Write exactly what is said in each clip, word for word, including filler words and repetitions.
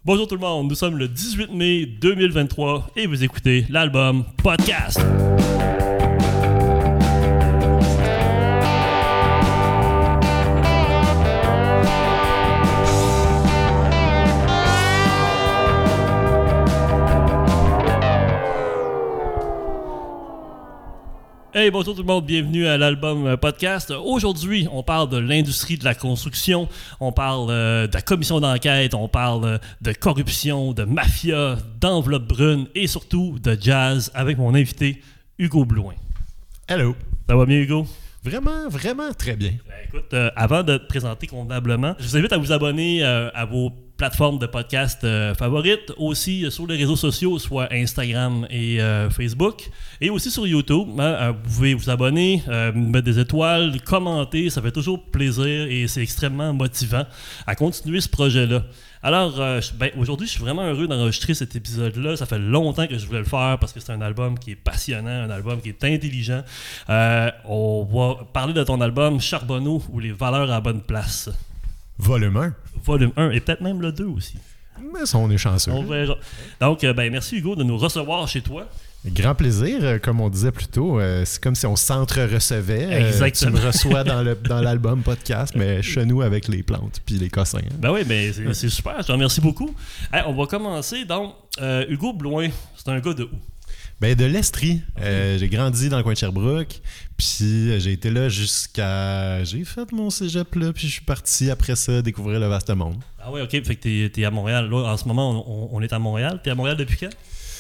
Bonjour tout le monde, nous sommes le dix-huit mai deux mille vingt-trois et vous écoutez l'album Podcast. Hey, bonjour tout le monde, bienvenue à l'album Podcast. Aujourd'hui, on parle de l'industrie de la construction, on parle euh, de la commission d'enquête, on parle euh, de corruption, de mafia, d'enveloppe brune et surtout de jazz avec mon invité Hugo Blouin. Hello. Ça va bien, Hugo? Vraiment, vraiment très bien. Ben, écoute, euh, avant de te présenter convenablement, je vous invite à vous abonner euh, à vos plateformes de podcast euh, favorites, aussi euh, sur les réseaux sociaux, soit Instagram et euh, Facebook, et aussi sur YouTube. Hein, euh, vous pouvez vous abonner, euh, mettre des étoiles, commenter, ça fait toujours plaisir et c'est extrêmement motivant à continuer ce projet-là. Alors, euh, ben, aujourd'hui, je suis vraiment heureux d'enregistrer cet épisode-là. Ça fait longtemps que je voulais le faire parce que c'est un album qui est passionnant, un album qui est intelligent. Euh, on va parler de ton album Charbonneau ou Les valeurs à la bonne place. Volume un. Volume un et peut-être même le deux aussi. Mais ça, on est chanceux. On verra. Donc, euh, ben, merci Hugo de nous recevoir chez toi. Grand plaisir, comme on disait plus tôt, euh, c'est comme si on s'entre-recevait. Exactement. Euh, tu me reçois dans, le, dans l'album podcast, mais chez nous avec les plantes puis les cossins. Hein. Ben oui, ben c'est, c'est super, je te remercie beaucoup. Hey, on va commencer. Donc, euh, Hugo Blouin, c'est un gars de où? Ben de l'Estrie. Euh, j'ai grandi dans le coin de Sherbrooke, puis j'ai été là jusqu'à... J'ai fait mon cégep là, puis je suis parti après ça découvrir le vaste monde. Ah ouais, ok, fait que t'es, t'es à Montréal. Là, en ce moment, on, on est à Montréal. T'es à Montréal depuis quand?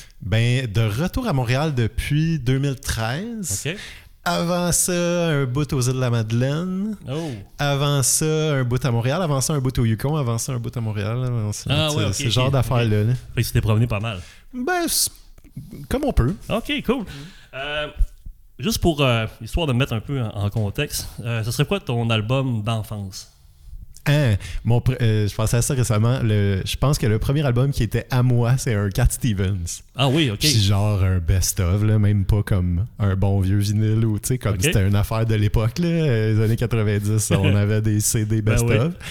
Ben de retour à Montréal depuis deux mille treize. Ok. Avant ça, un bout aux îles de la Madeleine. Oh. Avant ça, un bout à Montréal. Avant ça, un bout au Yukon. Avant ça, un bout à Montréal. Avant ça, Ah ouais, ok. ce genre okay, d'affaires-là. Okay. Fait que tu t'es promené pas mal. Ben, c'est... comme on peut. Ok, cool. Euh, juste pour, euh, histoire de me mettre un peu en, en contexte, euh, ce serait quoi ton album d'enfance? Hein, mon pr- euh, je pensais à ça récemment. Le, je pense que le premier album qui était à moi, c'est un Cat Stevens. Ah oui, ok. Puis genre un best-of, là, même pas comme un bon vieux vinyle ou tu sais, comme okay. C'était une affaire de l'époque, là, les années quatre-vingt-dix, on avait des C D best-of. Ben oui.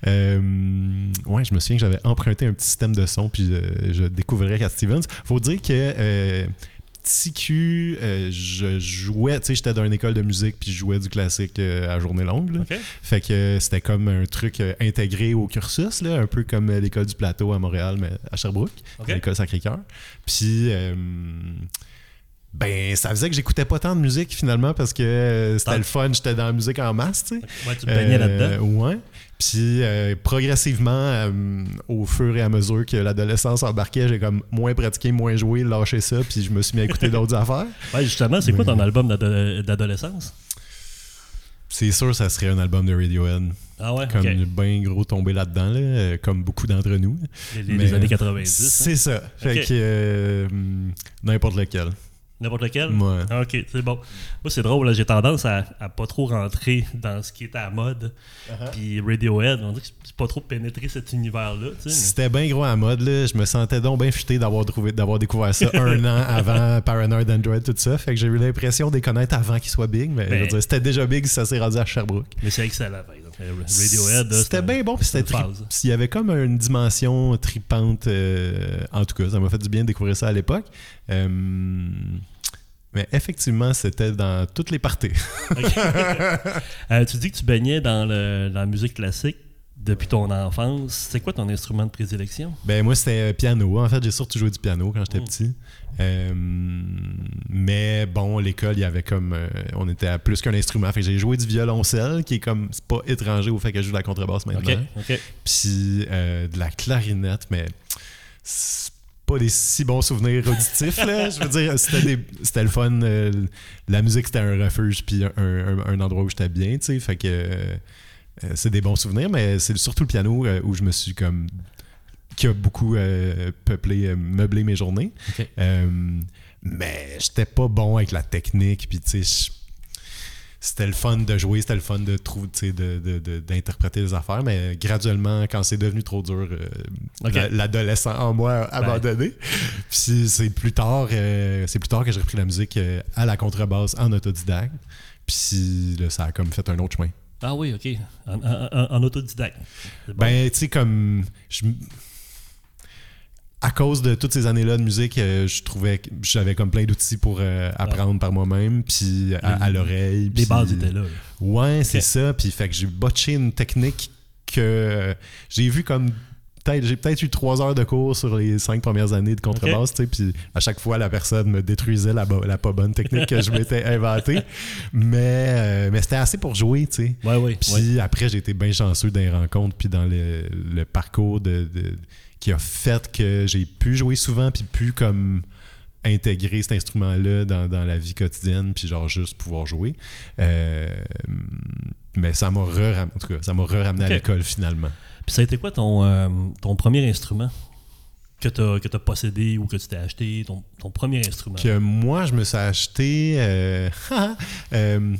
euh, ouais, je me souviens que j'avais emprunté un petit système de son, puis euh, je découvrais Cat Stevens. Faut dire que euh, T Q, euh, je jouais, tu sais, j'étais dans une école de musique puis je jouais du classique euh, à journée longue. Là. Okay. Fait que euh, c'était comme un truc euh, intégré au cursus, là, un peu comme euh, l'école du plateau à Montréal, mais à Sherbrooke, okay. L'école Sacré-Cœur. Puis, euh, ben, ça faisait que j'écoutais pas tant de musique finalement parce que euh, c'était ah. le fun, j'étais dans la musique en masse, tu sais. Ouais, tu te baignais euh, là-dedans. Ouais. Puis euh, progressivement, euh, au fur et à mesure que l'adolescence embarquait, j'ai comme moins pratiqué, moins joué, lâché ça, puis je me suis mis à écouter d'autres affaires. Ouais, justement, c'est quoi ton album d'ado- d'adolescence? C'est sûr, ça serait un album de Radiohead. Ah ouais? Comme okay. bien gros tombé là-dedans, là, comme beaucoup d'entre nous. Les, les, les années quatre-vingt-dix. C'est hein? ça. Fait okay. que euh, n'importe lequel. N'importe lequel? Ouais. Ah, ok, c'est bon. Moi, c'est drôle, là, j'ai tendance à, à pas trop rentrer dans ce qui est à la mode. Uh-huh. Puis Radiohead, on dirait que c'est pas trop pénétrer cet univers-là. Tu sais, mais... C'était bien gros à la mode, là. Je me sentais donc bien futé d'avoir, trouvé, d'avoir découvert ça un an avant Paranoid Android, tout ça. Fait que j'ai eu l'impression de les connaître avant qu'ils soient big. Mais ben, je veux dire, c'était déjà big si ça s'est rendu à Sherbrooke. Mais c'est excellent, par exemple. Radiohead, là, c'était bien bon, puis c'était tri- il y avait comme une dimension tripante. Euh, en tout cas, ça m'a fait du bien de découvrir ça à l'époque. Euh, Mais effectivement, c'était dans toutes les parties. Okay. euh, tu dis que tu baignais dans, le, dans la musique classique depuis ton enfance. C'est quoi ton instrument de prédilection? Ben moi, c'était piano. En fait, j'ai surtout joué du piano quand j'étais mmh. petit. Euh, mais bon, l'école, il y avait comme... Euh, on était à plus qu'un instrument. Fait que j'ai joué du violoncelle, qui est comme... C'est pas étranger au fait que je joue de la contrebasse maintenant. Okay. Okay. Puis euh, de la clarinette, mais... C'est pas des si bons souvenirs auditifs, là. Je veux dire, c'était, des, c'était le fun. Euh, la musique, c'était un refuge puis un, un, un endroit où j'étais bien, tu sais. Fait que euh, c'est des bons souvenirs, mais c'est surtout le piano euh, où je me suis comme... qui a beaucoup euh, peuplé, euh, meublé mes journées. Okay. Euh, mais j'étais pas bon avec la technique, puis tu sais... C'était le fun de jouer, c'était le fun de trouver, tu sais, de, de, de, d'interpréter les affaires, mais graduellement, quand c'est devenu trop dur, euh, okay. l'adolescent en moi a abandonné. Ben. Puis c'est plus tard, euh, c'est plus tard que j'ai repris la musique euh, à la contrebasse en autodidacte. Puis là, ça a comme fait un autre chemin. Ah oui, ok, en, en, en autodidacte. Bon. Ben, tu sais, comme je, à cause de toutes ces années-là de musique, euh, je trouvais que j'avais comme plein d'outils pour euh, apprendre ouais. par moi-même, puis à, à l'oreille. Les bases étaient là. là. Ouais, okay. c'est ça. Puis fait que j'ai botché une technique que euh, j'ai vu comme peut-être j'ai peut-être eu trois heures de cours sur les cinq premières années de contrebasse, okay. tu sais, puis à chaque fois la personne me détruisait la, la pas bonne technique que je m'étais inventée, mais euh, mais c'était assez pour jouer, tu sais. Ouais, ouais, puis ouais. après j'ai été bien chanceux dans les rencontres puis dans le, le parcours de, de qui a fait que j'ai pu jouer souvent puis pu comme intégrer cet instrument-là dans, dans la vie quotidienne puis genre juste pouvoir jouer. Euh, mais ça m'a re-ramené, en tout cas, ça m'a re-ramené okay. à l'école finalement. Puis ça a été quoi ton, euh, ton premier instrument que tu as que t'as possédé ou que tu t'es acheté, ton, ton premier instrument? Que moi, je me suis acheté... Euh, euh,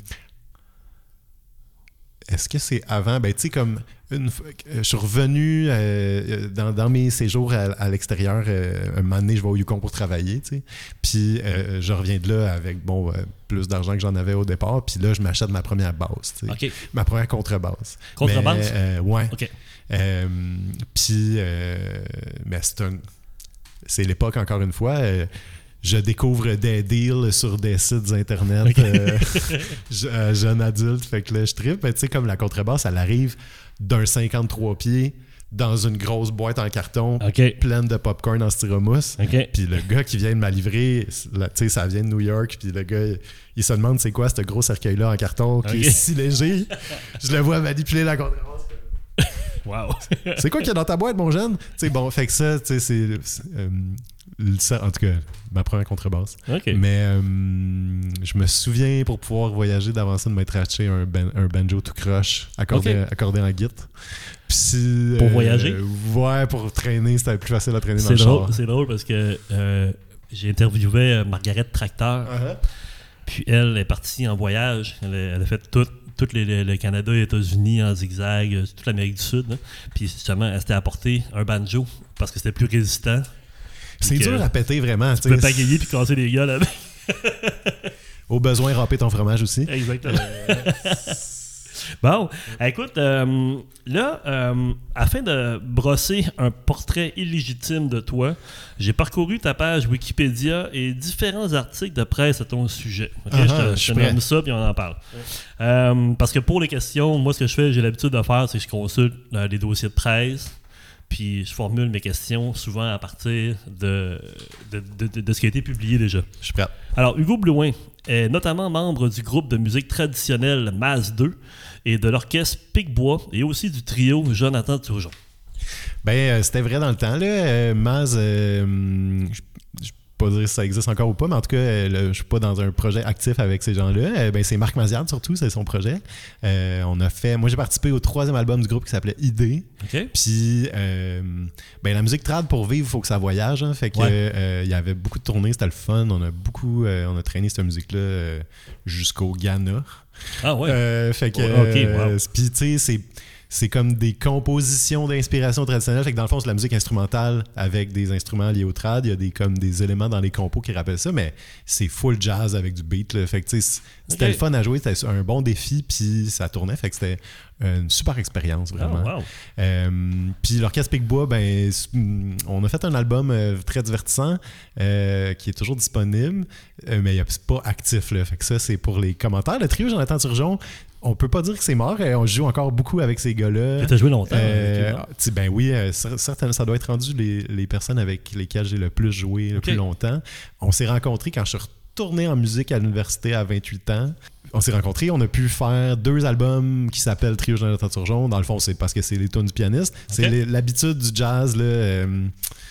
est-ce que c'est avant? Ben, tu sais, comme... Une fois, je suis revenu euh, dans, dans mes séjours à, à l'extérieur. Euh, un moment donné, je vais au Yukon pour travailler, tu sais. Puis euh, je reviens de là avec, bon, euh, plus d'argent que j'en avais au départ. Puis là, je m'achète ma première basse, tu sais. Okay. Ma première contrebasse. Contrebasse? Euh, ouais. OK. Euh, puis, euh, mais c'est un... C'est l'époque, encore une fois... Euh, je découvre des deals sur des sites internet okay. euh, je, jeune adulte, fait que là, je trippe. Tu sais, comme la contrebasse, elle arrive d'un cinquante-trois pieds dans une grosse boîte en carton okay. pleine de popcorn en styromousse. Okay. Puis le gars qui vient de me la livrer, tu sais, ça vient de New York, puis le gars, il se demande c'est quoi ce gros cercueil-là en carton qui okay. est si léger. Je le vois manipuler la contrebasse. Wow! C'est quoi qu'il y a dans ta boîte, mon jeune? Tu sais, bon, fait que ça, tu sais, c'est... c'est euh, en tout cas, ma première contrebasse. Okay. Mais euh, je me souviens, pour pouvoir voyager d'avance, de m'être acheté un, ben, un banjo tout croche accordé, okay. accordé en git. Puis, pour euh, voyager? Ouais, pour traîner, c'était plus facile à traîner dans c'est le drôle, char. C'est drôle parce que euh, j'ai interviewé Margaret Tracteur. Uh-huh. Puis elle est partie en voyage. Elle a, elle a fait tout. Tout les, les, le Canada, les États-Unis en zigzag, toute l'Amérique du Sud. Hein. Puis justement, elle s'était apporté un banjo parce que c'était plus résistant. C'est dur à péter vraiment. Tu peux pagayer puis casser les gars là-bas. Au besoin, râper ton fromage aussi. Exactement. Bon, écoute, euh, là, euh, afin de brosser un portrait illégitime de toi, j'ai parcouru ta page Wikipédia et différents articles de presse à ton sujet. Okay? Uh-huh, je te nomme ça puis on en parle. Ouais. Euh, parce que pour les questions, moi, ce que je fais, j'ai l'habitude de faire, c'est que je consulte euh, les dossiers de presse. Puis je formule mes questions souvent à partir de, de, de, de, de ce qui a été publié déjà. Je suis prêt. Alors, Hugo Blouin est notamment membre du groupe de musique traditionnelle Maz deux et de l'orchestre Pic-Bois et aussi du trio Jonathan Turgeon. Ben, euh, c'était vrai dans le temps, là. Euh, Maz, euh, je pas dire si ça existe encore ou pas, mais en tout cas, euh, je suis pas dans un projet actif avec ces gens-là. Euh, ben, c'est Marc Maziard, surtout, c'est son projet. Euh, on a fait... Moi, j'ai participé au troisième album du groupe qui s'appelait Idée. Okay. Puis, euh, ben, la musique trad, pour vivre, il faut que ça voyage. Hein, fait que, ouais. euh, il y avait beaucoup de tournées, c'était le fun. On a beaucoup... Euh, on a traîné cette musique-là euh, jusqu'au Ghana. Ah ouais? Euh, fait que... Oh, okay, wow. euh, puis, tu sais, c'est... C'est comme des compositions d'inspiration traditionnelle. Fait que dans le fond, c'est de la musique instrumentale avec des instruments liés au trad. Il y a des, comme des éléments dans les compos qui rappellent ça, mais c'est full jazz avec du beat. Là. Fait que c'était okay. le fun à jouer. C'était un bon défi, puis ça tournait. Fait que c'était une super expérience, vraiment. Oh, wow. euh, puis l'Orchestre Pic-Bois, ben, on a fait un album euh, très divertissant euh, qui est toujours disponible, euh, mais c'est pas actif. Là. Fait que ça, c'est pour les commentaires. Le trio Jonathan Turgeon, on peut pas dire que c'est mort. On joue encore beaucoup avec ces gars-là. Tu as joué longtemps. Euh, ben oui, euh, certainement, ça doit être rendu les, les personnes avec lesquelles j'ai le plus joué le okay. plus longtemps. On s'est rencontrés quand je suis retourné en musique à l'université à vingt-huit ans. On s'est rencontrés, on a pu faire deux albums qui s'appellent Trio Jonathan Turgeon. Dans le fond, c'est parce que c'est les tunes du pianiste. Okay. C'est les, l'habitude du jazz, là. Euh,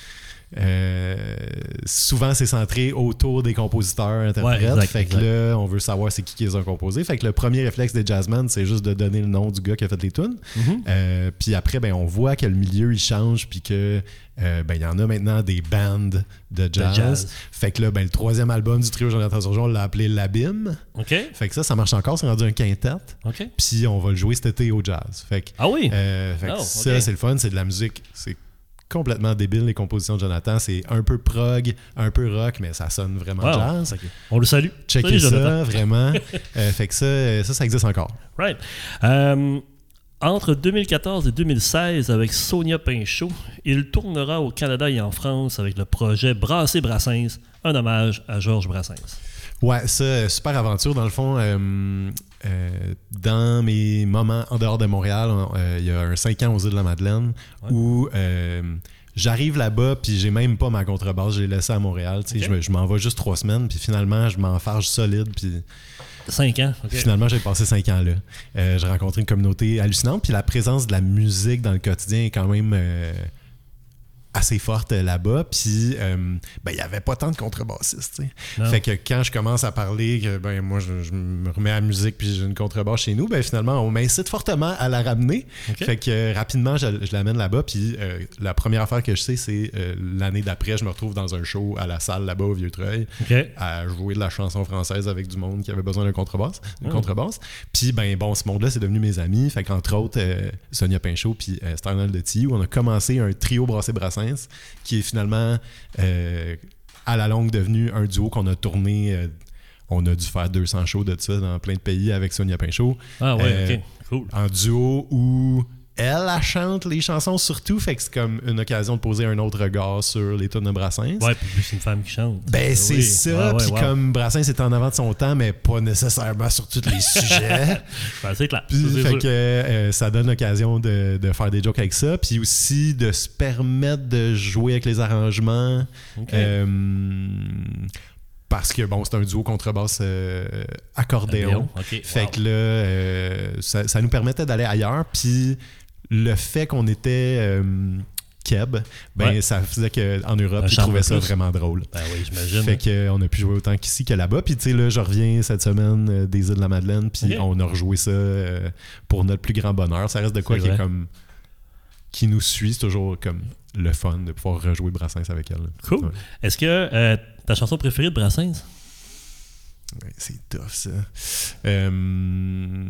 Euh, souvent c'est centré autour des compositeurs interprètes, ouais, exact, fait que exact. Là on veut savoir c'est qui qui les a composés, fait que le premier réflexe des jazzmen c'est juste de donner le nom du gars qui a fait les tunes. Mm-hmm. euh, puis après ben on voit que le milieu il change puis que euh, ben il y en a maintenant des bands de jazz, de jazz. Fait que là ben le troisième album du trio Jonathan Turgeon on l'a appelé L'Abîme. Okay. Fait que ça ça marche encore, c'est rendu un quintet. Okay. Puis on va le jouer cet été au jazz. Fait que, ah oui. Euh, fait que oh, ça okay. c'est le fun, c'est de la musique, c'est complètement débile les compositions de Jonathan, c'est un peu prog, un peu rock, mais ça sonne vraiment wow. jazz. Okay. On le salue. Checkez ça, vraiment. euh, fait que ça, ça, ça existe encore. Right. Euh, Entre deux mille quatorze et deux mille seize, avec Sonia Pinchot, il tournera au Canada et en France avec le projet Brasser Brassens, un hommage à Georges Brassens. Ouais, ça, super aventure. Dans le fond, euh, euh, dans mes moments en dehors de Montréal, euh, il y a un cinq ans aux Îles-de-la-Madeleine ouais. où euh, j'arrive là-bas, puis j'ai même pas ma contrebasse, je l'ai laissée à Montréal. Okay. Je, je m'en vais juste trois semaines, puis finalement, je m'enfarge solide, puis... Cinq ans. Okay. Finalement, j'ai passé cinq ans là. Euh, j'ai rencontré une communauté hallucinante, puis la présence de la musique dans le quotidien est quand même... Euh, assez forte là-bas, puis euh, ben il y avait pas tant de contrebassistes, tu sais. Fait que quand je commence à parler que ben moi je, je me remets à la musique puis j'ai une contrebasse chez nous, ben finalement on m'incite fortement à la ramener. Okay. Fait que euh, rapidement je, je l'amène là-bas, puis euh, la première affaire que je sais c'est euh, l'année d'après je me retrouve dans un show à la salle là-bas au Vieux-Treuil okay. à jouer de la chanson française avec du monde qui avait besoin d'un contrebasse, une oh. contrebasse. Puis ben bon ce monde-là c'est devenu mes amis, fait qu'entre autres euh, Sonia Pinchot puis euh, Sternal de Tilly, où on a commencé un trio Brasser Brassens qui est finalement euh, à la longue devenu un duo qu'on a tourné. Euh, on a dû faire deux cents shows de ça dans plein de pays avec Sonia Pinchot. Ah ouais, euh, ok, cool. En duo où elle, elle chante les chansons surtout, fait que c'est comme une occasion de poser un autre regard sur les tunes de Brassens. Ouais, puis c'est une femme qui chante. Ben c'est oui. ça, ah, ouais, puis wow. comme Brassens est en avant de son temps, mais pas nécessairement sur tous les sujets. Ben, c'est clair. Puis, ça, c'est fait sûr. que euh, ça donne l'occasion de, de faire des jokes avec ça, puis aussi de se permettre de jouer avec les arrangements. Okay. Euh, Parce que bon, c'est un duo contrebasse euh, accordéon. Okay. Fait wow. que là, euh, ça, ça nous permettait d'aller ailleurs. Puis le fait qu'on était euh, Keb, ben ouais. ça faisait qu'en Europe, ils trouvaient ça vraiment drôle. Ben oui, j'imagine. Fait qu'on a pu jouer autant qu'ici que là-bas. Puis tu sais, là, je reviens cette semaine euh, des Îles-de-la-Madeleine, puis okay. on a rejoué ça euh, pour notre plus grand bonheur. Ça reste de quoi c'est qui vrai. Est comme... qui nous suit, c'est toujours comme le fun de pouvoir rejouer Brassens avec elle. Cool. Ouais. Est-ce que euh, ta chanson préférée de Brassens? Ouais, c'est tough, ça. Euh...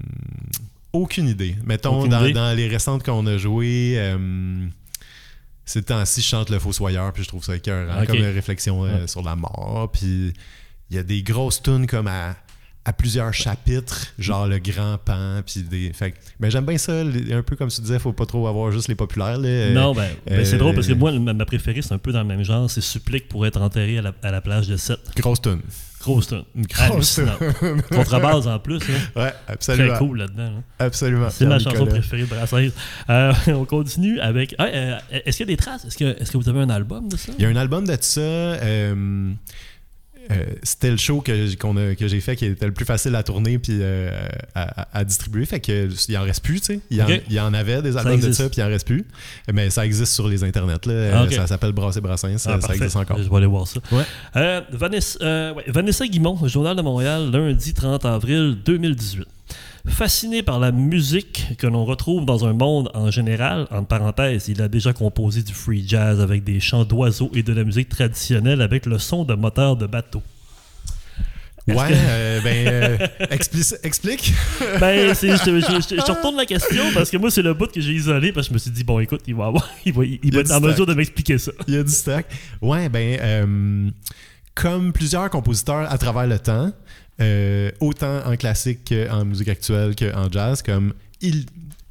Aucune idée. Mettons, Aucune dans, idée. dans les récentes qu'on a jouées, euh... ces temps-ci, je chante Le Fossoyeur, puis je trouve ça écœurant, okay. comme une réflexion euh, ouais. sur la mort. Puis il y a des grosses tunes comme à... à plusieurs chapitres, genre le grand pan, puis des... Fait mais j'aime bien ça, un peu comme tu disais, faut pas trop avoir juste les populaires. Là. Non, ben, ben euh, c'est drôle, parce que moi, ma, ma préférée, c'est un peu dans le même genre, c'est Supplique pour être enterré à la, à la plage de Sète. Grosse tune. Grosse tune. Grosse tune. Contrebase en plus. Hein. Ouais, absolument. Très cool là-dedans. Hein. Absolument. C'est ma chanson préférée de Brassens. Euh, on continue avec... Ah, euh, est-ce qu'il y a des traces? Est-ce que, est-ce que vous avez un album de ça? Il y a un album de ça... Euh... Euh, c'était le show que, qu'on a, que j'ai fait qui était le plus facile à tourner puis euh, à, à distribuer. Fait que il en reste plus, tu sais. Il, okay. il y en avait des albums de ça puis il en reste plus. Mais ça existe sur les internets. Là. Ah, okay. Ça s'appelle Brasser Brassens. Ah, ça existe encore. Je vais aller voir ça. Ouais. Euh, Vanessa, euh, ouais. Vanessa Guimont, Journal de Montréal, lundi trente avril deux mille dix-huit. Fasciné par la musique que l'on retrouve dans un monde en général, entre parenthèses, il a déjà composé du free jazz avec des chants d'oiseaux et de la musique traditionnelle avec le son de moteur de bateau. Est-ce ouais, que... euh, ben, euh, expli- explique. Ben, c'est, je, je, je, je retourne la question parce que moi, c'est le bout que j'ai isolé parce que je me suis dit, bon, écoute, il va, avoir, il va, il il va être en mesure de m'expliquer ça. Il y a du stock. Ouais, ben, euh, comme plusieurs compositeurs à travers le temps, Euh, autant en classique qu'en musique actuelle qu'en jazz, comme il,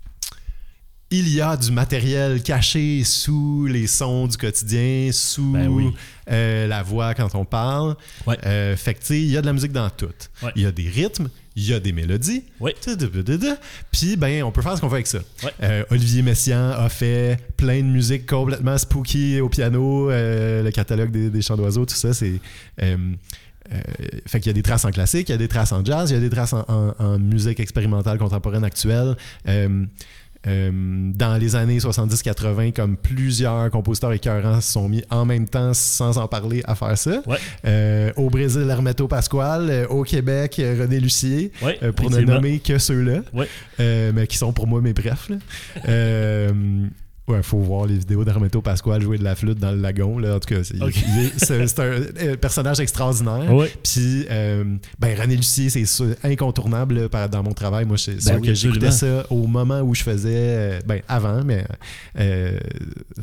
il y a du matériel caché sous les sons du quotidien, sous ben oui. euh, la voix quand on parle. Ouais. Euh, fait que tu sais, il y a de la musique dans tout. Ouais. Il y a des rythmes, il y a des mélodies. Ouais. Puis ben, on peut faire ce qu'on veut avec ça. Ouais. Euh, Olivier Messiaen a fait plein de musique complètement spooky au piano, euh, le catalogue des, des chants d'oiseaux, tout ça, c'est... Euh, Euh, fait qu'il y a des traces en classique, il y a des traces en jazz, il y a des traces en, en, en musique expérimentale contemporaine actuelle. Euh, euh, dans les années soixante-dix quatre-vingt, comme plusieurs compositeurs écœurants se sont mis en même temps, sans en parler, à faire ça. Ouais. Euh, au Brésil, Hermeto Pascoal. Euh, au Québec, René Lucier. Ouais, euh, pour ne nommer que ceux-là. Ouais. Euh, mais qui sont pour moi mes brefs. Euh, Ouais, faut voir les vidéos d'Hermeto Pascoal jouer de la flûte dans le lagon. Là. En tout cas, c'est, okay. il, c'est, c'est un personnage extraordinaire. Ouais. Puis, euh, ben, René Lucier, c'est incontournable là, par, dans mon travail. Moi, c'est sûr ben oui, que j'écoutais ça au moment où je faisais, ben, avant, mais euh,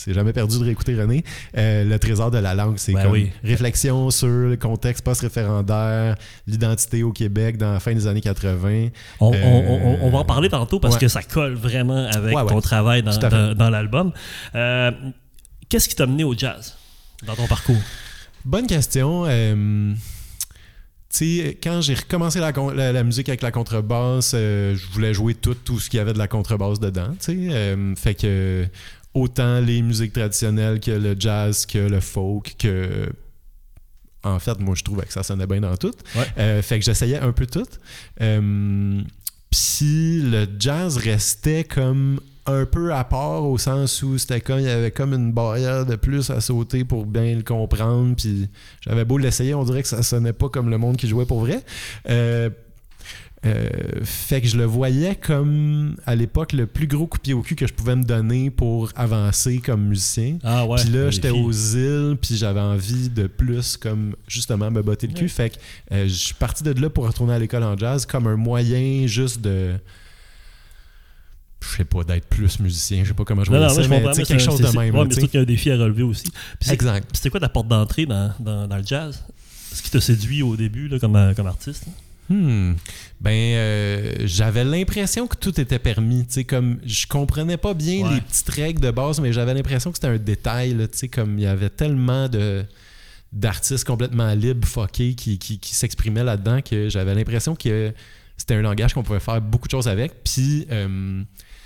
c'est jamais perdu de réécouter René. Euh, le trésor de la langue, c'est ben comme oui. réflexion sur le contexte post-référendaire, l'identité au Québec dans la fin des années quatre-vingts. On, euh, on, on, on va en parler tantôt parce ouais. que ça colle vraiment avec ouais, ouais. ton travail dans, dans, dans l'album. Euh, qu'est-ce qui t'a mené au jazz dans ton parcours? Bonne question. Euh, tu sais, quand j'ai recommencé la, la, la musique avec la contrebasse, euh, je voulais jouer tout, tout ce qu'il y avait de la contrebasse dedans. Tu sais, euh, fait que autant les musiques traditionnelles que le jazz, que le folk, que en fait, moi, je trouvais que ça sonnait bien dans tout. Ouais. Euh, fait que j'essayais un peu tout. Euh, Puis le jazz restait comme un peu à part au sens où c'était comme il y avait comme une barrière de plus à sauter pour bien le comprendre. Puis j'avais beau l'essayer, on dirait que ça sonnait pas comme le monde qui jouait pour vrai. Euh, Euh, fait que je le voyais comme, à l'époque, le plus gros coup de pied au cul que je pouvais me donner pour avancer comme musicien. Ah ouais, puis là, les j'étais filles. aux îles, puis j'avais envie de plus, comme, justement, me botter le cul. Ouais. Fait que euh, je suis parti de là pour retourner à l'école en jazz comme un moyen juste de... Je sais pas, d'être plus musicien. Je sais pas comment je Non, vois non, ça, je mais comprends, tu sais, mais quelque c'est- chose c'est- de même. Ouais, là, mais tu c'est sais. sûr qu'il y a un défi à relever aussi. Puis c'est- Exact. C'était quoi ta porte d'entrée dans, dans, dans le jazz? Ce qui t'a séduit au début là, comme, euh, comme artiste? Hmm. Ben, euh, j'avais l'impression que tout était permis. Tu sais, comme je comprenais pas bien Ouais. les petites règles de base, mais j'avais l'impression que c'était un détail. Là, tu sais, comme il y avait tellement de d'artistes complètement libres, fuckés, qui, qui, qui s'exprimaient là-dedans que j'avais l'impression que c'était un langage qu'on pouvait faire beaucoup de choses avec. Puis, euh,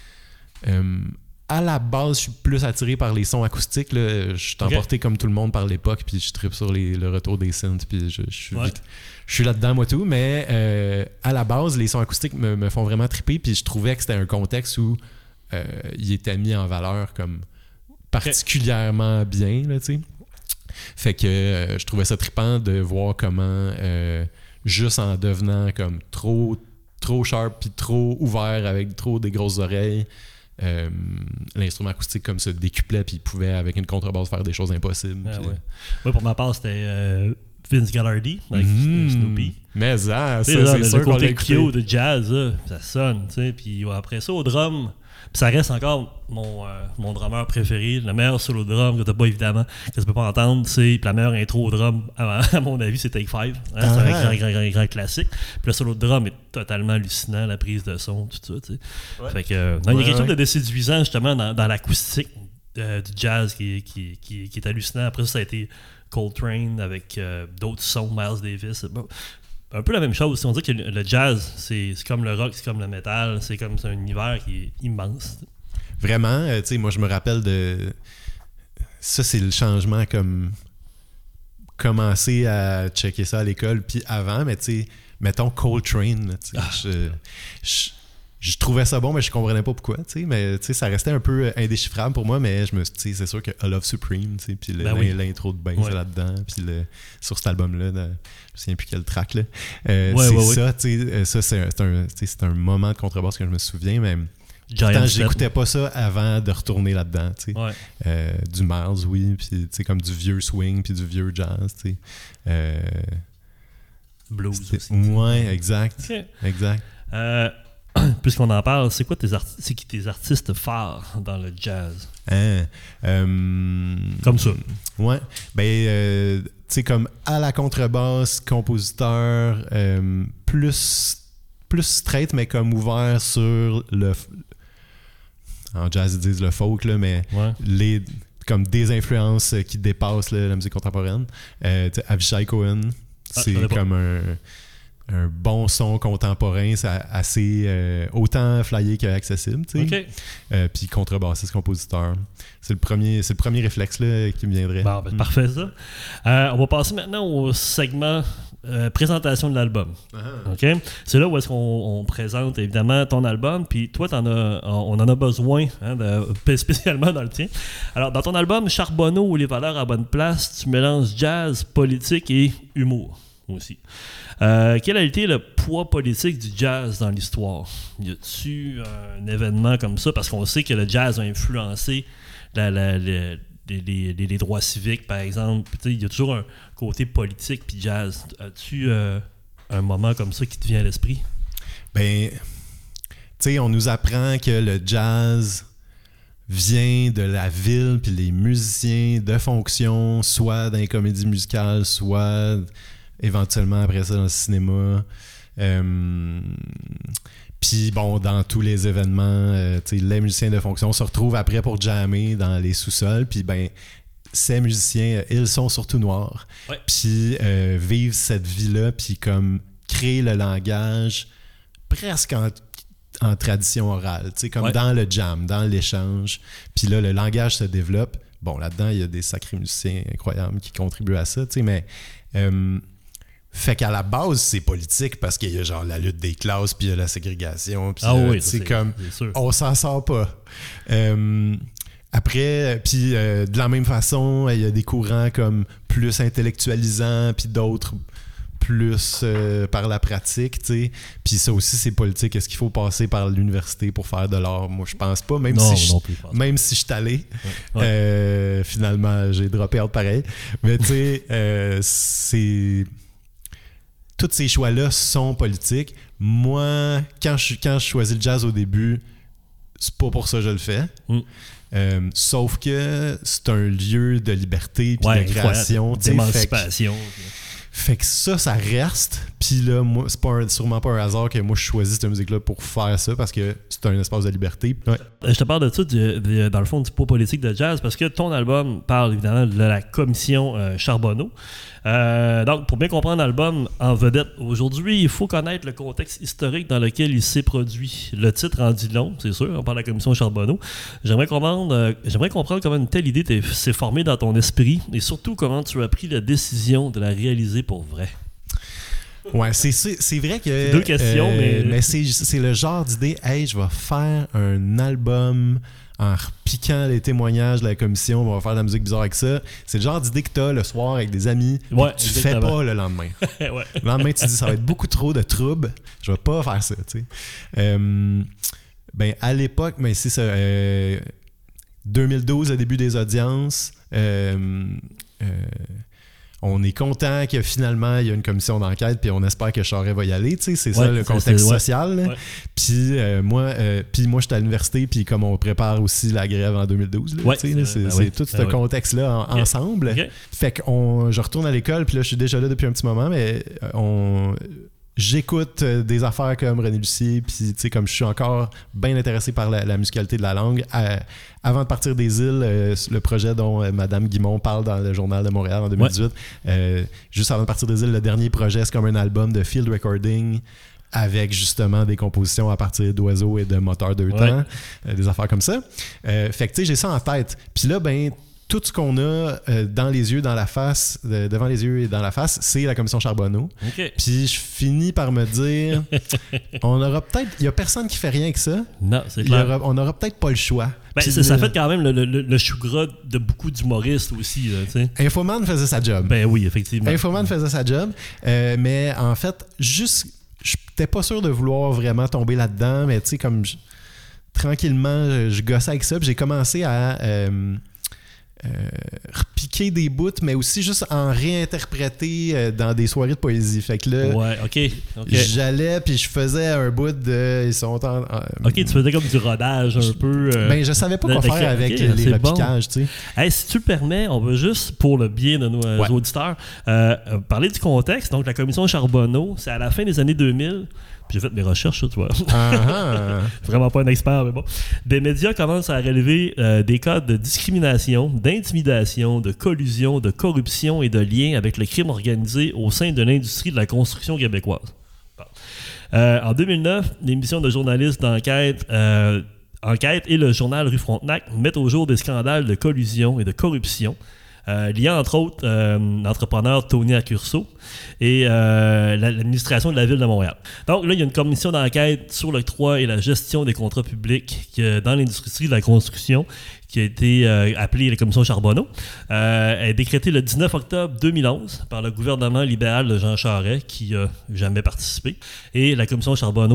euh, à la base, je suis plus attiré par les sons acoustiques. Là. Je suis Ok. emporté comme tout le monde par l'époque, puis je tripe sur les, le retour des synths, puis je, je suis Ouais. vite- je suis là-dedans, moi, tout. Mais euh, à la base, les sons acoustiques me, me font vraiment triper, puis je trouvais que c'était un contexte où euh, il était mis en valeur comme particulièrement bien, là, tu sais. Fait que euh, je trouvais ça trippant de voir comment, euh, juste en devenant comme trop, trop sharp, puis trop ouvert, avec trop des grosses oreilles, Euh, l'instrument acoustique comme se décuplait puis il pouvait avec une contrebasse faire des choses impossibles. Ah, puis... ouais. Moi, pour ma part, c'était euh, Vince Gallardi avec Mmh. Snoopy. Mais ça, ça Tu sais, là, c'est le, sûr le qu'on l'a côté écouté. Kyo de jazz, là, ça sonne. Tu sais. Puis ouais, après ça, au drum, puis ça reste encore mon, euh, mon drummer préféré. Le meilleur solo drum que t'as pas évidemment, que tu peux pas entendre, c'est puis la meilleure intro au drum, à, à mon avis, c'est Take Five. Hein, c'est un Ah. grand, grand, grand, grand classique. Puis le solo de drum est totalement hallucinant, la prise de son, tout ça. Tu sais. Ouais. Fait que, euh, non, il y a Ouais, quelque chose ouais. de séduisant justement dans, dans l'acoustique euh, du jazz qui, qui, qui, qui est hallucinant. Après ça, ça a été Coltrane avec euh, d'autres sons, Miles Davis. Bon, un peu la même chose. On dit que le, le jazz, c'est, c'est comme le rock, c'est comme le métal, c'est comme c'est un univers qui est immense. Vraiment, euh, tu sais, moi je me rappelle de... Ça, c'est le changement comme... Commencer à checker ça à l'école, puis avant, mais tu sais, mettons Coltrane, là, tu sais, Ah. je, je, je trouvais ça bon, mais je comprenais pas pourquoi, tu sais, mais tu sais, ça restait un peu indéchiffrable pour moi, mais je me, tu sais, c'est sûr que I Love Supreme, tu sais, puis le- Ben oui. l'intro de bass Ouais. là-dedans, puis le, sur cet album-là, de, je me souviens plus quel track, là, euh, Ouais, c'est ouais, ouais. ça, tu sais, euh, ça, c'est un, c'est un, tu sais, c'est un moment de contrebasse que je me souviens, mais Giant pourtant, Step. j'écoutais pas ça avant de retourner là-dedans, tu sais. Ouais. Euh, du Miles, oui, puis tu sais, comme du vieux swing, puis du vieux jazz, tu sais. Euh, Blues c'est- aussi. ouais, exact, Ok. exact. Euh, puisqu'on en parle, c'est quoi tes arti- c'est qui tes artistes phares dans le jazz? Hein, euh, Comme ça. Ouais, ben, euh, tu sais, comme à la contrebasse, compositeur, euh, plus, plus straight, mais comme ouvert sur le... En jazz, ils disent le folk, là, mais Ouais. les, comme des influences qui dépassent là, la musique contemporaine. Euh, tu sais, Avishai Cohen, Ah, c'est je connais pas. comme un, un bon son contemporain, c'est assez euh, autant flyé qu'accessible. tu sais. OK. Euh, Puis contrebassiste, compositeur. C'est le premier, c'est le premier réflexe là, qui me viendrait. Bon, ben, Mm. parfait ça. Euh, on va passer maintenant au segment euh, présentation de l'album. Ah. OK? C'est là où est-ce qu'on on présente évidemment ton album, puis toi, t'en as, on en a besoin, hein, de- spécialement dans le tien. Alors, dans ton album Charbonneau ou les valeurs à bonne place, tu mélanges jazz, politique et humour aussi. Euh, quel a été le poids politique du jazz dans l'histoire? Y a-tu un événement comme ça? Parce qu'on sait que le jazz a influencé la, la, la- les, les- les- les droits civiques, par exemple. Puis, tu sais, il y a toujours un côté politique puis jazz. As-tu euh, un moment comme ça qui te vient à l'esprit? Ben, tu sais, on nous apprend que le jazz vient de la ville, puis les musiciens de fonction, soit dans les comédies musicales, soit éventuellement après ça dans le cinéma. Euh, puis bon, dans tous les événements, euh, les musiciens de fonction se retrouvent après pour jammer dans les sous-sols, puis ben ces musiciens, ils sont surtout noirs, ouais. Puis euh, vivent cette vie-là, puis comme créer le langage presque en, en tradition orale, comme ouais. Dans le jam, dans l'échange, puis là, le langage se développe. Bon, là-dedans, il y a des sacrés musiciens incroyables qui contribuent à ça, mais... Euh, fait qu'à la base, c'est politique parce qu'il y a genre la lutte des classes, puis il y a la ségrégation, puis ah là, oui, c'est comme on s'en sort pas. Euh, après, puis euh, de la même façon, il y a des courants comme plus intellectualisants, puis d'autres plus euh, par la pratique, tu sais. Puis ça aussi, c'est politique. Est-ce qu'il faut passer par l'université pour faire de l'art? Moi, je pense pas. Même non, si non je, plus, je même si je suis allé, ouais. euh, finalement, j'ai droppé out pareil. Mais tu sais, euh, c'est... Tous ces choix-là sont politiques. Moi, quand je, quand je choisis le jazz au début, c'est pas pour ça que je le fais. Mm. Euh, sauf que c'est un lieu de liberté puis ouais, de création. D'émancipation. Fait que ça, ça reste. Puis là, moi, c'est pas un, sûrement pas un hasard que moi, je choisis cette musique-là pour faire ça parce que c'est un espace de liberté. Ouais. Je te parle de ça, du, du, dans le fond, du poids politique de jazz parce que ton album parle évidemment de la commission euh, Charbonneau. Euh, donc, pour bien comprendre l'album en vedette aujourd'hui, il faut connaître le contexte historique dans lequel il s'est produit. Le titre en dit long, c'est sûr, on parle de la commission Charbonneau. J'aimerais comprendre, euh, j'aimerais comprendre comment une telle idée s'est formée dans ton esprit et surtout comment tu as pris la décision de la réaliser pour vrai. Ouais, c'est, c'est, c'est vrai que... C'est deux questions, euh, mais... Mais c'est, c'est le genre d'idée, hey, je vais faire un album en repiquant les témoignages de la commission, on va faire de la musique bizarre avec ça. C'est le genre d'idée que tu as le soir avec des amis, ouais, que tu fais pas le lendemain. ouais. Le lendemain, tu te dis, ça va être beaucoup trop de troubles, je vais pas faire ça, tu sais. Euh, ben, à l'époque, mais c'est ça, euh, deux mille douze, au début des audiences, euh, euh, on est content que finalement il y a une commission d'enquête puis on espère que Charest va y aller, tu sais, c'est ouais, ça le contexte c'est, social. Ouais. Puis euh, moi euh, puis moi j'étais à l'université puis comme on prépare aussi la grève en deux mille douze là, ouais, tu sais, là, c'est, ben c'est oui, tout ben ce oui. contexte là en, okay. ensemble. Okay. Fait que on, je retourne à l'école puis là je suis déjà là depuis un petit moment mais on j'écoute des affaires comme René Lucier, puis tu sais, comme je suis encore bien intéressé par la, la musicalité de la langue. À, avant de partir des îles, euh, le projet dont euh, Madame Guimond parle dans le Journal de Montréal en deux mille dix-huit, ouais. euh, juste avant de partir des îles, le dernier projet, c'est comme un album de field recording avec justement des compositions à partir d'oiseaux et de moteurs deux temps, ouais. euh, des affaires comme ça. Euh, fait que tu sais, j'ai ça en tête. Puis là, ben tout ce qu'on a euh, dans les yeux, dans la face, de, devant les yeux et dans la face, c'est la commission Charbonneau. Okay. Puis je finis par me dire, on aura peut-être, il y a personne qui fait rien avec ça. Non, c'est clair. Aura, on n'aura peut-être pas le choix. Ben, ça, ça fait quand même le, le, le chou gras de beaucoup d'humoristes aussi. Là, t'sais. Infoman faisait sa job. Ben oui, effectivement. Infoman faisait sa job, euh, mais en fait, juste, je n'étais pas sûr de vouloir vraiment tomber là-dedans, mais tu sais, comme je, tranquillement, je, je gossais avec ça, puis j'ai commencé à euh, Euh, repiquer des bouts, mais aussi juste en réinterpréter euh, dans des soirées de poésie. Fait que là, ouais, okay, okay. j'allais puis je faisais un bout de. Ils sont en, en, ok, tu faisais comme du rodage un peu. Euh, ben, je savais pas quoi faire okay, avec okay, les repiquages, bon. Tu sais. Hey, si tu le permets, on va juste, pour le bien de nos ouais. auditeurs, euh, parler du contexte. Donc, la commission Charbonneau, c'est à la fin des années deux mille. Puis j'ai fait mes recherches, tu vois. Uh-huh. Vraiment pas un expert, mais bon. Des médias commencent à relever euh, des cas de discrimination, d'intimidation, de collusion, de corruption et de liens avec le crime organisé au sein de l'industrie de la construction québécoise. Bon. Euh, en deux mille neuf, l'émission de journalistes d'enquête euh, Enquête et le journal Rue Frontenac mettent au jour des scandales de collusion et de corruption. Euh, liant entre autres euh, l'entrepreneur Tony Accurso et euh, l'administration de la Ville de Montréal. Donc là, il y a une commission d'enquête sur l'octroi et la gestion des contrats publics qui, dans l'industrie de la construction qui a été euh, appelée la commission Charbonneau. Euh, elle est décrétée le dix-neuf octobre deux mille onze par le gouvernement libéral de Jean Charest qui n'a jamais participé. Et la commission Charbonneau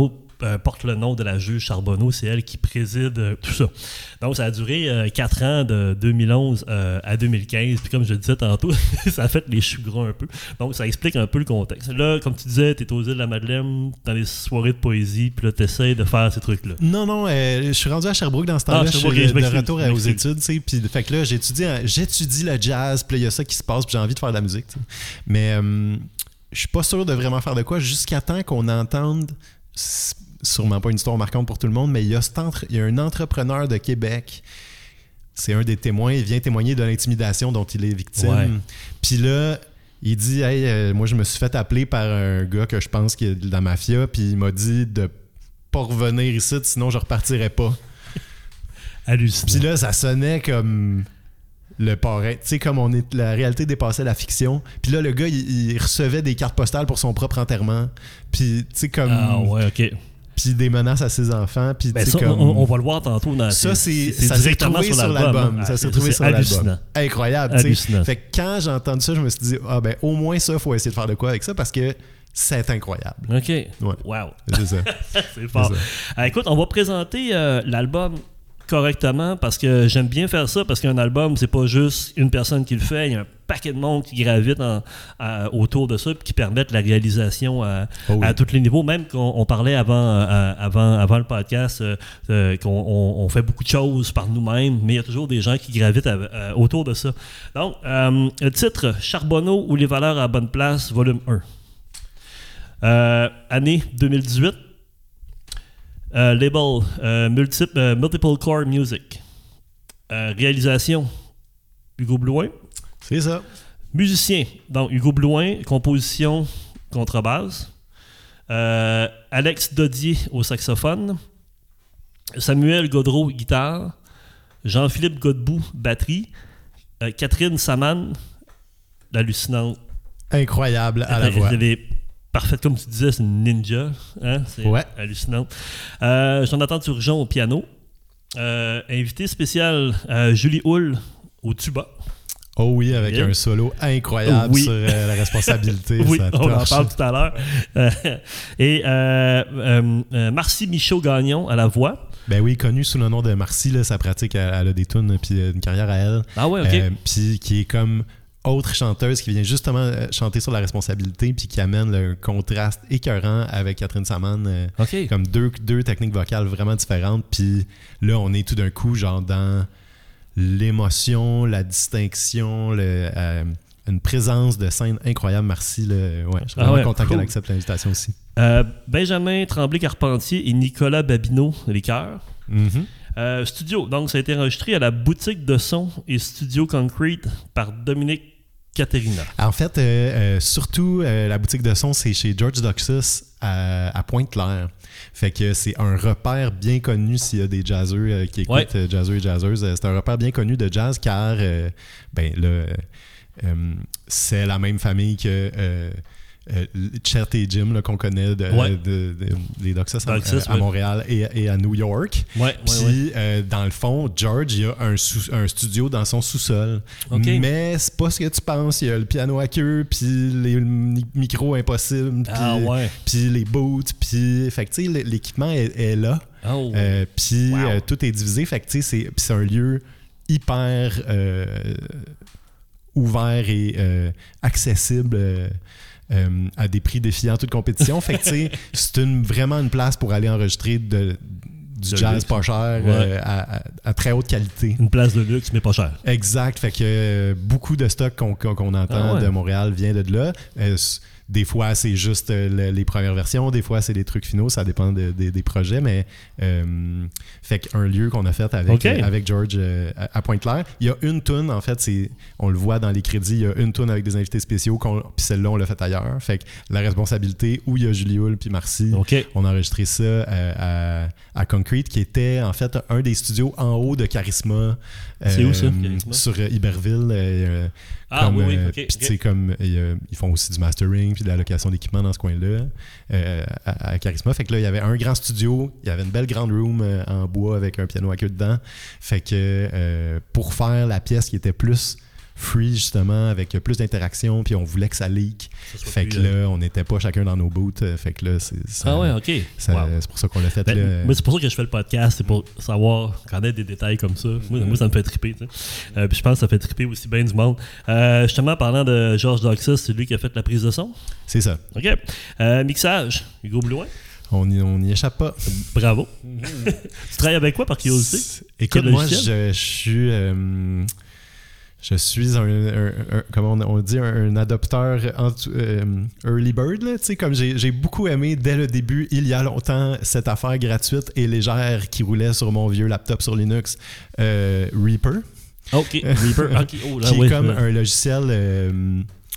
euh, porte le nom de la juge Charbonneau. C'est elle qui préside euh, tout ça. Donc, ça a duré euh, quatre ans, de deux mille onze euh, à deux mille quinze. Puis comme je le disais tantôt, ça a fait les choux gras un peu. Donc, ça explique un peu le contexte. Là, comme tu disais, tu es aux îles de la Madeleine, dans des soirées de poésie, puis là, tu essaies de faire ces trucs-là. Non, non, euh, je suis rendu à Sherbrooke dans ce temps-là. Ah, je suis okay, de retour aux études, tu sais. Puis, fait que là, j'étudie, j'étudie le jazz, puis il y a ça qui se passe, puis j'ai envie de faire de la musique, t'sais. Mais euh, je suis pas sûr de vraiment faire de quoi jusqu'à temps qu'on entende, sûrement pas une histoire marquante pour tout le monde, mais il y a, cet entre, il y a un entrepreneur de Québec, c'est un des témoins, il vient témoigner de l'intimidation dont il est victime. Ouais. Puis là, il dit hey, euh, moi je me suis fait appeler par un gars que je pense qui est de la mafia, puis il m'a dit de pas revenir ici, sinon je repartirais pas. Hallucinant. Puis là, ça sonnait comme le parrain. Tu sais, comme on est, la réalité dépassait la fiction. Puis là, le gars, il, il recevait des cartes postales pour son propre enterrement. Puis, tu sais, comme... Ah ouais, OK. Puis des menaces à ses enfants. Puis, ben tu sais, ça, comme... on, on va le voir tantôt. Dans ça, c'est, c'est ça s'est trouvé sur l'album. Hein. Ça s'est trouvé sur l'album. Incroyable, tu sais. Fait que quand j'ai entendu ça, je me suis dit, ah ben, au moins ça, il faut essayer de faire de quoi avec ça parce que c'est incroyable. OK. Ouais. Wow. C'est ça. C'est fort. C'est ça. Alors, écoute, on va présenter euh, l'album correctement parce que j'aime bien faire ça parce qu'un album, c'est pas juste une personne qui le fait, il y a un paquet de monde qui gravite en, à, autour de ça et qui permettent la réalisation à, oh oui. à tous les niveaux. Même qu'on on parlait avant, à, avant, avant le podcast euh, euh, qu'on on, on fait beaucoup de choses par nous-mêmes, mais il y a toujours des gens qui gravitent à, à, autour de ça. Donc, euh, le titre « Charbonneau ou les valeurs à bonne place », volume un. Euh, année deux mille dix-huit. Euh, label euh, multiple, euh, Multiple Core Music. Euh, réalisation Hugo Blouin. C'est ça. Musicien, donc Hugo Blouin, composition contrebasse. Euh, Alex Dodier au saxophone. Samuel Godreau, guitare. Jean-Philippe Godbout, batterie. Euh, Catherine Saman, l'hallucinante. Incroyable à la voix. Elle est parfaite, comme tu disais, c'est une ninja. Hein? C'est ouais. hallucinant. Euh, Jonathan Turgeon au piano. Euh, invité spécial, euh, Julie Hull au tuba. Oh oui, avec yeah. un solo incroyable oui. sur euh, la responsabilité. Oui, ça on en parle tout à l'heure. Euh, et euh, euh, euh, Marcy Michaud-Gagnon à la voix. Ben oui, connue sous le nom de Marcy, là, sa pratique, elle, elle a des tunes puis une carrière à elle. Ah ouais, ok. Euh, puis qui est comme autre chanteuse qui vient justement chanter sur la responsabilité puis qui amène le contraste écœurant avec Catherine Saman. Euh, okay. Comme deux, deux techniques vocales vraiment différentes. Puis là, on est tout d'un coup genre dans l'émotion, la distinction, le, euh, une présence de scène incroyable. Merci. Là. Ouais, je suis vraiment ah ouais, content cool. qu'elle accepte l'invitation aussi. Euh, Benjamin Tremblay-Carpentier et Nicolas Babineau, les chœurs. Mm-hmm. Euh, studio, donc ça a été enregistré à la boutique de son et studio Concrete par Dominique Caterina. En fait, euh, euh, surtout, euh, la boutique de son, c'est chez George Doxus à, à Pointe-Claire. Fait que c'est un repère bien connu s'il y a des jazzeux euh, qui écoutent, ouais. euh, jazzeux et jazzeuses. C'est un repère bien connu de jazz car, euh, ben là, euh, euh, c'est la même famille que euh, euh, Chet et Jim là, qu'on connaît de, ouais. de, de, de, des Doxus à, Doxus, à, à Montréal et, et à New York. Ouais, Puis, ouais, ouais. euh, dans le fond, George, il y a un, sous, un studio dans son sous-sol. Okay. Mais c'est pas ce que tu penses. Il y a le piano à queue, puis les micros impossibles, puis ah, ouais. les boots. Puis, fait que, tu sais, l'équipement est, est là. Oh. Euh, puis, wow. euh, tout est divisé. Fait que, tu sais, c'est, c'est un lieu hyper euh, ouvert et euh, accessible. Euh, Euh, à des prix défiant toute compétition. Fait que, tu sais, c'est une, vraiment une place pour aller enregistrer de, du de jazz luxe. Pas cher ouais. euh, à, à, à très haute qualité. Une place de luxe, mais pas cher. Exact. Fait que euh, beaucoup de stock qu'on, qu'on entend ah ouais. de Montréal vient de là. Euh, des fois, c'est juste euh, le, les premières versions. Des fois, c'est des trucs finaux. Ça dépend de, de, des projets. Mais euh, fait qu'un lieu qu'on a fait avec, okay. euh, avec George euh, à Pointe-Claire. Il y a une toune, en fait, c'est, on le voit dans les crédits, il y a une toune avec des invités spéciaux. Puis celle-là, on l'a fait ailleurs. Fait que la responsabilité, où il y a Julie Hull puis Marcy, okay. on a enregistré ça euh, à, à Concrete, qui était en fait un des studios en haut de Charisma. Euh, c'est où ça, Charisma? Sur euh, Iberville. Euh, ah comme, oui, oui, euh, ok. Puis tu sais, comme euh, ils font aussi du mastering puis de la location d'équipement dans ce coin-là euh, à, à Charisma. Fait que là, il y avait un grand studio, il y avait une belle grande room euh, en bois avec un piano à queue dedans. Fait que euh, pour faire la pièce qui était plus free, justement, avec plus d'interaction, puis on voulait que ça leak. Ça fait que là, euh... on n'était pas chacun dans nos booths. Fait que là, c'est ça, Ah ouais, OK. Ça, wow. C'est pour ça qu'on l'a fait. Ben, là. Moi, c'est pour ça que je fais le podcast, c'est pour savoir, connaître des détails comme ça. Moi, mm-hmm. moi ça me fait triper. Euh, puis je pense que ça fait triper aussi bien du monde. Euh, justement, parlant de Georges Doxas, c'est lui qui a fait la prise de son. C'est ça. OK. Euh, mixage, Hugo Blouin. On n'y échappe pas. Bravo. Mm-hmm. Tu travailles avec quoi, par curiosité? Écoute, moi, je, je suis... Euh, je suis un, un, un comment on, on dit, un, un adopteur anti, euh, early bird, là, tu sais, comme j'ai, j'ai beaucoup aimé dès le début, il y a longtemps, cette affaire gratuite et légère qui roulait sur mon vieux laptop sur Linux, euh, Reaper. OK, Reaper. Okay. Oh, là, qui ouais, est comme ouais. un logiciel euh,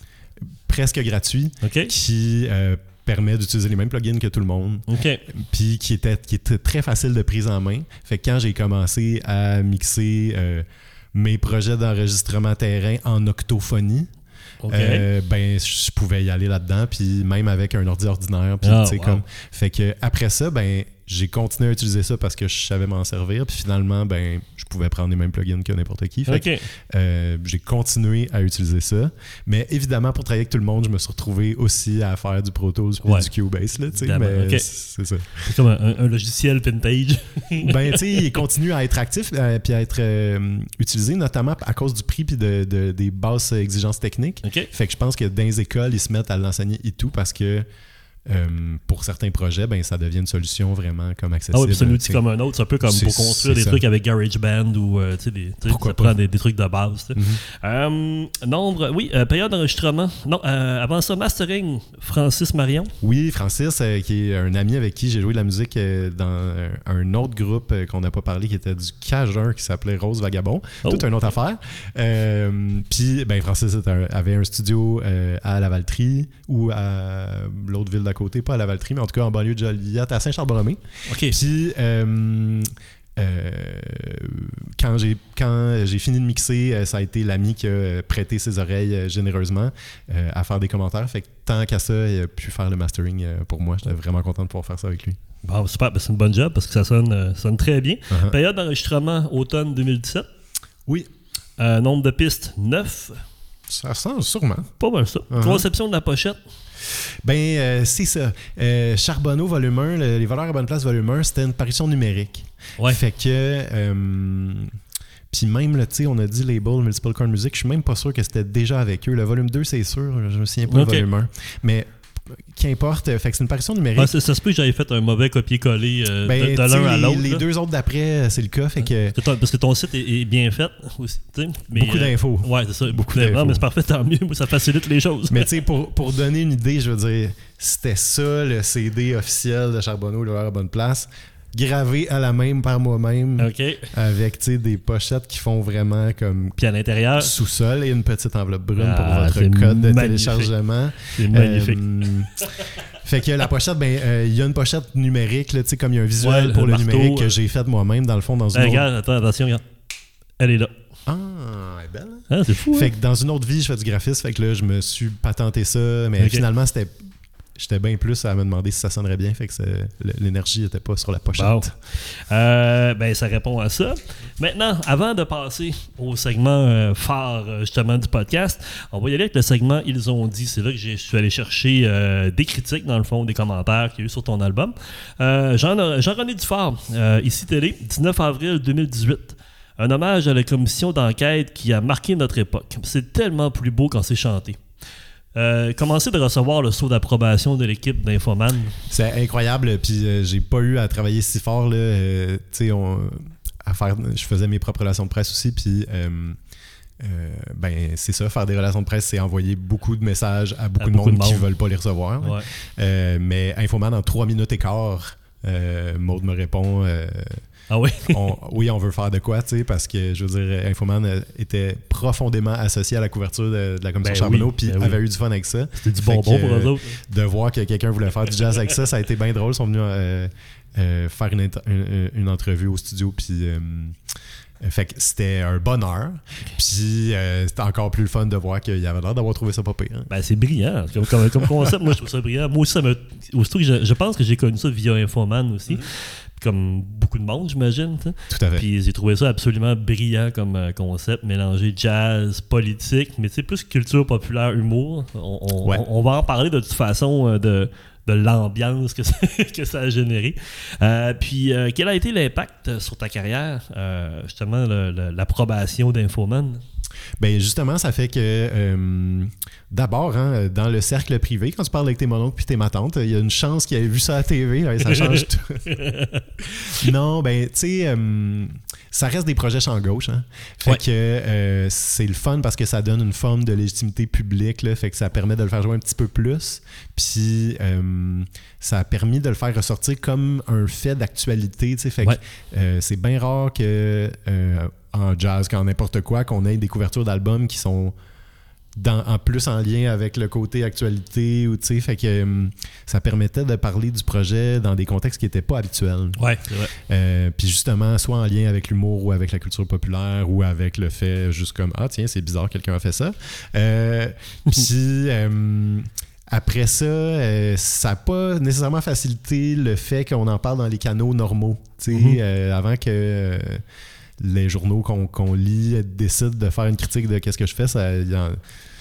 presque gratuit okay. qui euh, permet d'utiliser les mêmes plugins que tout le monde. Okay. Puis qui était, qui était très facile de prise en main. Fait que quand j'ai commencé à mixer euh, mes projets d'enregistrement terrain en octophonie, okay. euh, ben je pouvais y aller là-dedans, puis même avec un ordi ordinaire. Puis, oh, wow. comme, fait que après ça, ben j'ai continué à utiliser ça parce que je savais m'en servir. Puis finalement, ben je pouvais prendre les mêmes plugins que n'importe qui. Fait okay. que, euh, j'ai continué à utiliser ça. Mais évidemment, pour travailler avec tout le monde, je me suis retrouvé aussi à faire du Pro Tools et ouais. du Cubase. Là, mais okay. c'est ça. C'est comme un, un logiciel vintage. Ben, tu sais, il continue à être actif et euh, à être euh, utilisé, notamment à cause du prix et de, de, des basses exigences techniques. Okay. Fait que je pense que dans les écoles, ils se mettent à l'enseigner et tout parce que Euh, pour certains projets, ben, ça devient une solution vraiment comme accessible. Ah oui, puis c'est un outil comme un autre. C'est un peu comme c'est, pour construire des ça. trucs avec GarageBand ou euh, des, ça prend des, des trucs de base. Mm-hmm. Euh, nombre, oui, euh, période d'enregistrement. Non, euh, avant ça, mastering, Francis Marion. Oui, Francis, euh, qui est un ami avec qui j'ai joué de la musique euh, dans un autre groupe euh, qu'on n'a pas parlé, qui était du Cajun, qui s'appelait Rose Vagabond. Oh. Toute une autre affaire. Euh, Puis, ben, Francis un, avait un studio euh, à Lavaltrie ou à l'autre ville d'à côté, pas à Lavaltrie, mais en tout cas en banlieue de Joliette, à Saint-Charles-Borromée. Okay. Puis, euh, euh, quand, j'ai, quand j'ai fini de mixer, ça a été l'ami qui a prêté ses oreilles généreusement euh, à faire des commentaires. Fait que tant qu'à ça, il a pu faire le mastering pour moi. J'étais vraiment content de pouvoir faire ça avec lui. Bon, super, ben, c'est une bonne job parce que ça sonne, euh, sonne très bien. Uh-huh. Période d'enregistrement automne deux mille dix-sept. Oui. Euh, nombre de pistes, neuf. Ça ressemble sûrement. Pas mal ça. Uh-huh. Conception de la pochette. Ben, euh, c'est ça. Euh, Charbonneau, volume un, le, les valeurs à bonne place, volume un, c'était une parution numérique. Ouais. Fait que. Euh, Puis même, tu sais, on a dit label Multiple Chord Music, je suis même pas sûr que c'était déjà avec eux. Le volume deux, c'est sûr, je me souviens pas okay. du volume un. Mais. Qu'importe, fait que c'est une parution numérique. Ah, ça, ça se peut que j'avais fait un mauvais copier-coller euh, ben, de, de l'un à l'autre. Les là. deux autres d'après, c'est le cas. Fait que... Parce que ton site est, est bien fait aussi. Mais, beaucoup d'infos. Euh, ouais, c'est ça. Beaucoup d'infos. Non, mais c'est parfait, tant mieux. Ça facilite les choses. Mais tu sais, pour, pour donner une idée, je veux dire, c'était ça le C D officiel de Charbonneau, le à bonne place. Gravé à la même par moi-même, okay. avec des pochettes qui font vraiment comme puis à l'intérieur sous-sol et une petite enveloppe brune ah, pour votre code de magnifique. téléchargement. C'est magnifique. Euh, fait que la pochette, ben il euh, y a une pochette numérique, là, comme il y a un visuel ouais, pour le, le marteau, numérique que euh... j'ai fait moi-même dans le fond dans une hey, autre... Regarde, attends, attention, regarde. Elle est là. Ah, elle est belle. Ah, c'est fou. Fait hein? que dans une autre vie, je fais du graphisme, fait que là, je me suis patenté ça, mais okay. finalement, c'était... J'étais bien plus à me demander si ça sonnerait bien, fait que l'énergie n'était pas sur la pochette. Wow. Euh, ben, ça répond à ça. Maintenant, avant de passer au segment euh, phare justement du podcast, on va y aller avec le segment Ils ont dit. C'est là que je suis allé chercher euh, des critiques, dans le fond, des commentaires qu'il y a eu sur ton album. Euh, Jean, Jean-René Dufort, euh, ici Télé, dix-neuf avril deux mille dix-huit. Un hommage à la commission d'enquête qui a marqué notre époque. C'est tellement plus beau quand c'est chanté. Euh, commencer de recevoir le sceau d'approbation de l'équipe d'Infoman. C'est incroyable, puis euh, j'ai pas eu à travailler si fort là. Euh, tu sais, à faire, je faisais mes propres relations de presse aussi, puis euh, euh, ben c'est ça, faire des relations de presse, c'est envoyer beaucoup de messages à beaucoup, à de, beaucoup monde de monde qui veulent pas les recevoir. Ouais. Euh, mais Infoman en trois minutes et quart, euh, Maud me répond. Euh, Ah oui? on, oui, on veut faire de quoi, tu sais, parce que, je veux dire, Infoman était profondément associé à la couverture de, de la commission ben Charbonneau, puis oui, ben avait oui. eu du fun avec ça. C'était du bonbon pour eux autres. De voir que quelqu'un voulait faire du jazz avec ça, ça a été bien drôle. Ils sont venus euh, euh, faire une, une, une entrevue au studio, puis... Euh, Fait que c'était un bonheur. Puis euh, c'était encore plus le fun de voir qu'il avait l'air d'avoir trouvé ça pas pire. Ben, c'est brillant. Comme, comme, comme concept, moi, je trouve ça brillant. Moi aussi, ça me, aussitôt que je, je pense que j'ai connu ça via Infoman aussi. Mm-hmm. Comme beaucoup de monde, j'imagine. T'sais. Tout à fait. Puis j'ai trouvé ça absolument brillant comme euh, concept, mélanger jazz, politique, mais tu sais, plus culture populaire, humour. On, on, ouais. on, on va en parler de toute façon euh, de... de l'ambiance que ça, que ça a généré. Euh, puis, euh, quel a été l'impact sur ta carrière, euh, justement, le, le, l'approbation d'Infoman? Bien, justement, ça fait que, euh, d'abord, hein, dans le cercle privé, quand tu parles avec tes mononcles puis tes matantes, il y a une chance qu'ils aient vu ça à la T V, là, ça change tout. Non, ben, tu sais, euh, ça reste des projets champ gauche, hein. Fait ouais. que euh, c'est le fun parce que ça donne une forme de légitimité publique, là, fait que ça permet de le faire jouer un petit peu plus. Puis, euh, ça a permis de le faire ressortir comme un fait d'actualité, tu sais, fait ouais. que euh, c'est bien rare que... Euh, en jazz, qu'en n'importe quoi, qu'on ait des couvertures d'albums qui sont dans, en plus en lien avec le côté actualité, ou tu sais, fait que euh, ça permettait de parler du projet dans des contextes qui n'étaient pas habituels. Ouais, c'est vrai. Euh, puis justement, soit en lien avec l'humour ou avec la culture populaire ou avec le fait juste comme ah tiens, c'est bizarre, quelqu'un a fait ça. Euh, puis euh, après ça, euh, ça n'a pas nécessairement facilité le fait qu'on en parle dans les canaux normaux. Tu sais, mm-hmm. euh, avant que euh, les journaux qu'on, qu'on lit décident de faire une critique de qu'est-ce que je fais, ça, il y en,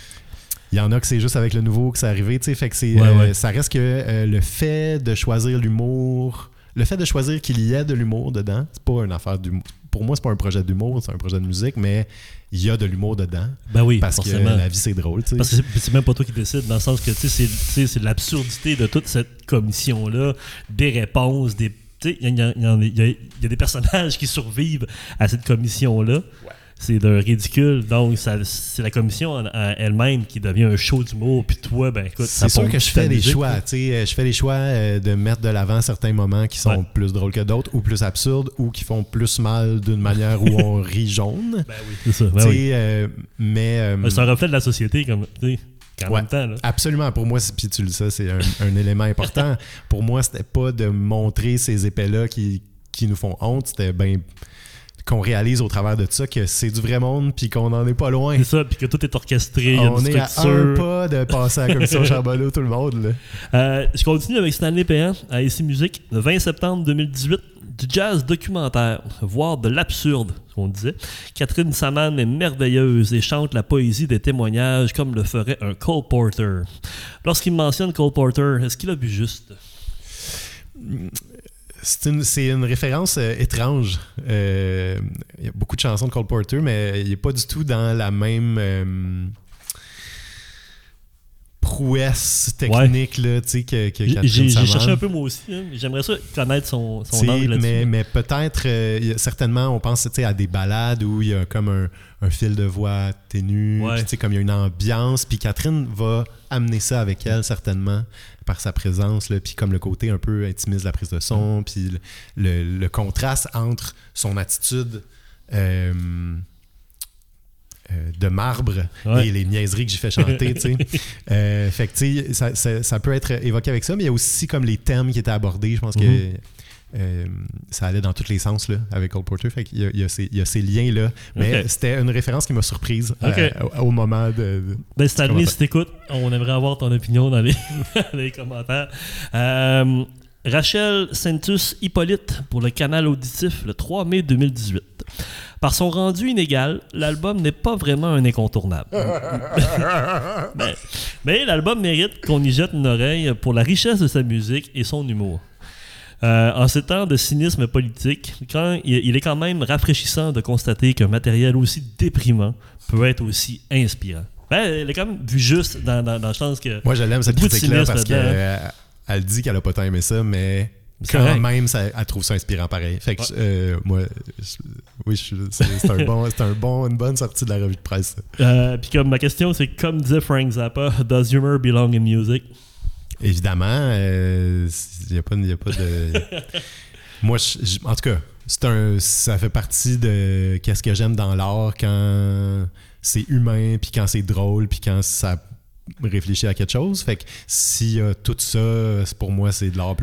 y en a que c'est juste avec le nouveau que c'est arrivé, tu sais, fait que c'est, ouais, euh, ouais. ça reste que euh, le fait de choisir l'humour, le fait de choisir qu'il y ait de l'humour dedans, c'est pas une affaire d'humour. Pour moi, c'est pas un projet d'humour, c'est un projet de musique, mais il y a de l'humour dedans. Ben oui, parce forcément. que la vie, c'est drôle, tu sais. Parce que c'est, c'est même pas toi qui décide, dans le sens que, tu sais, c'est, c'est, c'est l'absurdité de toute cette commission-là, des réponses, des Il y, a, il, y a, il y a des personnages qui survivent à cette commission-là. Ouais. C'est d'un ridicule. Donc, ça, c'est la commission en, en elle-même qui devient un show d'humour. Puis toi, ben écoute, c'est sûr que je fais des choix. Je fais des choix de mettre de l'avant certains moments qui sont ouais. plus drôles que d'autres, ou plus absurdes, ou qui font plus mal d'une manière où on rit jaune. Ben oui, c'est ça. Ben oui. euh, mais, euh, c'est un reflet de la société, comme tu sais. En ouais, même temps, là. Absolument. Pour moi, puis tu le sais, c'est un, un élément important. Pour moi, c'était pas de montrer ces épais-là qui, qui nous font honte. C'était bien qu'on réalise au travers de ça que c'est du vrai monde puis qu'on n'en est pas loin. C'est ça, puis que tout est orchestré. On est à un pas de passer à la commission Charbonneau, tout le monde. Là. Euh, je continue avec Stanley Péan à Ici Musique, le vingt septembre deux mille dix-huit. Du jazz documentaire, voire de l'absurde, on disait. Catherine Saman est merveilleuse et chante la poésie des témoignages comme le ferait un Cole Porter. Lorsqu'il mentionne Cole Porter, est-ce qu'il a bu juste? C'est une, c'est une référence euh, étrange. Euh, il y a beaucoup de chansons de Cole Porter, mais il n'est pas du tout dans la même... Euh, prouesse technique ouais. là, tu sais, que, que Catherine j'ai, Saman. J'ai cherché un peu moi aussi, hein, j'aimerais ça connaître son, son angle là-dessus. Mais, mais peut-être, euh, certainement, on pense à des ballades où il y a comme un, un fil de voix ténu, ouais. puis comme il y a une ambiance, puis Catherine va amener ça avec elle, certainement, par sa présence, là, puis comme le côté un peu intimiste de la prise de son, puis le, le, le contraste entre son attitude... Euh, Euh, de marbre ouais. et les niaiseries que j'ai fait chanter, tu sais. euh, fait que, tu sais, ça, ça, ça peut être évoqué avec ça, mais il y a aussi comme les thèmes qui étaient abordés. Je pense mm-hmm. que euh, ça allait dans tous les sens, là, avec Cole Porter. Fait qu'il y a, il y a, ces, il y a ces liens-là. Mais okay. c'était une référence qui m'a surprise okay. euh, au, au moment de... de ben, Stanley, si t'écoutes, on aimerait avoir ton opinion dans les, dans les commentaires. Euh, Rachel Sentus Hippolyte pour le Canal Auditif le trois mai deux mille dix-huit. Par son rendu inégal, l'album n'est pas vraiment un incontournable. mais, mais l'album mérite qu'on y jette une oreille pour la richesse de sa musique et son humour. Euh, en ces temps de cynisme politique, quand, il, il est quand même rafraîchissant de constater qu'un matériel aussi déprimant peut être aussi inspirant. Ben, elle est quand même vue juste dans, dans, dans le sens que... Moi, je l'aime cette critique-là parce qu'elle euh, elle dit qu'elle a pas tant aimé ça, mais... Quand correct. Même, ça, elle trouve ça inspirant pareil. Fait que, ouais. euh, moi, je, oui, je, c'est, c'est, un bon, c'est un bon, une bonne sortie de la revue de presse. Euh, Puis comme ma question, c'est comme disait Frank Zappa, does humor belong in music? Évidemment, il euh, n'y a, a pas de... moi, je, je, en tout cas, c'est un, ça fait partie de qu'est-ce que j'aime dans l'art quand c'est humain, puis quand c'est drôle, puis quand ça réfléchit à quelque chose. Fait que s'il y a tout ça, pour moi, c'est de l'art plus...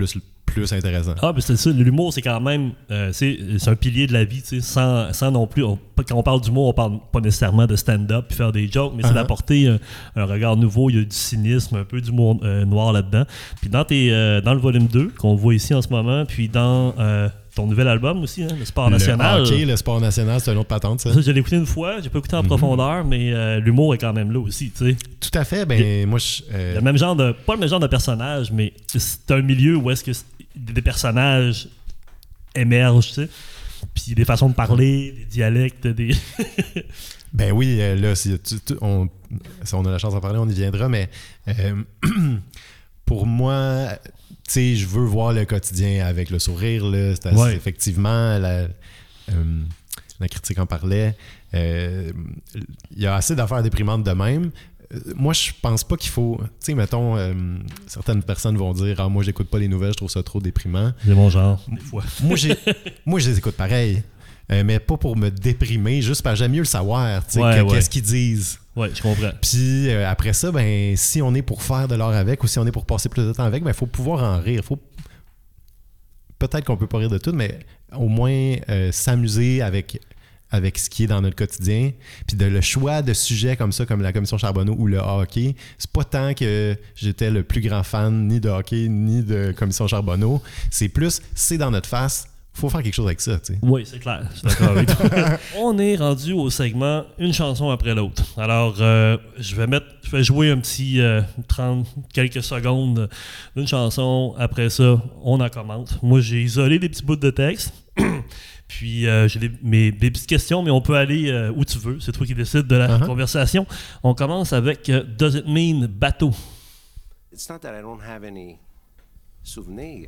plus intéressant. Ah, ben c'est ça. L'humour, c'est quand même euh, c'est, c'est un pilier de la vie, tu sais, sans, sans non plus. On, quand on parle d'humour, on parle pas nécessairement de stand-up puis faire des jokes, mais uh-huh. c'est d'apporter un, un regard nouveau. Il y a du cynisme, un peu d'humour euh, noir là-dedans. Puis dans, tes, euh, dans le volume deux, qu'on voit ici en ce moment, puis dans euh, ton nouvel album aussi, hein, le Sport National. OK, le Sport National, c'est une autre patente, ça. ça je l'ai écouté une fois, j'ai pas écouté en mm-hmm. profondeur, mais euh, l'humour est quand même là aussi, tu sais. Tout à fait. Ben, il, moi, je. Euh... Le même genre de. Pas le même genre de personnage, mais c'est un milieu où est-ce que des personnages émergent, tu sais. Puis des façons de parler, des dialectes, des. Ben oui, euh, là, si, tu, tu, on, si on a la chance d'en parler, on y viendra, mais euh, pour moi, tu sais, je veux voir le quotidien avec le sourire, là. C'est assez, ouais. Effectivement, la, euh, la critique en parlait. Il euh, y a assez d'affaires déprimantes de même. Moi, je pense pas qu'il faut... Tu sais, mettons, euh, certaines personnes vont dire « Ah, moi, j'écoute pas les nouvelles, je trouve ça trop déprimant. » C'est mon genre, des fois. moi, j'ai, moi, je les écoute pareil. Euh, mais pas pour me déprimer, juste parce que j'aime mieux le savoir, tu sais, ouais, que, ouais. qu'est-ce qu'ils disent. Oui, je comprends. Puis euh, après ça, ben, si on est pour faire de l'art avec ou si on est pour passer plus de temps avec, ben, il faut pouvoir en rire. Faut... Peut-être qu'on peut pas rire de tout, mais au moins euh, s'amuser avec... avec ce qui est dans notre quotidien. Puis de le choix de sujets comme ça, comme la commission Charbonneau ou le hockey, c'est pas tant que j'étais le plus grand fan ni de hockey ni de commission Charbonneau. C'est plus, c'est dans notre face, faut faire quelque chose avec ça, tu sais. Oui, c'est clair. Je suis d'accord avec toi. On est rendu au segment une chanson après l'autre. Alors, euh, je vais mettre, je vais jouer un petit euh, trente, quelques secondes d'une chanson. Après ça, on en commente. Moi, j'ai isolé des petits bouts de texte. Puis euh, j'ai des, mes, des petites questions, mais on peut aller euh, où tu veux. C'est toi qui décides de la uh-huh. conversation. On commence avec euh, Does it mean bateau? It's not that I don't have any souvenirs.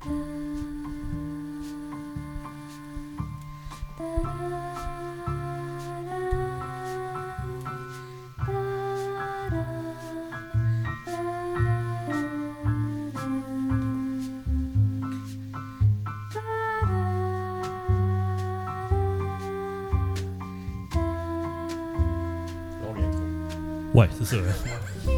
Ouais, c'est ça. Hein.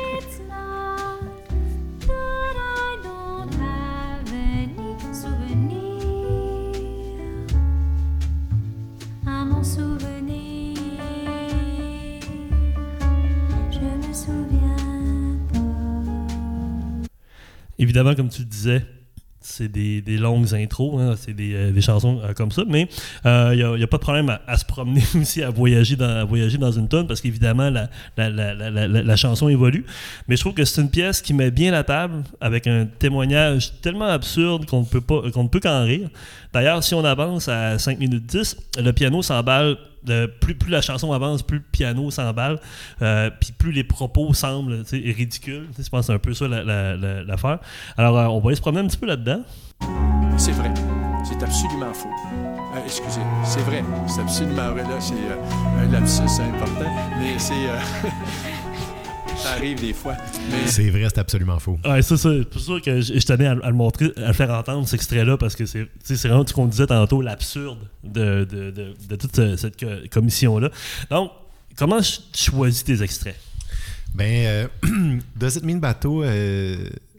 Évidemment, comme tu le disais, c'est des, des longues intros, hein, c'est des, euh, des chansons euh, comme ça, mais il euh, n'y a, a pas de problème à, à se promener aussi, à voyager dans, à voyager dans une tonne, parce qu'évidemment, la, la, la, la, la, la chanson évolue. Mais je trouve que c'est une pièce qui met bien la table, avec un témoignage tellement absurde qu'on ne peut pas, qu'on ne peut qu'en rire. D'ailleurs, si on avance à cinq minutes dix, le piano s'emballe. De plus, plus la chanson avance, plus le piano s'emballe, euh, puis plus les propos semblent ridicules. Je pense que c'est un peu ça la, la, la, l'affaire. Alors, euh, on va aller se promener un petit peu là-dedans. C'est vrai. C'est absolument faux. Euh, excusez, c'est vrai. C'est absolument vrai. Là, c'est euh, un lapsus important, mais c'est... Euh, ça arrive des fois. Mais... C'est vrai, c'est absolument faux. Ouais, ça, ça, c'est pour ça que je, je tenais à, à le montrer, à le faire entendre, cet extrait-là, parce que c'est, c'est vraiment ce qu'on disait tantôt, l'absurde de, de, de, de toute cette commission-là. Donc, comment tu choisis tes extraits? Ben, euh, Does it mean bateau, euh,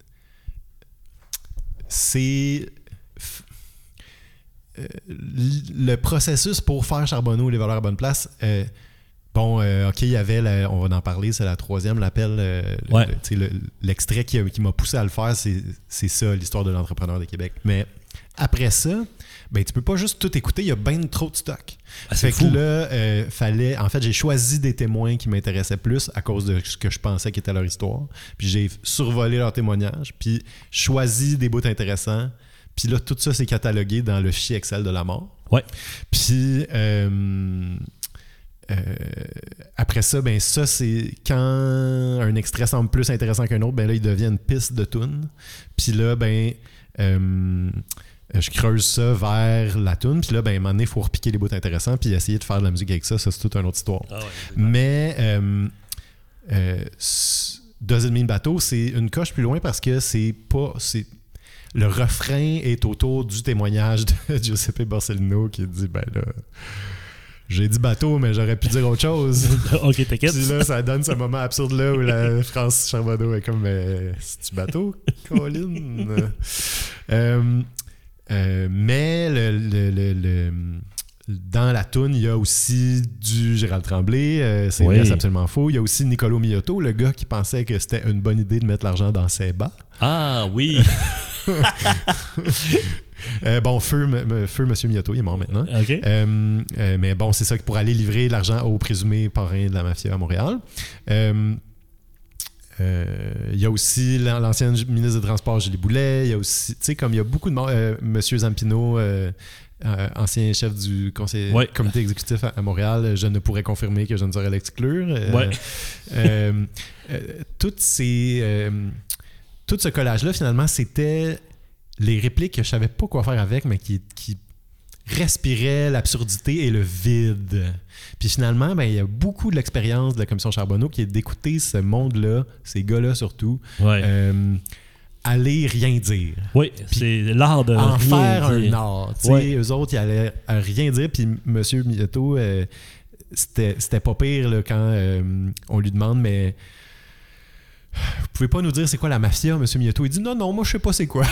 c'est... Euh, le processus pour faire Charbonneau les valeurs à bonne place... Euh, Bon, euh, OK, il y avait, la, on va en parler, c'est la troisième, l'appel, euh, ouais. le, le, l'extrait qui, a, qui m'a poussé à le faire, c'est, c'est ça, l'histoire de l'entrepreneur de Québec. Mais après ça, ben tu peux pas juste tout écouter, il y a bien trop de stock. Ah, c'est fait fou. que là, euh, fallait, en fait, j'ai choisi des témoins qui m'intéressaient plus à cause de ce que je pensais qu'était leur histoire. Puis j'ai survolé leurs témoignages, puis choisi des bouts intéressants. Puis là, tout ça, c'est catalogué dans le fichier Excel de la mort. Ouais. Puis... Euh, Euh, après ça, ben ça, c'est quand un extrait semble plus intéressant qu'un autre, ben là, il devient une piste de tune. Puis là, ben, euh, je creuse ça vers la tune. Puis là, ben, à un moment donné, il faut repiquer les bouts intéressants puis essayer de faire de la musique avec ça. Ça, c'est toute une autre histoire. Ah ouais, Mais euh, euh, Does it mean bateau, c'est une coche plus loin parce que c'est pas... c'est le refrain est autour du témoignage de Giuseppe Borsellino qui dit, ben là... J'ai dit bateau, mais j'aurais pu dire autre chose. OK, t'inquiète. Puis là, ça donne ce moment absurde-là où la France Charbonneau est comme euh, c'est-tu bateau, Colin? euh, euh, mais le, le, le, le, dans la toune, il y a aussi du Gérald Tremblay. Euh, c'est oui. vrai, c'est absolument faux. Il y a aussi Nicolo Miotto, le gars qui pensait que c'était une bonne idée de mettre l'argent dans ses bas. Ah oui! Euh, bon, feu, m- feu Monsieur Miotto, il est mort maintenant. Okay. Euh, euh, mais bon, c'est ça pour aller livrer l'argent aux présumés parrains de la mafia à Montréal. Euh, euh, il y a aussi l'ancien ministre des Transports, Julie Boulet. Il y a aussi, tu sais, comme il y a beaucoup de morts. Euh, Monsieur Zampino, euh, euh, ancien chef du conseil, ouais. comité exécutif à, à Montréal, je ne pourrais confirmer que je ne saurais l'exclure. Euh, ouais. euh, euh, toutes ces, euh, tout ce collage-là, finalement, c'était les répliques que je savais pas quoi faire avec, mais qui, qui respiraient l'absurdité et le vide. Puis finalement, ben, il y a beaucoup de l'expérience de la Commission Charbonneau qui est d'écouter ce monde-là, ces gars-là surtout, ouais. euh, aller rien dire. Oui, puis c'est l'art de en rien faire dire. un art. Ouais. Eux autres, ils allaient à rien dire. Puis M. Miotto, euh, c'était, c'était pas pire là, quand euh, on lui demande, mais vous pouvez pas nous dire c'est quoi la mafia, M. Miotto? Il dit non, non, moi je sais pas c'est quoi.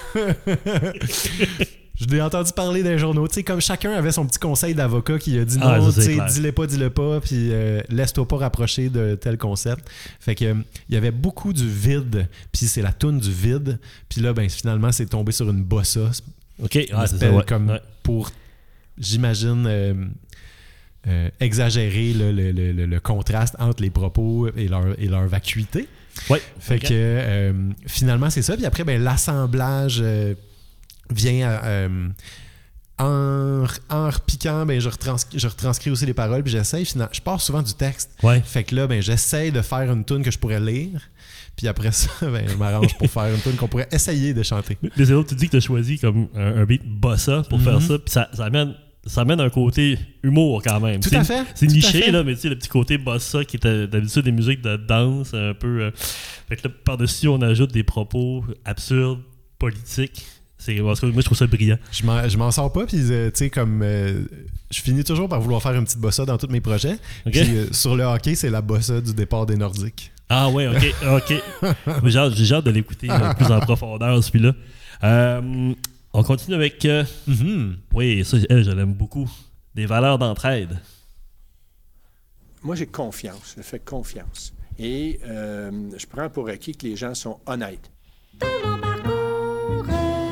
Je l'ai entendu parler dans les journaux. Tu sais, comme chacun avait son petit conseil d'avocat qui a dit non, ah, tu sais, dis-le pas, dis-le pas, puis euh, laisse-toi pas rapprocher de tel concept. Fait que il euh, y avait beaucoup du vide, puis c'est la toune du vide. Puis là, ben finalement, c'est tombé sur une bossa. OK, ah, c'est ça, ouais. Comme ouais. pour, j'imagine, euh, euh, exagérer là, le, le, le, le contraste entre les propos et leur, et leur vacuité. Ouais. Fait okay. que euh, finalement, c'est ça. Puis après, ben, l'assemblage euh, vient euh, en, en repiquant, ben, je, retrans- je retranscris aussi les paroles, puis j'essaye. Je pars souvent du texte. Ouais. Fait que là, ben, j'essaye de faire une tune que je pourrais lire. Puis après ça, ben, je m'arrange pour faire une tune qu'on pourrait essayer de chanter. Mais c'est autres, tu dis que tu as choisi comme un, un beat bossa pour mm-hmm. faire ça, puis ça, ça amène. Ça amène un côté humour quand même. Tout c'est, à fait. C'est tout niché, là, mais tu sais, le petit côté bossa qui était d'habitude des musiques de danse, un peu. Euh, fait que là, par-dessus, on ajoute des propos absurdes, politiques. C'est, moi, je trouve ça brillant. Je m'en, je m'en sors pas, puis euh, tu sais, comme. Euh, je finis toujours par vouloir faire une petite bossa dans tous mes projets. Okay. Puis euh, sur le hockey, c'est la bossa du départ des Nordiques. Ah ouais, ok, ok. j'ai, hâte, j'ai hâte de l'écouter euh, plus en profondeur, celui-là. Euh. On continue avec... Euh, mm-hmm. Oui, ça, elle, je l'aime beaucoup. Des valeurs d'entraide. Moi, j'ai confiance. Je fais confiance. Et euh, je prends pour acquis que les gens sont honnêtes. Tout mon parcours.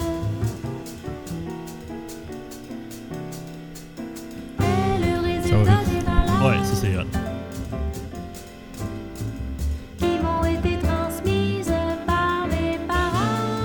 Et le résultat, c'est dans la... Ouais, ça, c'est hot. Qui m'ont été transmises par mes parents.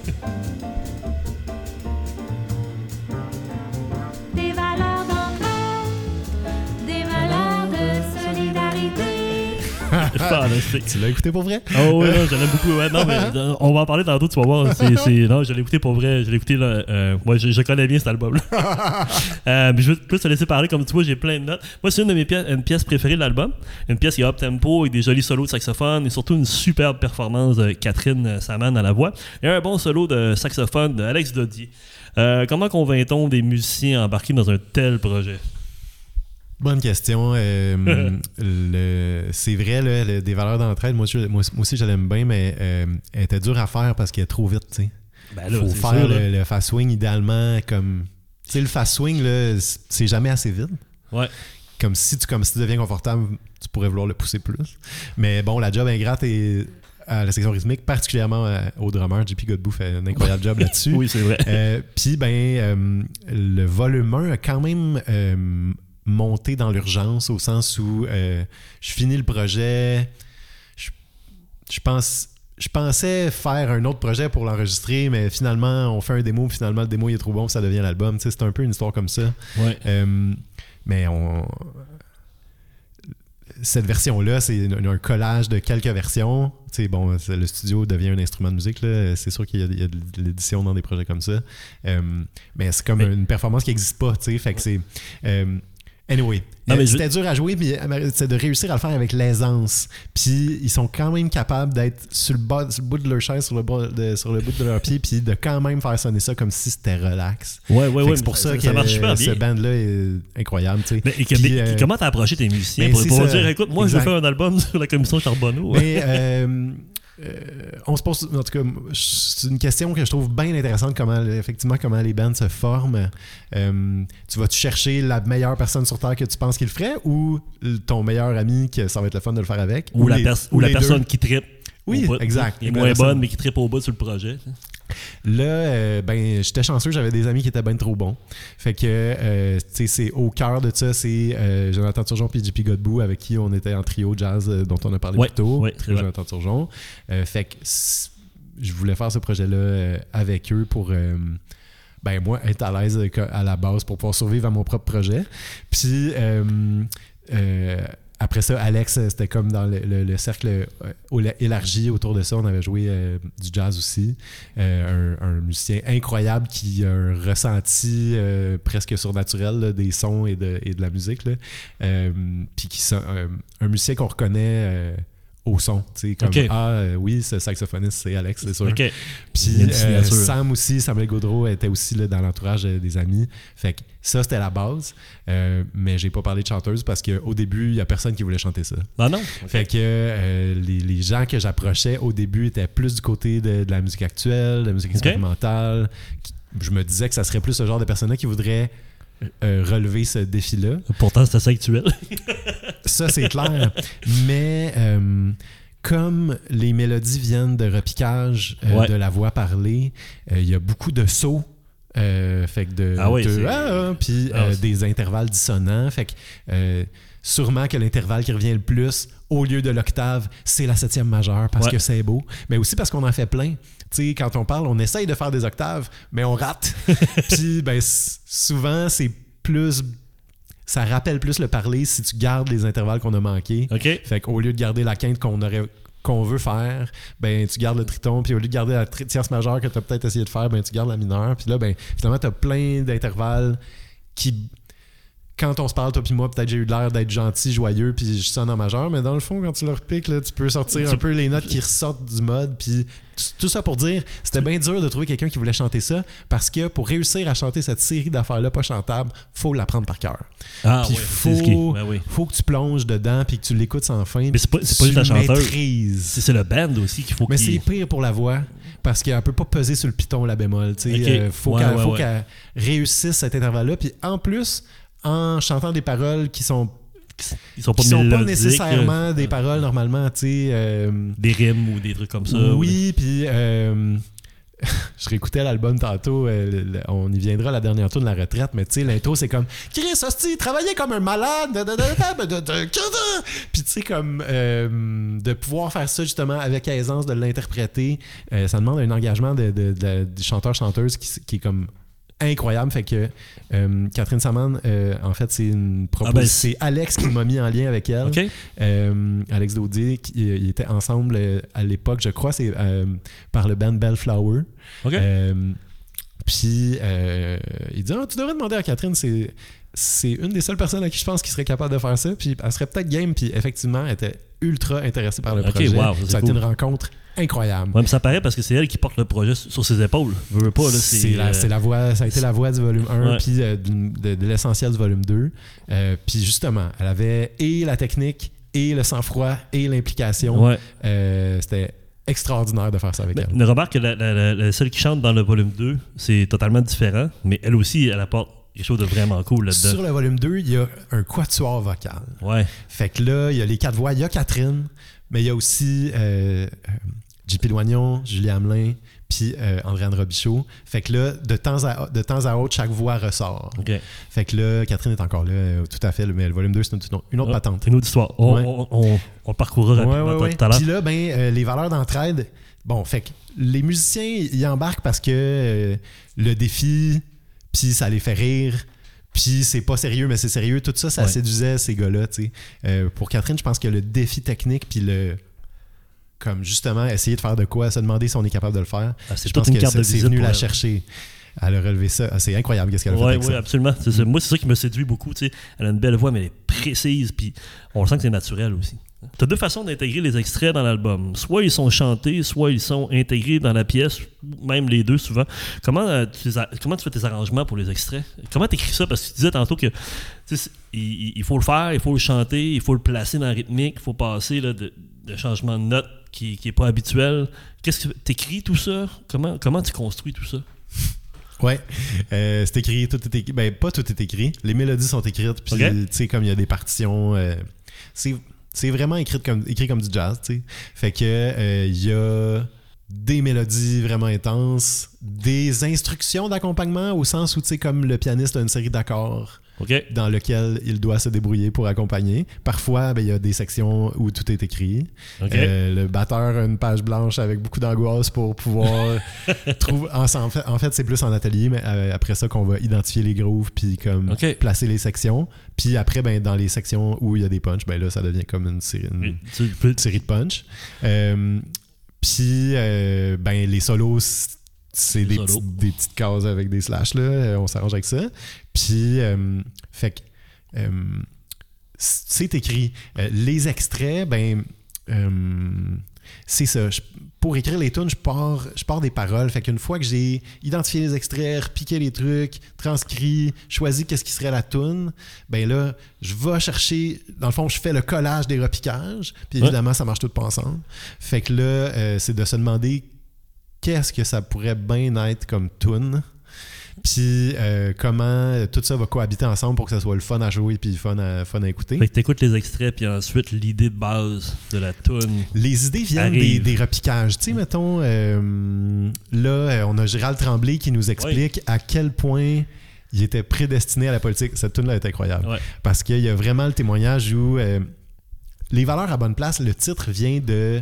Des valeurs d'entraide, des valeurs de solidarité. Tu l'as écouté pour vrai? Oh oui, non, je l'aime beaucoup. Ouais, non, mais on va en parler tantôt, tu vas voir. C'est, c'est, non, je l'ai écouté pour vrai. Je l'ai écouté là. Euh, ouais, je, je connais bien cet album-là. euh, mais je veux plus te laisser parler. Comme tu vois, j'ai plein de notes. Moi, c'est une de mes pièces, une pièce préférée de l'album. Une pièce qui est up-tempo avec des jolis solos de saxophone et surtout une superbe performance de Catherine Saman à la voix. Et un bon solo de saxophone d'Alex Dodier. Euh, comment convainc-on des musiciens embarqués dans un tel projet? Bonne question. Euh, le, c'est vrai, là, le, des valeurs d'entraide, moi, je, moi, moi aussi, je l'aime bien, mais euh, elle était dure à faire parce qu'elle est trop vite. Il ben faut faire sûr, le, le fast swing idéalement comme. Tu sais, le fast swing, là, c'est jamais assez vite. Ouais. Comme si tu, comme si tu deviens confortable, tu pourrais vouloir le pousser plus. Mais bon, la job ingrate est. À la section rythmique, particulièrement euh, au drummer. J P Godbout fait un incroyable job là-dessus. Oui, c'est vrai. Euh, Puis, ben, euh, le volume un a quand même euh, monté dans l'urgence au sens où euh, je finis le projet. Je, je pense. Je pensais faire un autre projet pour l'enregistrer, mais finalement, on fait un démo, puis finalement, le démo il est trop bon, puis ça devient l'album. Tu sais, c'est un peu une histoire comme ça. Ouais. Euh, mais on. Cette version-là, c'est un collage de quelques versions. Tu sais, bon, le studio devient un instrument de musique. Là. C'est sûr qu'il y a, il y a de l'édition dans des projets comme ça. Euh, mais c'est comme mais... une performance qui n'existe pas. Tu sais, fait que c'est. Euh, Anyway, Non, euh, mais je- c'était dur à jouer, puis euh, c'est de réussir à le faire avec l'aisance. Puis ils sont quand même capables d'être sur le, bas, sur le bout de leur chaise, sur le, bas de, sur le bout de leur pied, puis de quand même faire sonner ça comme si c'était relax. Ouais, ouais, Fait que ouais. c'est pour ça, ça, que ça marche super ce bien. band-là est incroyable. tu sais. Mais, et que- Puis, mais euh, comment t'as approché tes musiciens ben, pour, c'est pour ça. dire, écoute, moi, je veux Exact. faire un album sur la commission Charbonneau. Mais euh, euh, on se pose, en tout cas, c'est une question que je trouve bien intéressante, comment, effectivement, comment les bands se forment. Euh, tu vas-tu chercher la meilleure personne sur Terre que tu penses qu'il le ferait ou ton meilleur ami que ça va être le fun de le faire avec? Ou, la, les- pers- ou la les deux. personne qui trippe. Oui, au bout, exact. qui est La moins personne- bonne, mais qui trippe au bout sur le projet. Là, euh, ben, j'étais chanceux, j'avais des amis qui étaient bien trop bons. Fait que, euh, tu sais, c'est au cœur de ça, c'est euh, Jonathan Turgeon et J P Godbout, avec qui on était en trio jazz, euh, dont on a parlé Ouais, plus tôt. ouais, très Jonathan Turgeon. Euh, fait que c- je voulais faire ce projet-là euh, avec eux pour, euh, ben, moi, être à l'aise euh, à la base pour pouvoir survivre à mon propre projet. Puis, euh, euh, après ça, Alex, c'était comme dans le, le- le cercle euh, élargi autour de ça. On avait joué euh, du jazz aussi. Euh, un, un musicien incroyable qui a un ressenti euh, presque surnaturel là, des sons et de, et de la musique. Là. Euh, puis qui sont, euh, un musicien qu'on reconnaît euh, au son. Tu sais, comme Ok. Ah, euh, oui, ce saxophoniste, c'est Alex, c'est sûr. OK. Puis Il y a une euh, signature. Sam aussi, Samuel Gaudreau était aussi là, dans l'entourage euh, des amis. Fait que ça, c'était la base. Euh, mais j'ai pas parlé de chanteuse parce qu'au début, il y a personne qui voulait chanter ça. Ah non? Fait que euh, les, les gens que j'approchais au début étaient plus du côté de, de la musique actuelle, de la musique expérimentale. Qui- Je me disais que ça serait plus ce genre de personnes-là qui voudraient euh, relever ce défi-là. Pourtant, c'était ça actuel. Ça, c'est clair. Mais euh, comme les mélodies viennent de repiquage euh, Ouais. de la voix parlée, euh, il y a beaucoup de sauts. Euh, fait que de, Ah oui, de c'est- ah, ah, puis Ah, euh, c'est- des intervalles dissonants. Fait que euh, sûrement que l'intervalle qui revient le plus au lieu de l'octave, c'est la septième majeure parce Ouais. que c'est beau, mais aussi parce qu'on en fait plein. Tu sais, quand on parle, on essaye de faire des octaves, mais on rate. Puis ben, s- souvent, c'est plus... Ça rappelle plus le parler si tu gardes les intervalles qu'on a manqués. OK. Fait qu'au lieu de garder la quinte qu'on aurait qu'on veut faire, ben tu gardes le triton, puis au lieu de garder la tri- tierce majeure que tu as peut-être essayé de faire, ben tu gardes la mineure. Puis là, ben finalement, tu as plein d'intervalles qui... Quand on se parle, toi puis moi, peut-être j'ai eu l'air d'être gentil, joyeux, puis je sonne en majeur, mais dans le fond, quand tu leur piques, là, tu peux sortir un peu les notes qui ressortent du mode, puis t- tout ça pour dire, c'était bien dur de trouver quelqu'un qui voulait chanter ça, parce que pour réussir à chanter cette série d'affaires-là pas chantables, faut l'apprendre par cœur. Ah Puis oui, faut, c'est ce qui- ben oui. faut que tu plonges dedans, puis que tu l'écoutes sans fin. Mais c'est pas- puis c'est pas tu juste la chanteuse. maîtrises. C'est c'est le band aussi qu'il faut Mais qu'il... c'est pire pour la voix parce qu'elle peut pas peser sur le piton la bémol. Tu sais, Ok. euh, faut Ouais, qu'elle ouais, faut ouais. qu'elle réussisse cet intervalle-là. Puis en plus, en chantant des paroles qui sont Ils sont pas qui sont pas mélodiques, nécessairement là. des paroles normalement, tu sais. euh, Des rimes ou des trucs comme ça. oui, puis euh, je réécoutais l'album tantôt, euh, le- le- on y viendra la dernière tour de la retraite, mais tu sais, l'intro, c'est comme Chris, hostie, travailler comme un malade, da, da, da, da, da, da, da, da. Puis tu sais, comme euh, de pouvoir faire ça justement avec aisance, de l'interpréter, euh, ça demande un engagement de, de, de- du chanteur-chanteuse qui, qui est comme incroyable. Fait que euh, Catherine Saman, euh, en fait, c'est une Ah ben, proposition. C'est Alex qui m'a mis en lien avec elle. OK. Euh, Alex Daudier, qui, euh, ils étaient ensemble euh, à l'époque, je crois, c'est euh, par le band Bellflower. OK. Euh, Puis euh, il dit ah, tu devrais demander à Catherine, c'est, c'est une des seules personnes à qui je pense qui serait capable de faire ça. Puis elle serait peut-être game. Puis effectivement, elle était ultra intéressée par le Ok, projet. wow, ça, c'est ça a été cool. une rencontre incroyable. Ouais, mais ça paraît parce que c'est elle qui porte le projet sur ses épaules. Veux, veux pas, là, c'est... C'est la, euh, c'est la voix, ça a été la voix du volume un, Ouais. puis euh, du- de, de l'essentiel du volume deux. Euh, puis justement, elle avait et la technique, et le sang-froid, et l'implication. Ouais. Euh, c'était extraordinaire de faire ça avec Mais, elle. mais remarque que la, la, la, la seule qui chante dans le volume deux, c'est totalement différent, mais elle aussi, elle apporte quelque chose de vraiment cool là-dedans. Sur le volume deux, il y a un quatuor vocal. Ouais. Fait que là, il y a les quatre voix. Il y a Catherine, mais il y a aussi euh, euh, J P Loignon, Julie Hamelin, puis euh, Andréane Robichaud. Fait que là, de temps à, de temps à autre, chaque voix ressort. OK. Fait que là, Catherine est encore là, euh, tout à fait, mais le volume deux, c'est une, une autre Ah, patente. C'est une autre histoire. On, Ouais. on, on, on le parcourra Ouais, rapidement ouais, ouais. tout à l'heure. Puis là, ben, euh, les valeurs d'entraide, bon, fait que les musiciens, ils embarquent parce que euh, le défi, puis ça les fait rire, puis c'est pas sérieux, mais c'est sérieux. Tout ça, ça Ouais. séduisait ces gars-là, tu sais. Euh, pour Catherine, je pense que le défi technique, puis le... Comme justement, essayer de faire de quoi, se demander si on est capable de le faire. Ah, c'est je toute pense une que carte c'est de c'est visite venu pour la elle. chercher. elle a relevé ça. Ah, c'est incroyable qu'est-ce qu'elle a fait Ouais, avec oui, ça. absolument. C'est ça. Moi, c'est ça qui me séduit beaucoup. Tu sais. Elle a une belle voix, mais elle est précise, puis on sent que c'est naturel aussi. Tu as deux façons d'intégrer les extraits dans l'album. Soit ils sont chantés, soit ils sont intégrés dans la pièce, même les deux souvent. Comment, euh, tu, les a- comment tu fais tes arrangements pour les extraits? Comment tu écris ça? Parce que tu disais tantôt que tu sais, il, il faut le faire, il faut le chanter, il faut le placer dans la rythmique, il faut passer là, de, de changement de notes qui n'est pas habituel. Qu'est-ce que tu écris tout ça? Comment, comment tu construis tout ça? Ouais, euh, c'est écrit, tout est écrit. Ben, pas tout est écrit. Les mélodies sont écrites, puis Okay. tu sais, comme il y a des partitions, euh, c'est, c'est vraiment écrit comme, écrit comme du jazz, tu sais. Fait que euh, il y a des mélodies vraiment intenses, des instructions d'accompagnement au sens où, tu sais, comme le pianiste a une série d'accords OK? dans lequel il doit se débrouiller pour accompagner. Parfois, ben, il y a des sections où tout est écrit. OK. Euh, le batteur a une page blanche avec beaucoup d'angoisse pour pouvoir trouver... En, en fait, en fait, c'est plus en atelier, mais euh, après ça qu'on va identifier les grooves puis comme OK. placer les sections. Puis après, ben, dans les sections où il y a des punchs, ben là, ça devient comme une série, une, Tu peux- une série de punch. Euh, puis, euh, ben, les solos, c'est Les des, solos. petites- des petites cases avec des slash, là. Euh, On s'arrange avec ça. Puis, euh, fait que, euh, c'est écrit. Euh, les extraits, ben, euh, c'est ça. Je- pour écrire les tunes, je pars, je pars des paroles. Fait qu'une fois que j'ai identifié les extraits, repiqué les trucs, transcrit, choisi qu'est-ce qui serait la tune, ben là, je vais chercher. Dans le fond, je fais le collage des repiquages. Puis évidemment, ça marche tout pas ensemble. Fait que là, euh, c'est de se demander qu'est-ce que ça pourrait bien être comme tune. Puis euh, comment tout ça va cohabiter ensemble pour que ça soit le fun à jouer puis le fun à, fun à écouter. Fait que t'écoutes les extraits, puis ensuite, l'idée de base de la toune. Les idées viennent des, Arrive. des repiquages. Tu sais, mettons, euh, là, euh, on a Gérald Tremblay qui nous explique à quel point il était prédestiné à la politique. Cette tune-là est incroyable. Ouais. Parce qu'il y a vraiment le témoignage où euh, les valeurs à bonne place, le titre vient de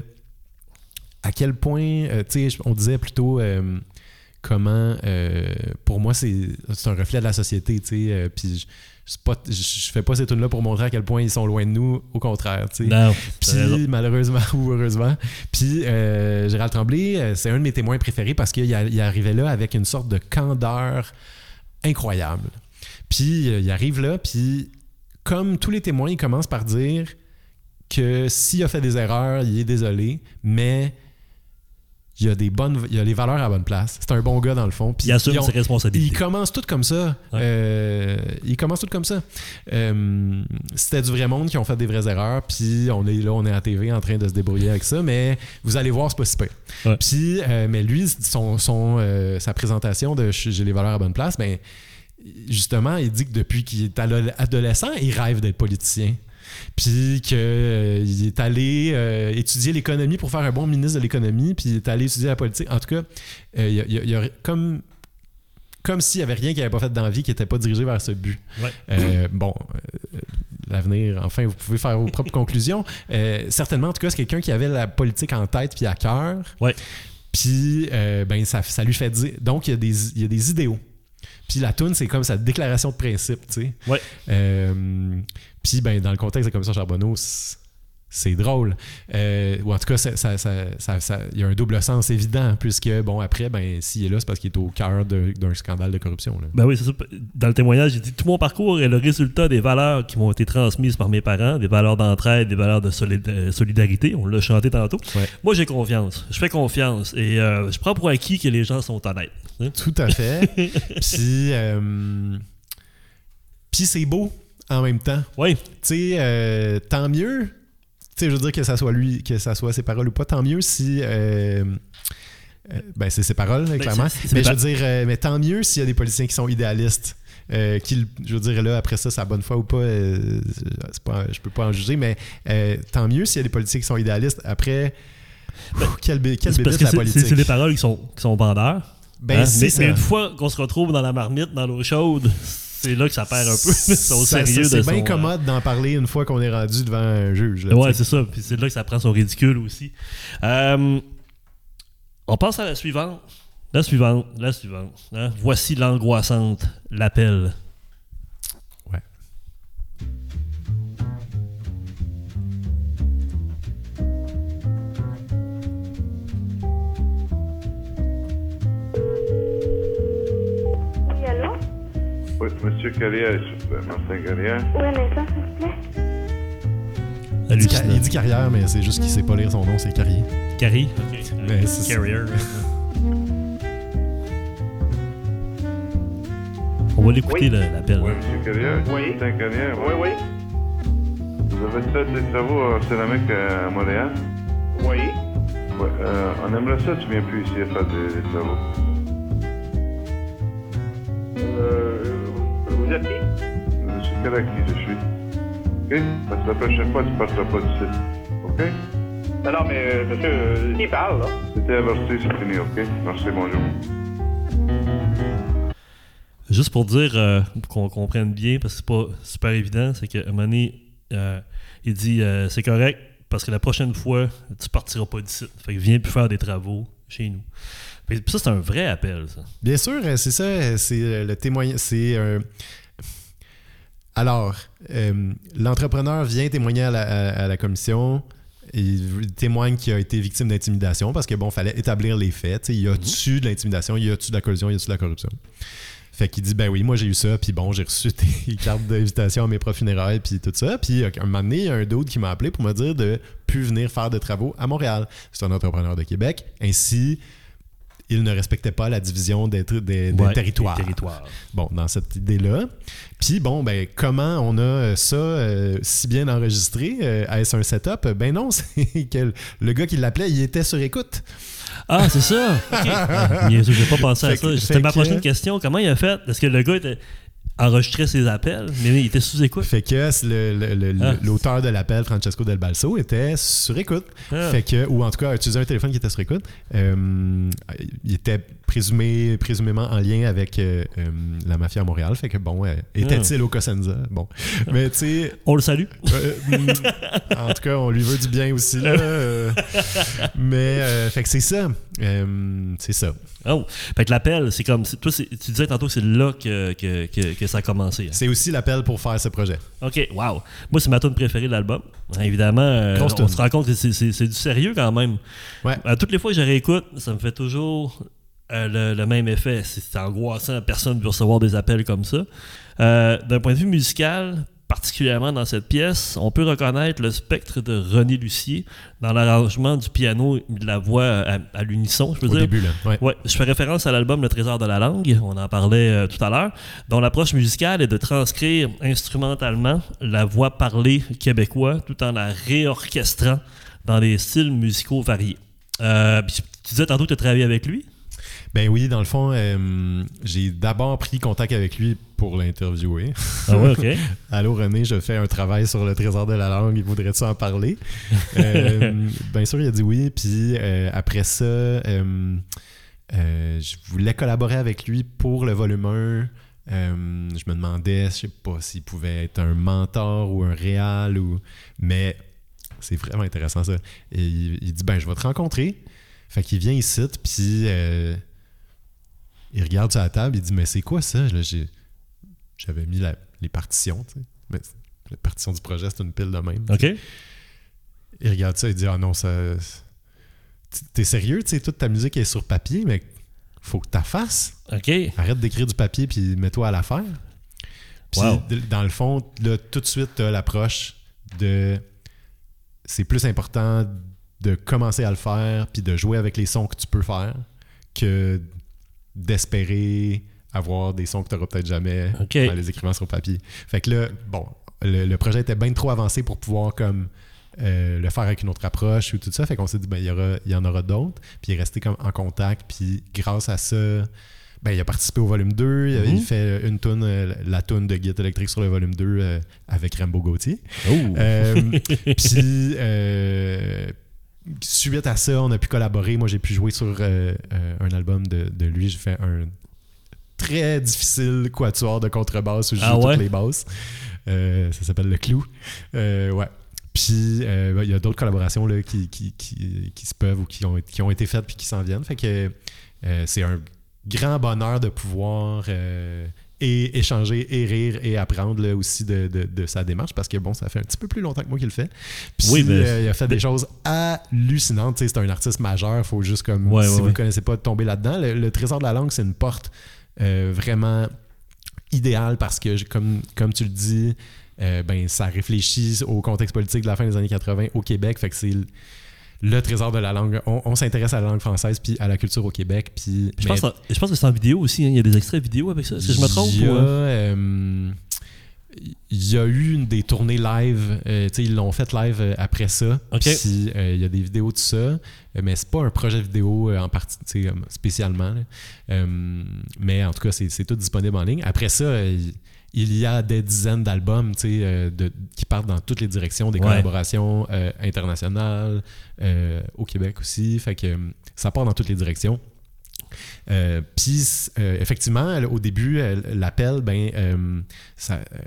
à quel point, euh, tu sais, on disait plutôt euh, comment, euh, pour moi, c'est, c'est un reflet de la société, tu sais, euh, puis je- c'est pas- je je fais pas ces tunes-là pour montrer à quel point ils sont loin de nous, au contraire, tu sais. Non, Puis t'as raison. malheureusement ou heureusement. Puis euh, Gérald Tremblay, euh, c'est un de mes témoins préférés parce qu'il a- il arrivait là avec une sorte de candeur incroyable. Puis euh, il arrive là, puis comme tous les témoins, il commence par dire que s'il a fait des erreurs, il est désolé, mais il y a des bonnes, il y a les valeurs à la bonne place. C'est un bon gars dans le fond. Puis Il assume ils ont- ses responsabilités. ils commencent tout comme ça. Ouais. Euh, ils commencent tout comme ça. Euh, c'était du vrai monde qui ont fait des vraies erreurs, puis on est là, on est à T V en train de se débrouiller avec ça, mais vous allez voir, c'est pas si pire. Ouais. Puis, euh, mais lui, son, son, euh, sa présentation de J'ai les valeurs à bonne place, ben, justement, il dit que depuis qu'il est ado- adolescent, il rêve d'être politicien. Puis qu'il euh, est allé euh, étudier l'économie pour faire un bon ministre de l'économie, puis il est allé étudier la politique. En tout cas, euh, il y a, il y a- il y a comme, comme s'il n'y avait rien qu'il n'avait pas fait dans la vie qui n'était pas dirigé vers ce but. Ouais. Euh, bon, euh, l'avenir, enfin, vous pouvez faire vos propres conclusions. Euh, certainement, en tout cas, c'est quelqu'un qui avait la politique en tête puis à cœur. Ouais. Puis, euh, ben, ça, ça lui fait dire... Donc, il y a des, il y a des idéaux. Puis la toune, c'est comme sa déclaration de principe, tu sais. Ouais. Euh, puis, ben, dans le contexte de la commission Charbonneau, c'est, c'est drôle. Euh, ou en tout cas, ça, ça, ça, ça- ça- il y a un double sens évident, puisque, bon, après, ben, s'il est là, c'est parce qu'il est au cœur de- d'un scandale de corruption. Là. Ben oui, c'est ça. Dans le témoignage, il dit « Tout mon parcours est le résultat des valeurs qui m'ont été transmises par mes parents, des valeurs d'entraide, des valeurs de solid- euh, solidarité. » On l'a chanté tantôt. Ouais. Moi, j'ai confiance. Je fais confiance. Et euh, je prends pour acquis que les gens sont honnêtes. Hein? Tout à fait. Puis, euh, puis c'est beau en même temps. Oui. Tu sais, euh, tant mieux. Tu sais, je veux dire que ça soit lui, que ça soit ses paroles ou pas, tant mieux si. euh, euh, ben, c'est ses paroles, clairement. c'est- c'est mais des je veux dire, euh, mais tant mieux s'il y a des politiciens qui sont idéalistes. Euh, qui, je veux dire, là, après ça, c'est la bonne foi ou pas, euh, c'est pas, je peux pas en juger, mais euh, tant mieux s'il y a des politiciens qui sont idéalistes. Après, pff, quel, bé- quel C'est parce bébé que la c'est, politique. c'est, c'est des paroles qui sont, qui sont vendeurs. Ben, Hein? c'est mais, ça. mais une fois qu'on se retrouve dans la marmite, dans l'eau chaude, c'est là que ça perd un peu. Son Ça- sérieux c'est de bien son, commode d'en parler une fois qu'on est rendu devant un juge. euh, Là, ouais, tu sais. c'est ça. Puis c'est là que ça prend son ridicule aussi. Euh, on passe à la suivante. La suivante. La suivante. Hein? Voici l'angoissante. L'appel. Ouais. Monsieur Carrière, s'il vous plaît. Martin Carrière. Oui, un instant, s'il vous plaît. Il dit, Hallucinant. il dit carrière, mais c'est juste qu'il sait pas lire son nom, c'est Carrier. Carrie? OK. Ben, Euh, c'est- Carrier. On va l'écouter, Oui. le- l'appel. Oui, Monsieur Carrière. Oui. Martin Carrière. Oui, oui. Vous avez fait des travaux en céramique à Montréal? Oui. Oui. Euh, on aimerait ça, tu viens plus ici à faire des, des travaux. Euh, vous êtes qui? Je suis correct qui je suis. OK? Parce que la prochaine fois, tu ne partiras pas du site. OK? Non, non, mais euh, monsieur, euh, qui parle, là? C'était averti, c'est fini, OK? Merci, bonjour. Juste pour dire euh, qu'on comprenne bien, parce que c'est pas super évident, c'est qu'à un moment donné, euh, il dit euh, c'est correct, parce que la prochaine fois, tu partiras pas d'ici. Fait que viens plus faire des travaux chez nous. Puis ça, c'est un vrai appel, ça. Bien sûr, euh, c'est ça, euh, c'est euh, le témoignage. C'est un. Alors, euh, l'entrepreneur vient témoigner à la, à- à la commission. Il témoigne qu'il a été victime d'intimidation parce que, bon, il fallait établir les faits. Tu sais, y a-tu de l'intimidation, y a-tu de la collusion, y a-tu de la corruption? Fait qu'il dit, ben oui, moi j'ai eu ça, puis bon, j'ai reçu tes cartes d'invitation à mes profs funérailles, puis tout ça. Puis à un moment donné, il y a un dude qui m'a appelé pour me dire de plus venir faire de travaux à Montréal. C'est un entrepreneur de Québec. Ainsi, il ne respectait pas la division des, des, des Ouais, territoires. des territoires. Bon, dans cette idée-là. Puis bon, ben comment on a ça euh, si bien enregistré? Euh, est-ce un setup? Ben non, c'est que le gars qui l'appelait, il était sur écoute. Ah, c'est ça! OK. Ah, niaiseux, j'ai pas pensé à Fait ça. que- C'était fait ma que- prochaine question. Comment il a fait? Est-ce que le gars était enregistrait ses appels, mais il était sous écoute? Fait que le- le- le- Ah. l'auteur de l'appel, Francesco Del Balso, était sur écoute. Ah. Fait que, ou en tout cas, a utilisé un téléphone qui était sur écoute. Euh, il était présumé, présumément en lien avec euh, euh, la mafia à Montréal. Fait que bon, euh, était-il au Cosenza? Bon. Mais tu sais, On le salue. Euh, mm, en tout cas, on lui veut du bien aussi. Là, euh, mais, euh, fait que c'est ça. Euh, c'est ça. Oh! Fait que l'appel, c'est comme. c'est- Toi, c'est- tu disais tantôt que c'est là que, que, que, que ça a commencé. hein. C'est aussi l'appel pour faire ce projet. OK, wow. Moi, c'est ma tune préférée de l'album. Hein, évidemment, euh, Grosse on tune. se rend compte que c'est, c'est- c'est du sérieux quand même. Ouais. Euh, toutes les fois que je réécoute, ça me fait toujours euh, le, le même effet. C'est, c'est angoissant. Personne ne veut recevoir des appels comme ça. Euh, d'un point de vue musical, particulièrement dans cette pièce, on peut reconnaître le spectre de René Lucier dans l'arrangement du piano et de la voix à, à l'unisson, je peux Au dire. début, là. Ouais. Ouais, je fais référence à l'album Le Trésor de la langue, on en parlait euh, tout à l'heure, dont l'approche musicale est de transcrire instrumentalement la voix parlée québécois tout en la réorchestrant dans des styles musicaux variés. Euh, puis tu disais tantôt que tu as travaillé avec lui? Ben oui, dans le fond, euh, j'ai d'abord pris contact avec lui pour l'interviewer. Ah ouais, OK. Allô René, je fais un travail sur le trésor de la langue, voudrais-tu en parler? Euh, bien sûr, il a dit oui. Puis euh, après ça, euh, euh, je voulais collaborer avec lui pour le volume un. Euh, je me demandais, je sais pas s'il pouvait être un mentor ou un réal, ou... mais c'est vraiment intéressant ça. Et il, il dit, ben je vais te rencontrer. Fait qu'il vient ici, puis euh, il regarde sur la table, il dit, mais c'est quoi ça? Là, j'ai, j'avais mis la- les partitions, tu sais. Mais la partition du projet, c'est une pile de même. OK. Il regarde ça, il dit, ah non, ça... T'es sérieux, tu sais, toute ta musique est sur papier, mais faut que tu la fasses. OK. Arrête d'écrire du papier, puis mets-toi à la faire. Puis Wow. d- dans le fond, là, tout de suite, t'as l'approche de... C'est plus important de commencer à le faire, puis de jouer avec les sons que tu peux faire, que d'espérer avoir des sons que tu n'auras peut-être jamais OK. en les écrivant sur papier. Fait que là, bon, le, le projet était bien trop avancé pour pouvoir comme euh, le faire avec une autre approche ou tout ça. Fait qu'on s'est dit, ben, il y aura, il y en aura d'autres. Puis il est resté comme en contact. Puis grâce à ça, ben, il a participé au volume deux. Il, Mhm. il fait une toune, euh, la toune de Guitare électrique sur le volume deux euh, avec Rambo Gauthier. Oh. Euh, Puis, euh, suite à ça, on a pu collaborer. Moi, j'ai pu jouer sur euh, euh, un album de, de lui. J'ai fait un très difficile quatuor de contrebasse où je joue Ah ouais? toutes les basses. Euh, ça s'appelle Le Clou. Euh, ouais. Puis, euh, ben, il y a d'autres collaborations là, qui, qui, qui, qui se peuvent ou qui ont, qui ont été faites puis qui s'en viennent. Fait que euh, c'est un grand bonheur de pouvoir euh, et échanger et rire et apprendre là, aussi de, de, de sa démarche parce que bon, ça fait un petit peu plus longtemps que moi qu'il le fait. Puis Oui, mais- euh, il a fait des choses hallucinantes. Tu sais, c'est un artiste majeur. Il faut juste comme Ouais, si ouais, vous ne ouais. connaissez pas tomber là-dedans. Le, le Trésor de la langue, c'est une porte euh, vraiment idéal parce que, comme, comme tu le dis, euh, ben, ça réfléchit au contexte politique de la fin des années quatre-vingts au Québec. Fait que c'est le, le trésor de la langue. On, on s'intéresse à la langue française puis à la culture au Québec. Puis, je, pense que, je pense que c'est en vidéo aussi. Hein. Il y a des extraits vidéo avec ça. Est-ce que je me trompe? Il y a... Ou, euh, il y a eu une, des tournées live, euh, ils l'ont fait live euh, après ça. Okay. Puis euh, il y a des vidéos de ça, euh, mais c'est pas un projet vidéo euh, en partie, spécialement. Euh, mais en tout cas, c'est, c'est tout disponible en ligne. Après ça, euh, il y a des dizaines d'albums euh, de, qui partent dans toutes les directions, des ouais. collaborations euh, internationales, euh, au Québec aussi. Fait que ça part dans toutes les directions. Euh, Puis, euh, effectivement, au début, l'appel, ben, euh, ça, euh,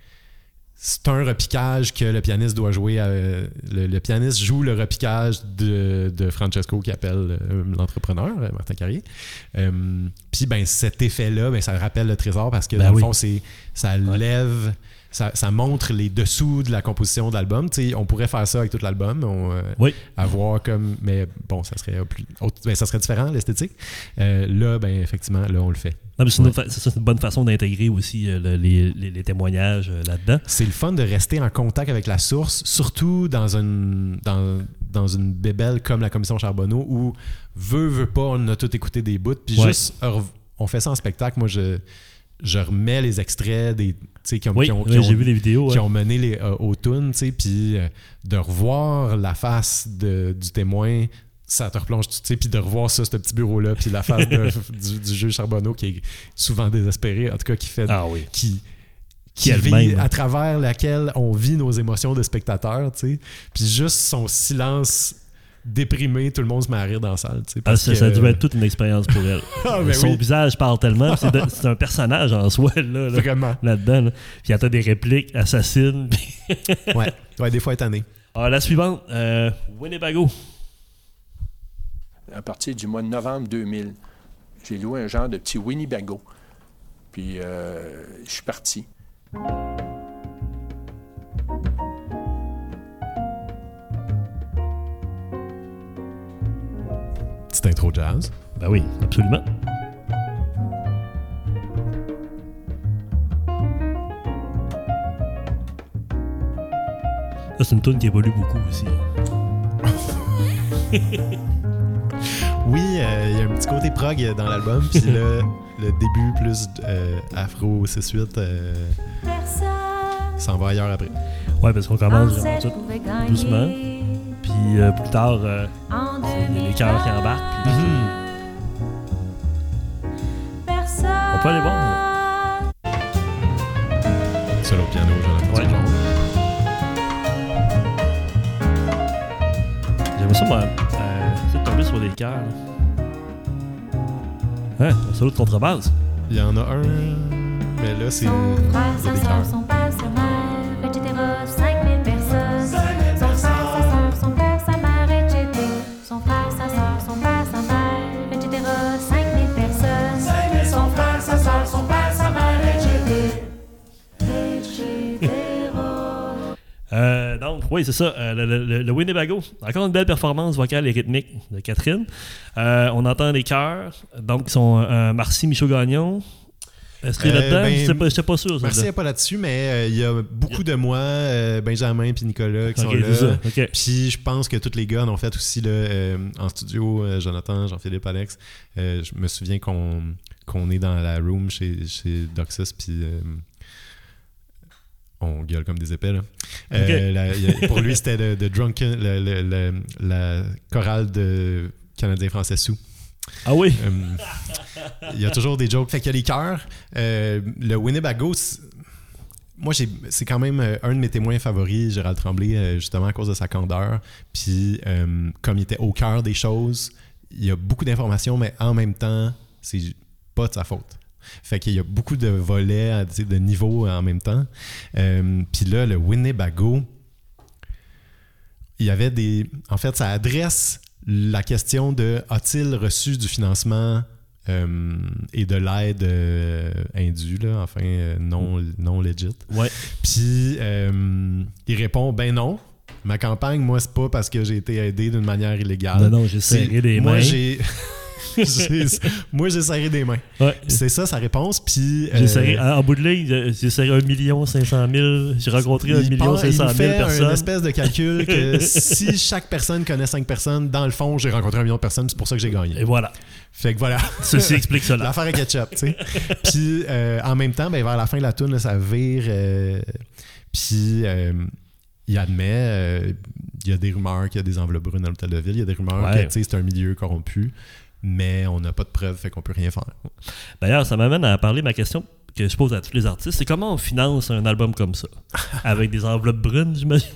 c'est un repiquage que le pianiste doit jouer. À, le, le pianiste joue le repiquage de, de Francesco qui appelle euh, l'entrepreneur, Martin Carrier. Euh, Puis, ben, cet effet-là, ben, ça rappelle le trésor parce que, ben dans oui. le fond, c'est, ça ouais. lève... Ça, ça montre les dessous de la composition de l'album. T'sais, on pourrait faire ça avec tout l'album. On, euh, oui. Avoir comme... Mais bon, ça serait, plus, ben, ça serait différent, l'esthétique. Euh, là, ben, effectivement, là, on le fait. Non, mais c'est, ouais. une, fa- c'est une bonne façon d'intégrer aussi euh, le, les, les, les témoignages euh, là-dedans. C'est le fun de rester en contact avec la source, surtout dans une, dans, dans une bébelle comme la Commission Charbonneau où, veut, veut pas, on a tout écouté des bouts. Puis ouais. juste, on fait ça en spectacle. Moi, je... je remets les extraits des, qui, ont, oui, qui, ont, oui, qui, ont, j'ai vu les vidéos, qui ouais. ont mené les, euh, aux tunes, puis euh, de revoir la face de, du témoin, ça te replonge, puis de revoir ça, ce petit bureau-là, puis la face de, du, du juge Charbonneau qui est souvent désespéré, en tout cas qui fait... Ah oui. Qui, qui vit, à travers laquelle on vit nos émotions de spectateurs, puis juste son silence... déprimé, tout le monde se met à rire dans la salle. Ah, ça, que... ça a dû être toute une expérience pour elle. ah, ben Son oui. visage parle tellement. C'est, de, c'est un personnage en soi là, là, Vraiment. Là-dedans. Là. Puis elle a des répliques assassines. ouais. ouais, des fois étonné. Alors, la suivante, euh, Winnebago. À partir du mois de novembre deux mille, j'ai loué un genre de petit Winnebago. Puis euh, je suis parti. Petite intro jazz. Ben oui, absolument. Ça, c'est une tune qui évolue beaucoup aussi. oui, il euh, y a un petit côté prog dans l'album, puis là, le début plus euh, afro six huit euh, s'en va ailleurs après. Ouais, parce qu'on commence vraiment tout doucement. Puis euh, plus tard, euh, c'est les chœurs qui embarquent. Puis, mm-hmm. On peut aller voir. Là. Seul au piano, Jonathan. Ouais. J'aimerais ça, moi, euh, essayer de tomber sur les chœurs. Hein, un solo de contrebasse. Il y en a un, mais là, c'est. Son frère, il y a des sa chœurs. soeur, son père, sa mère, et cetera. cinq mille personnes. Son frère, sa soeur, son père, sa mère, et cetera. Son frère, sa soeur, son père, sa mère, et cetera. cinq mille personnes. Son frère, sa soeur, son père, sa mère, et cetera. Euh, donc, oui, c'est ça. Euh, le, le, le Winnebago. Encore une belle performance vocale et rythmique de Catherine. Euh, on entend les chœurs. Donc, ils sont euh, Marcy Michaud-Gagnon. Est-ce qu'il est Euh, là-dedans? ben, Je n'étais pas sûr. Merci n'est pas là-dessus, mais il euh, y a beaucoup de moi, euh, Benjamin et Nicolas qui okay, sont là. Okay. Puis je pense que tous les gars en ont fait aussi là, euh, en studio, euh, Jonathan, Jean-Philippe, Alex. Euh, je me souviens qu'on, qu'on est dans la room chez, chez Doxus, puis euh, on gueule comme des épais. Là. Euh, okay. la, y a, pour lui, c'était le, le Drunken, le, le, le, la chorale de Canadien-Français sous. Ah oui? Il euh, y a toujours des jokes. Fait qu'il y a les chœurs. Euh, le Winnebago, moi, j'ai, c'est quand même un de mes témoins favoris, Gérald Tremblay, justement à cause de sa candeur. Puis, euh, comme il était au cœur des choses, il y a beaucoup d'informations, mais en même temps, c'est pas de sa faute. Fait qu'il y a beaucoup de volets, de niveaux en même temps. Euh, Puis là, le Winnebago, il y avait des... En fait, ça adresse la question de a-t-il reçu du financement euh, et de l'aide euh, indue, là, enfin euh, non, non legit. Ouais. Puis euh, il répond ben non. Ma campagne, moi, c'est pas parce que j'ai été aidé d'une manière illégale. Non, non, j'ai serré les moi, mains. J'ai... J'ai- moi, j'ai serré des mains. Ouais. C'est ça, sa réponse. Puis, J'ai euh, serré, en en bout de ligne, j'ai serré un million cinq cent mille. J'ai rencontré un il million part- cinq cent il mille fait personnes. une espèce de calcul que si chaque personne connaît cinq personnes, dans le fond, j'ai rencontré un million de personnes, c'est pour ça que j'ai gagné. Et voilà. Fait que voilà. Ceci explique cela. L'affaire à ketchup, tu sais. Puis euh, en même temps, ben, vers la fin de la tourne, là, ça vire. euh, Puis euh, il admet, euh, il y a des rumeurs qu'il y a des enveloppes brunes dans l'hôtel de ville. Il y a des rumeurs Ouais. que tu sais, c'est un milieu corrompu, mais on n'a pas de preuves, fait qu'on peut rien faire. D'ailleurs, ça m'amène à parler de ma question que je pose à tous les artistes. C'est comment on finance un album comme ça? Avec des enveloppes brunes, j'imagine?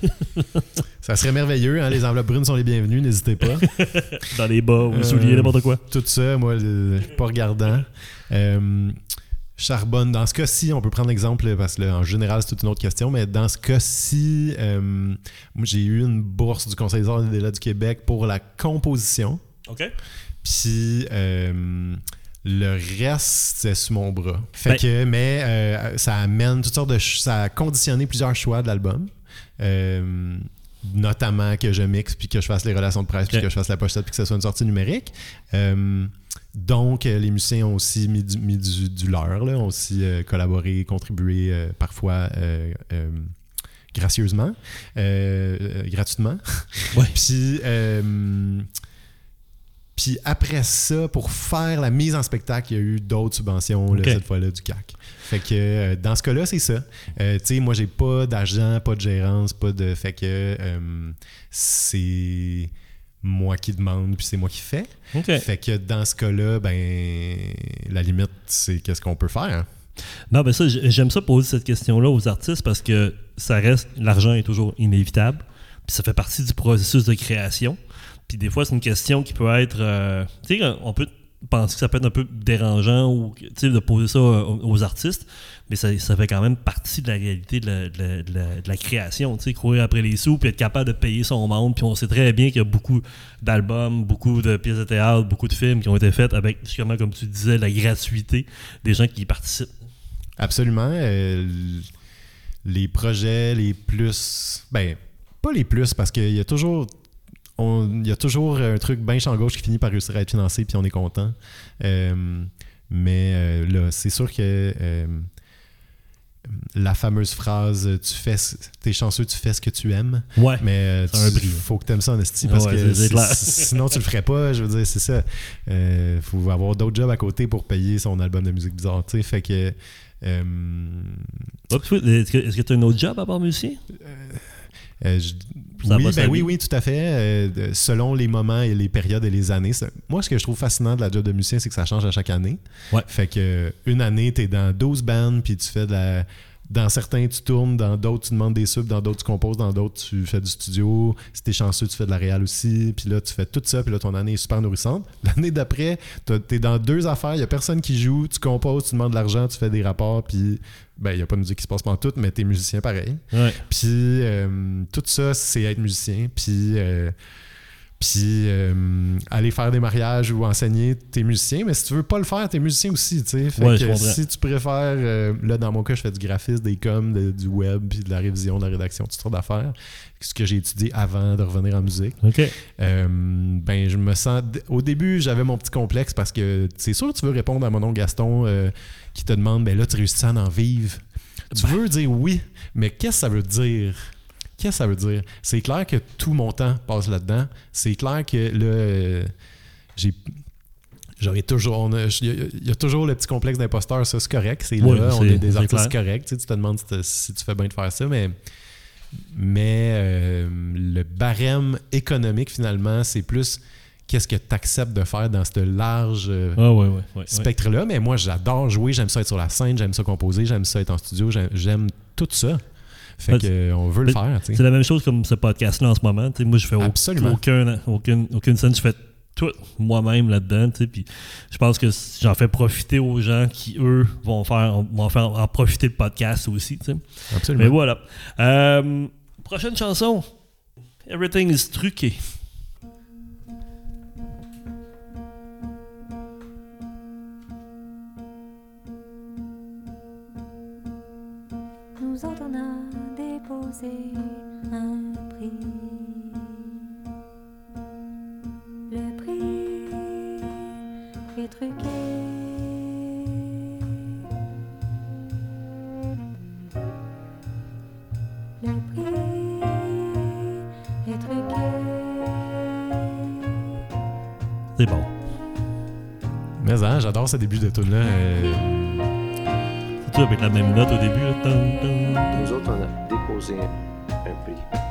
Ça serait merveilleux, hein? Les enveloppes brunes sont les bienvenues, n'hésitez pas. Dans les bas ou les Euh, souliers, n'importe quoi. Tout ça, moi, le- pas regardant. Euh, charbonne, dans ce cas-ci, on peut prendre l'exemple, parce que là, en général, c'est toute une autre question, mais dans ce cas-ci, euh, moi, j'ai eu une bourse du Conseil des arts et des lettres du Québec pour la composition. OK. Puis euh, le reste, c'est sous mon bras. Fait Ben- que, mais euh, ça amène toutes sortes de. ch- Ça a conditionné plusieurs choix de l'album. Euh, notamment que je mixe, puis que je fasse les relations de presse, puis Ok. que je fasse la pochette, puis que ce soit une sortie numérique. Euh, donc, euh, les musiciens ont aussi mis du, mis du, du leur, là, ont aussi euh, collaboré, contribué euh, parfois euh, euh, gracieusement, euh, euh, gratuitement. Ouais. Puis, euh, puis après ça, pour faire la mise en spectacle, il y a eu d'autres subventions, là, Ok. cette fois-là, du C A C. Fait que euh, dans ce cas-là, c'est ça. Euh, tu sais, moi, j'ai pas d'agent, pas de gérance, pas de. Fait que euh, c'est moi qui demande, puis c'est moi qui fais. OK. Fait que dans ce cas-là, ben, la limite, c'est qu'est-ce qu'on peut faire. Non, ben ça, j- j'aime ça poser cette question-là aux artistes parce que ça reste, l'argent est toujours inévitable, puis ça fait partie du processus de création. Puis des fois, c'est une question qui peut être, euh, tu sais, on peut penser que ça peut être un peu dérangeant ou, tu sais, de poser ça aux, aux artistes, mais ça, ça fait quand même partie de la réalité de la, de la- de la- de la création, tu sais, courir après les sous, puis être capable de payer son monde, puis on sait très bien qu'il y a beaucoup d'albums, beaucoup de pièces de théâtre, beaucoup de films qui ont été faits avec, justement, comme tu disais, la gratuité des gens qui y participent. Absolument. euh, les projets les plus. Ben, pas les plus, parce qu'il y a toujours. on- Il y a toujours un truc bien champ gauche qui finit par réussir à être financé, puis on est content. Euh, mais euh, là, c'est sûr que euh, la fameuse phrase « tu fais, ce- t'es chanceux, tu fais ce que tu aimes », Ouais. mais euh, C'est un tu- bris. faut que t'aimes ça en esti, parce Ouais, que c'est- c'est si- clair. sinon tu le ferais pas. Je veux dire, c'est ça. Euh, faut avoir d'autres jobs à côté pour payer son album de musique bizarre, tu sais. Fait que. euh, Oups, oui, Est-ce que est-ce que tu as un autre job à part musicien? Euh, je- Ça oui, va, ben ça oui, va. oui, tout à fait. Euh, de- selon les moments et les périodes et les années. C'est- Moi, ce que je trouve fascinant de la job de musicien, c'est que ça change à chaque année. Ouais. Fait que euh, une année, tu es dans douze bands, puis tu fais de la. Dans certains, tu tournes, dans d'autres, tu demandes des subs, dans d'autres, tu composes, dans d'autres, tu fais du studio. Si t'es chanceux, tu fais de la réal aussi. Puis là, tu fais tout ça, puis là, ton année est super nourrissante. L'année d'après, t'as- t'es dans deux affaires, il n'y a personne qui joue, tu composes, tu demandes de l'argent, tu fais des rapports, puis ben, il n'y a pas de musique qui se passe pas en tout, mais t'es musicien pareil. Ouais. Puis euh, tout ça, c'est être musicien. Puis euh, puis euh, aller faire des mariages ou enseigner, t'es musicien. Mais si tu veux pas le faire, t'es musicien aussi. Tu sais. Fait Ouais, je que comprends. si tu préfères, euh, là dans mon cas, je fais du graphisme, des coms, de- du web, puis de la révision, de la rédaction, toutes sortes d'affaires. Ce que j'ai étudié avant de revenir en musique. OK. Euh, ben je me sens. Au début, j'avais mon petit complexe parce que c'est sûr que tu veux répondre à mon oncle Gaston euh, qui te demande ben là, tu réussis à en vivre. Tu veux dire oui, mais qu'est-ce que ça veut dire? Qu'est-ce que ça veut dire? C'est clair que tout mon temps passe là-dedans. C'est clair que là, euh, j'ai. J'aurais toujours. on a- Il y, a- il y a toujours le petit complexe d'imposteur, ça, c'est correct. C'est Oui, là, on c'est- est des c'est artistes clair. corrects. Tu sais, tu te demandes si, t'as- si tu fais bien de faire ça, mais. Mais euh, le barème économique, finalement, c'est plus qu'est-ce que tu acceptes de faire dans ce large euh, Ah, ouais, ouais, ouais, ouais. spectre-là. Mais moi, j'adore jouer, j'aime ça être sur la scène, j'aime ça composer, j'aime ça être en studio, j'aime, j'aime tout ça. Fait Ben, que, euh, on veut le faire. tu sais. C'est la même chose comme ce podcast-là en ce moment. Tu sais, moi, je fais au- Absolument. aucun, aucune, aucune scène. Je fais tout moi-même là-dedans. Tu sais, puis je pense que j'en fais profiter aux gens qui, eux, vont faire, vont faire en profiter le podcast aussi. Tu sais. Absolument. Mais voilà. Euh, prochaine chanson. Everything is truqué. Nous autres on a déposé un prix. Le prix C'est bon. Mais hein, j'adore ce début de tune là. Euh... C'est-tu avec la même note au début? Là? Tum, tum, tum. Nous autres, on a déposé un, un prix.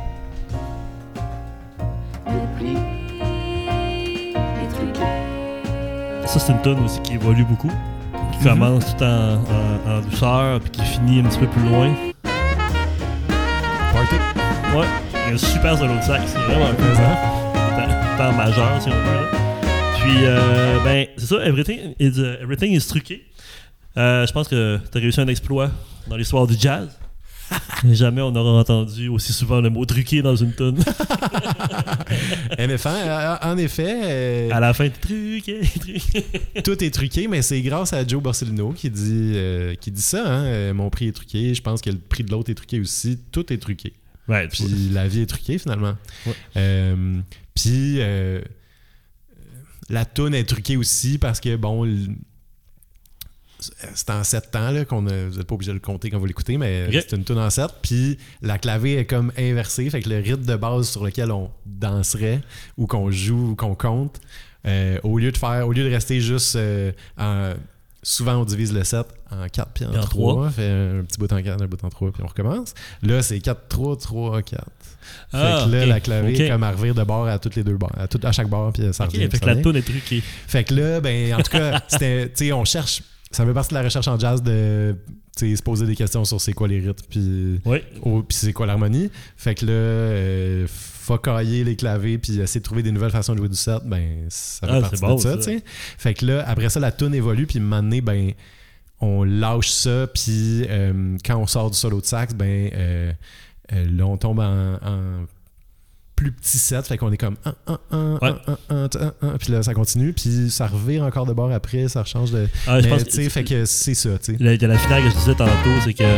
Le prix est truqué. Ça, c'est une tonne aussi qui évolue beaucoup. Qui mm-hmm. commence tout en, en, en douceur, puis qui finit un petit peu plus loin. Party. Ouais, il y a un super solo de sax. C'est vraiment un peu temps majeur, si on veut. Là. Puis, euh, ben, c'est ça, everything is, uh, everything is truqué. Euh, je pense que tu as réussi un exploit dans l'histoire du jazz. Jamais on aura entendu aussi souvent le mot truqué dans une tune. en effet, en effet euh, à la fin, truqué, truqué. Tout est truqué, mais c'est grâce à Joe Borsellino qui dit, euh, qui dit ça. Hein, euh, mon prix est truqué. Je pense que le prix de l'autre est truqué aussi. Tout est truqué. Ouais, puis la vie est truquée finalement. Ouais. Euh, puis euh, la tune est truquée aussi parce que bon. Le, c'est en sept temps là, qu'on a, vous n'êtes pas obligé de le compter quand vous l'écoutez, mais okay. C'est une tune en sept. Puis la clavée est comme inversée, fait que le rythme de base sur lequel on danserait ou qu'on joue ou qu'on compte, euh, au lieu de faire, au lieu de rester juste euh, en, souvent on divise le sept en quatre puis en, en trois, fait un petit bout en quatre, un bout en trois, puis on recommence. Là c'est quatre trois trois quatre. Ah, fait que là, okay. la clavée okay. est comme à revire de bord à toutes les deux bords, à, tout, à chaque bord, puis ça okay, revient. Fait que la tune est truquée. Fait que là, ben en tout cas, c'était, tu sais, on cherche. Ça fait partie de la recherche en jazz de se poser des questions sur c'est quoi les rythmes puis oui. oh, c'est quoi l'harmonie. Fait que là, euh, focailler les clavés puis essayer de trouver des nouvelles façons de jouer du set, ben ça fait ah, partie bon, de ça. ça. Fait que là, après ça, la tune évolue puis à un moment donné, ben, on lâche ça puis euh, quand on sort du solo de sax, ben euh, euh, là, on tombe en... en plus petit set, fait qu'on est comme un, un, un, ouais. un, un, un, un, puis là ça continue, puis ça revire encore de bord après, ça change de. Ah, mais tu sais, fait que c'est ça, tu sais. Il y a la finale que je disais tantôt, c'est que.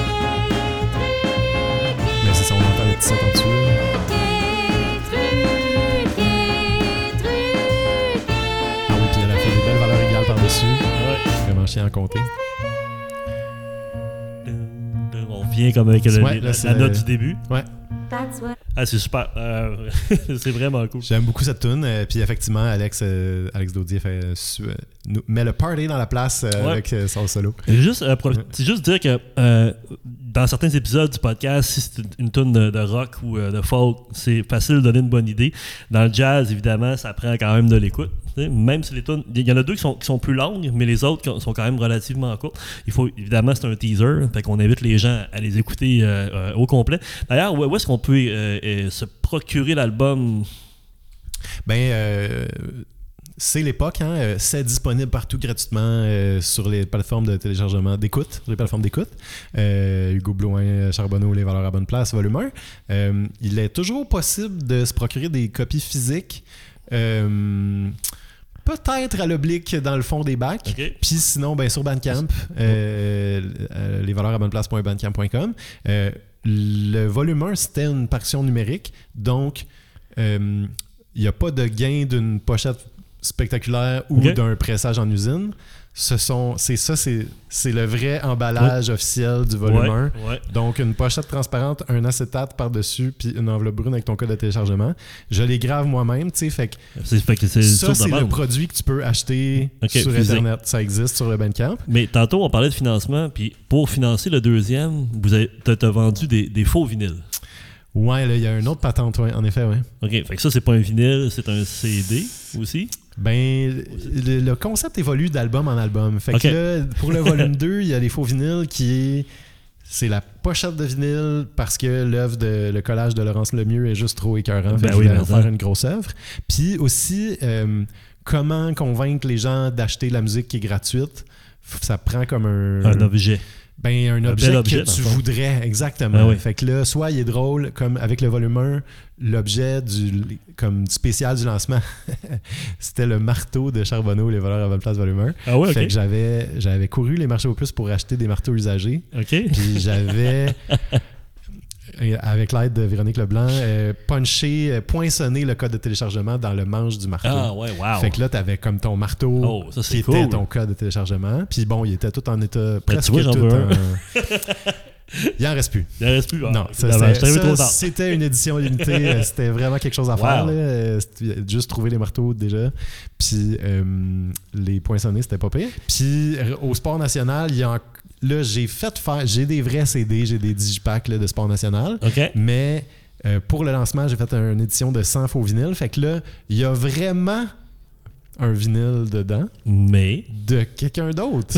Mais c'est ça, on entend le petit set en dessous. Ah oui, puis elle a fait des belles valeurs égales par-dessus. Ouais. Vraiment chiant à compter. On vient comme avec le, ouais, la, là, la note du début. Ouais. Ah, c'est super. Euh, c'est vraiment cool. J'aime beaucoup cette tune. Euh, puis effectivement, Alex, euh, Alex Daudier fait, euh, nous, met le party dans la place euh, ouais. avec euh, son solo. C'est juste, euh, pour, c'est juste dire que euh, dans certains épisodes du podcast, si c'est une tune de, de rock ou euh, de folk, c'est facile de donner une bonne idée. Dans le jazz, évidemment, ça prend quand même de l'écoute. Même si les tunes, il y en a deux qui sont, qui sont plus longues, mais les autres sont quand même relativement courtes. Il faut, évidemment, c'est un teaser, fait qu'on invite les gens à les écouter euh, euh, au complet. D'ailleurs, où, où est-ce qu'on peut euh, euh, se procurer l'album? Ben, euh, c'est l'époque, hein? C'est disponible partout gratuitement euh, sur les plateformes de téléchargement d'écoute, les plateformes d'écoute. Euh, Hugo Blouin, Charbonneau, Les Valeurs à bonne place, volume un. Euh, il est toujours possible de se procurer des copies physiques. Euh, peut-être à l'oblique dans le fond des bacs. Okay. Puis sinon, ben, sur Bandcamp, euh, euh, les valeurs à bonne place point bandcamp point com. Euh, le volume un, c'était une partition numérique. Donc, il euh, n'y a pas de gain d'une pochette spectaculaire ou okay. d'un pressage en usine. Ce sont, c'est ça, c'est, c'est le vrai emballage ouais. officiel du volume ouais, un. Ouais. Donc, une pochette transparente, un acétate par-dessus, puis une enveloppe brune avec ton code de téléchargement. Je les grave moi-même, tu sais, fait que, c'est, fait que c'est ça, c'est le produit que tu peux acheter okay, sur physique. Internet. Ça existe sur le Bandcamp. Mais tantôt, on parlait de financement, puis pour financer le deuxième, vous avez, t'as, t'as vendu des, des faux vinyles. Ouais, là, il y a une autre patente, ouais, en effet, ouais. OK, fait que ça, c'est pas un vinyle, c'est un C D aussi? Ben, le, le concept évolue d'album en album. Fait okay. que là, pour le volume deux, il y a les faux vinyles qui est... C'est la pochette de vinyle parce que l'œuvre de le collage de Laurence Lemieux est juste trop écœurant. Fait ben que oui, je voulais faire une grosse œuvre. Puis aussi, euh, comment convaincre les gens d'acheter la musique qui est gratuite? Ça prend comme un... Un objet. Ben, un, un objet, objet que tu voudrais, exactement. Ah oui. Fait que là, soit il est drôle, comme avec le volume un, l'objet du, comme du spécial du lancement, c'était le marteau de Charbonneau, Les Voleurs à bonne place, volume un. Ah ouais, fait okay. que j'avais, j'avais couru les marchés aux puces pour acheter des marteaux usagés. OK. Puis j'avais... avec l'aide de Véronique Leblanc, euh, puncher, euh, poinçonner le code de téléchargement dans le manche du marteau. Ah ouais, wow. Fait que là, t'avais comme ton marteau oh, ça, c'est qui cool. était ton code de téléchargement. Puis bon, il était tout en état, presque vois, tout en... Il en reste plus. Il en reste plus. Ah, non, ça, évidemment, c'était, je ça, trop tard. c'était une édition limitée. euh, c'était vraiment quelque chose à Wow. faire. Là. Euh, c'était juste trouver les marteaux déjà. Puis euh, les poinçonnés, c'était pas pire. Puis euh, au Sport National, il y a en- là, j'ai fait faire... J'ai des vrais C D, j'ai des digipacks là, de Sport National. OK. Mais euh, pour le lancement, j'ai fait une édition de cent faux vinyles. Fait que là, il y a vraiment un vinyle dedans Mais de quelqu'un d'autre.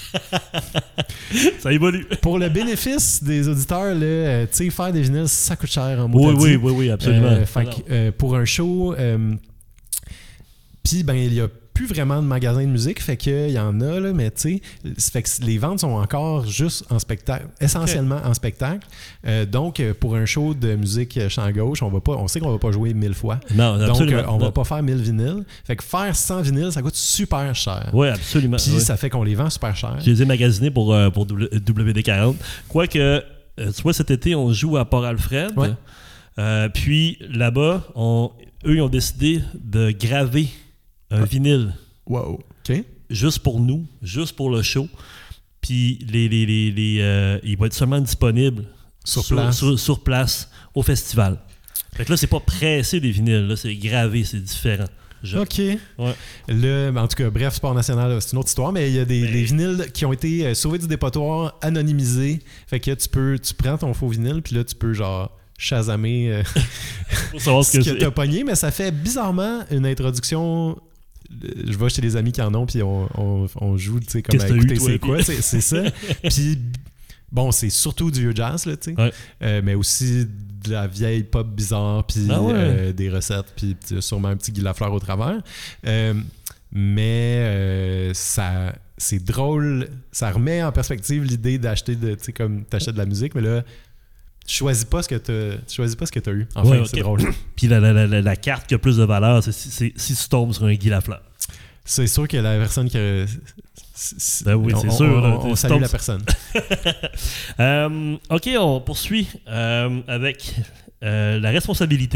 ça évolue. Pour le bénéfice des auditeurs, là, euh, tu sais, faire des vinyles, ça coûte cher en Oui, mot oui, oui, oui, absolument. Euh, fait Alors, que, euh, pour un show, euh, puis ben il y a plus vraiment de magasins de musique, fait qu'il y en a, là, mais tu sais, ça fait que les ventes sont encore juste en spectacle, essentiellement en spectacle. Euh, donc, euh, pour un show de musique euh, champ gauche, on va pas, on sait qu'on va pas jouer mille fois. Non, Donc, absolument. euh, on Non. va pas faire mille vinyles. Fait que faire cent vinyles, ça coûte super cher. Oui, absolument. Puis ouais. ça fait qu'on les vend super cher. Je les ai magasinés pour, euh, pour W D quarante. Quoique, euh, tu vois, cet été, on joue à Port-Alfred. Ouais. Euh, puis là-bas, on, eux, ils ont décidé de graver un vinyle Wow. OK. juste pour nous, juste pour le show. Puis les, les, les, les, euh, il va être seulement disponible Sur place. sur, sur place au festival. Fait que là, c'est pas pressé des vinyles, là, c'est gravé, c'est différent. Je- OK. Ouais. Le, en tout cas, bref, Sport National, c'est une autre histoire, mais il y a des, Mais- des vinyles qui ont été euh, sauvés du dépotoir, anonymisés. Fait que tu peux, tu prends ton faux vinyle, puis là, tu peux genre chasamer euh, Pour savoir ce ce que que c'est. t'as pogné, mais ça fait bizarrement une introduction. Je vais chez des amis qui en ont, puis on, on, on joue, tu sais, comme Qu'est-ce à que t'as écouter eu, toi, c'est puis- quoi, c'est, c'est ça. Puis, bon, c'est surtout du vieux jazz, là, tu sais, Ouais. Euh, mais aussi de la vieille pop bizarre, puis Ah ouais. euh, des recettes, puis tu as sûrement un petit Guy Lafleur au travers. Euh, mais euh, ça, c'est drôle, ça remet en perspective l'idée d'acheter, de, tu sais, comme t'achètes de la musique, mais là, tu choisis pas ce que t'as, tu choisis pas ce que t'as eu. Enfin, Ouais, ok. c'est drôle. Puis la, la, la, la carte qui a plus de valeur, c'est si, c'est si tu tombes sur un Guy Lafleur. C'est sûr que la personne qui a... c'est- Ben oui, c'est on, sûr, On, là, on, on tu salue tombes- la personne. Euh, OK, on poursuit euh, avec euh, la responsabilité.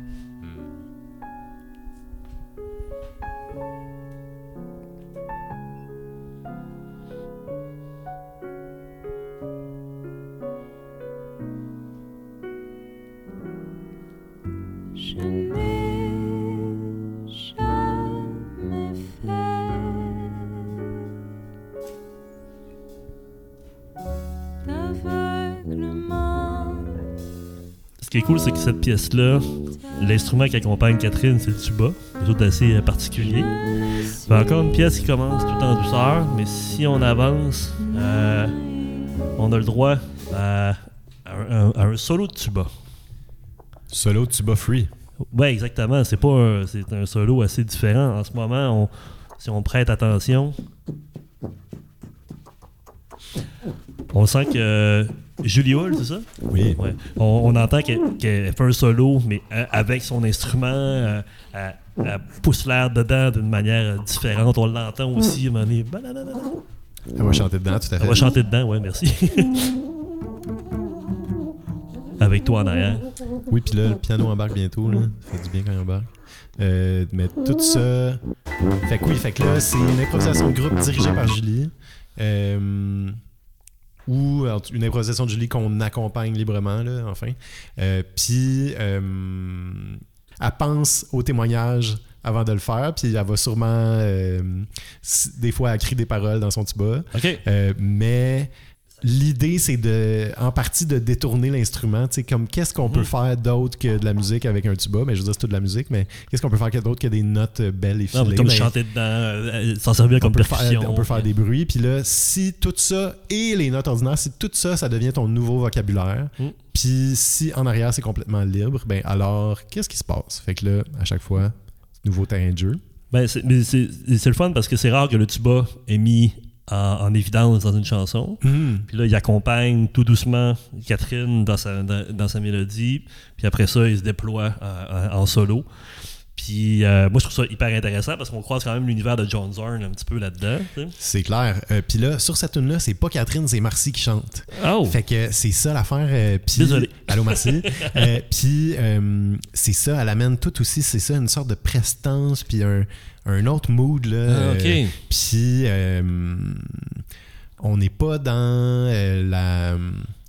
Je n'ai jamais fait d'aveuglement. Ce qui est cool, c'est que cette pièce-là, l'instrument qui accompagne Catherine, c'est le tuba, quelque chose d'assez euh, particulier. C'est encore une pièce qui commence tout en douceur, mais si on avance, euh, on a le droit à, à un, à un solo de tuba. Solo tuba free. Ouais, exactement. C'est pas un, c'est un solo assez différent. En ce moment, on, si on prête attention, on sent que euh, Julie Hull, c'est ça? Oui. Ouais. On, on entend qu'elle, qu'elle fait un solo, mais euh, avec son instrument, euh, elle, elle pousse l'air dedans d'une manière euh, différente. On l'entend aussi, à un moment donné. Bananana. Elle va chanter dedans, tout à fait. Elle va chanter dedans, ouais, merci. Avec toi en arrière. Oui, puis là, le piano embarque bientôt. Là. Ça fait du bien quand il embarque. Euh, mais tout ça... Fait que oui, fait que là, c'est une improvisation de groupe dirigée par Julie. Euh, ou alors, une improvisation de Julie qu'on accompagne librement, là, enfin. Euh, puis, euh, elle pense au témoignage avant de le faire, puis elle va sûrement... euh, s- des fois, elle crie des paroles dans son tuba. OK. Euh, mais l'idée, c'est de, en partie de détourner l'instrument. Tu sais, comme qu'est-ce qu'on peut faire d'autre que de la musique avec un tuba? Mais je veux dire, c'est toute de la musique, mais qu'est-ce qu'on peut faire d'autre que des notes belles et Non, filées? mais comme Ben, chanter dedans, euh, s'en servir on comme peut, percussion. faire, on peut faire des bruits. Puis là, si tout ça et les notes ordinaires, si tout ça, ça devient ton nouveau vocabulaire, Mm. puis si en arrière, c'est complètement libre, ben alors, qu'est-ce qui se passe? Fait que là, à chaque fois, nouveau terrain de jeu. Ben, c'est, mais c'est, c'est le fun parce que c'est rare que le tuba est mis en, en évidence dans une chanson. Mm. Puis là, il accompagne tout doucement Catherine dans sa, dans, dans sa mélodie. Puis après ça, il se déploie en, en- en solo. Puis euh, moi, je trouve ça hyper intéressant parce qu'on croise quand même l'univers de John Zorn un petit peu là-dedans. Tu sais. C'est clair. Euh, puis là, sur cette tune-là, c'est pas Catherine, c'est Marcy qui chante. Oh! Fait que c'est ça l'affaire. euh, puis- Désolé. Allô, Marcy. Euh, puis euh, c'est ça, elle amène tout aussi, c'est ça, une sorte de prestance, puis un, un autre mood. Là, Ah, ok. Euh, puis euh, on n'est pas dans euh, la,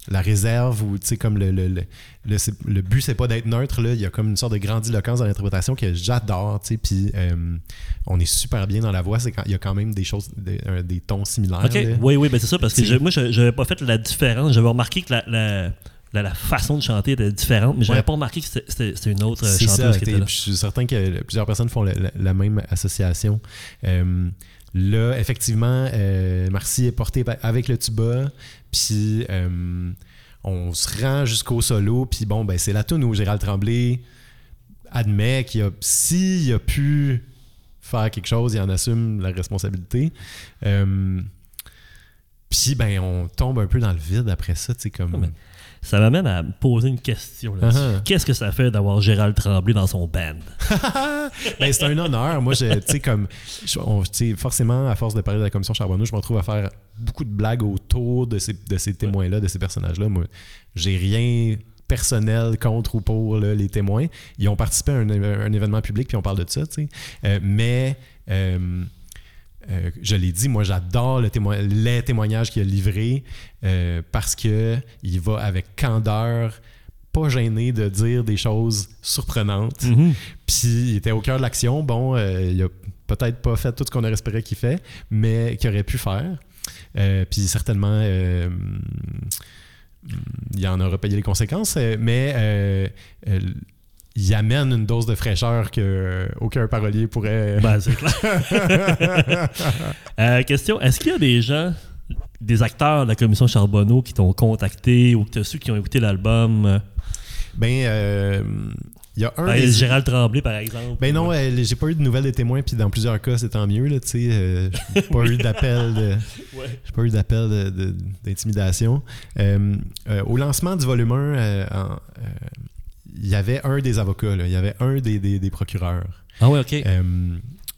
la réserve ou tu sais comme le le, le, le, c'est, le but c'est pas d'être neutre là, il y a comme une sorte de grandiloquence dans l'interprétation que j'adore, tu sais, puis euh, on est super bien dans la voix, c'est quand il y a quand même des choses des, euh, des tons similaires. OK. Là. Oui oui, ben c'est ça parce que C'est... je, moi je j'avais pas fait la différence, j'avais remarqué que la, la La, la façon de chanter était différente, mais j'avais ouais. pas remarqué que c'était, c'était, c'était une autre c'est chanteuse ça, qui était là. Je suis certain que plusieurs personnes font la, la, la même association. Euh, là, effectivement, euh, Marcy est portée avec le tuba, puis euh, on se rend jusqu'au solo, puis bon, ben c'est la toune où Gérald Tremblay admet qu'il a, s'il a pu faire quelque chose, il en assume la responsabilité. Euh, puis ben on tombe un peu dans le vide après ça, tu sais, comme... Ouais, ça m'amène à me poser une question là. Uh-huh. Qu'est-ce que ça fait d'avoir Gérald Tremblay dans son band? Ben, c'est un honneur. Moi, tu sais, comme, on, forcément, à force de parler de la commission Charbonneau, je me retrouve à faire beaucoup de blagues autour de ces, de ces témoins-là, de ces personnages-là. Moi, j'ai rien personnel contre ou pour là, les témoins. Ils ont participé à un, un événement public, puis on parle de ça, tu sais. Euh, mais... Euh, Euh, je l'ai dit, moi j'adore le témo- les témoignages qu'il a livrés euh, parce qu'il va avec candeur, pas gêné de dire des choses surprenantes. Mm-hmm. Puis il était au cœur de l'action. Bon, euh, il a peut-être pas fait tout ce qu'on aurait espéré qu'il fait, mais qu'il aurait pu faire. Euh, puis certainement, euh, il en aura payé les conséquences, mais euh, euh, il amène une dose de fraîcheur qu'aucun parolier pourrait... Ben, c'est clair. euh, question, est-ce qu'il y a des gens, des acteurs de la commission Charbonneau qui t'ont contacté ou que tu as su qui ont écouté l'album? Ben, euh, il y a un... Ben, des... Gérald Tremblay, par exemple. Ben non, euh, j'ai pas eu de nouvelles des témoins, puis dans plusieurs cas, c'est tant mieux, là, tu sais. Euh, j'ai pas eu d'appel de... ouais. J'ai pas eu d'appel de, de, d'intimidation. Euh, euh, au lancement du volume un, euh, en, euh, il y avait un des avocats, là. Il y avait un des, des, des procureurs. Ah ouais, OK. Euh,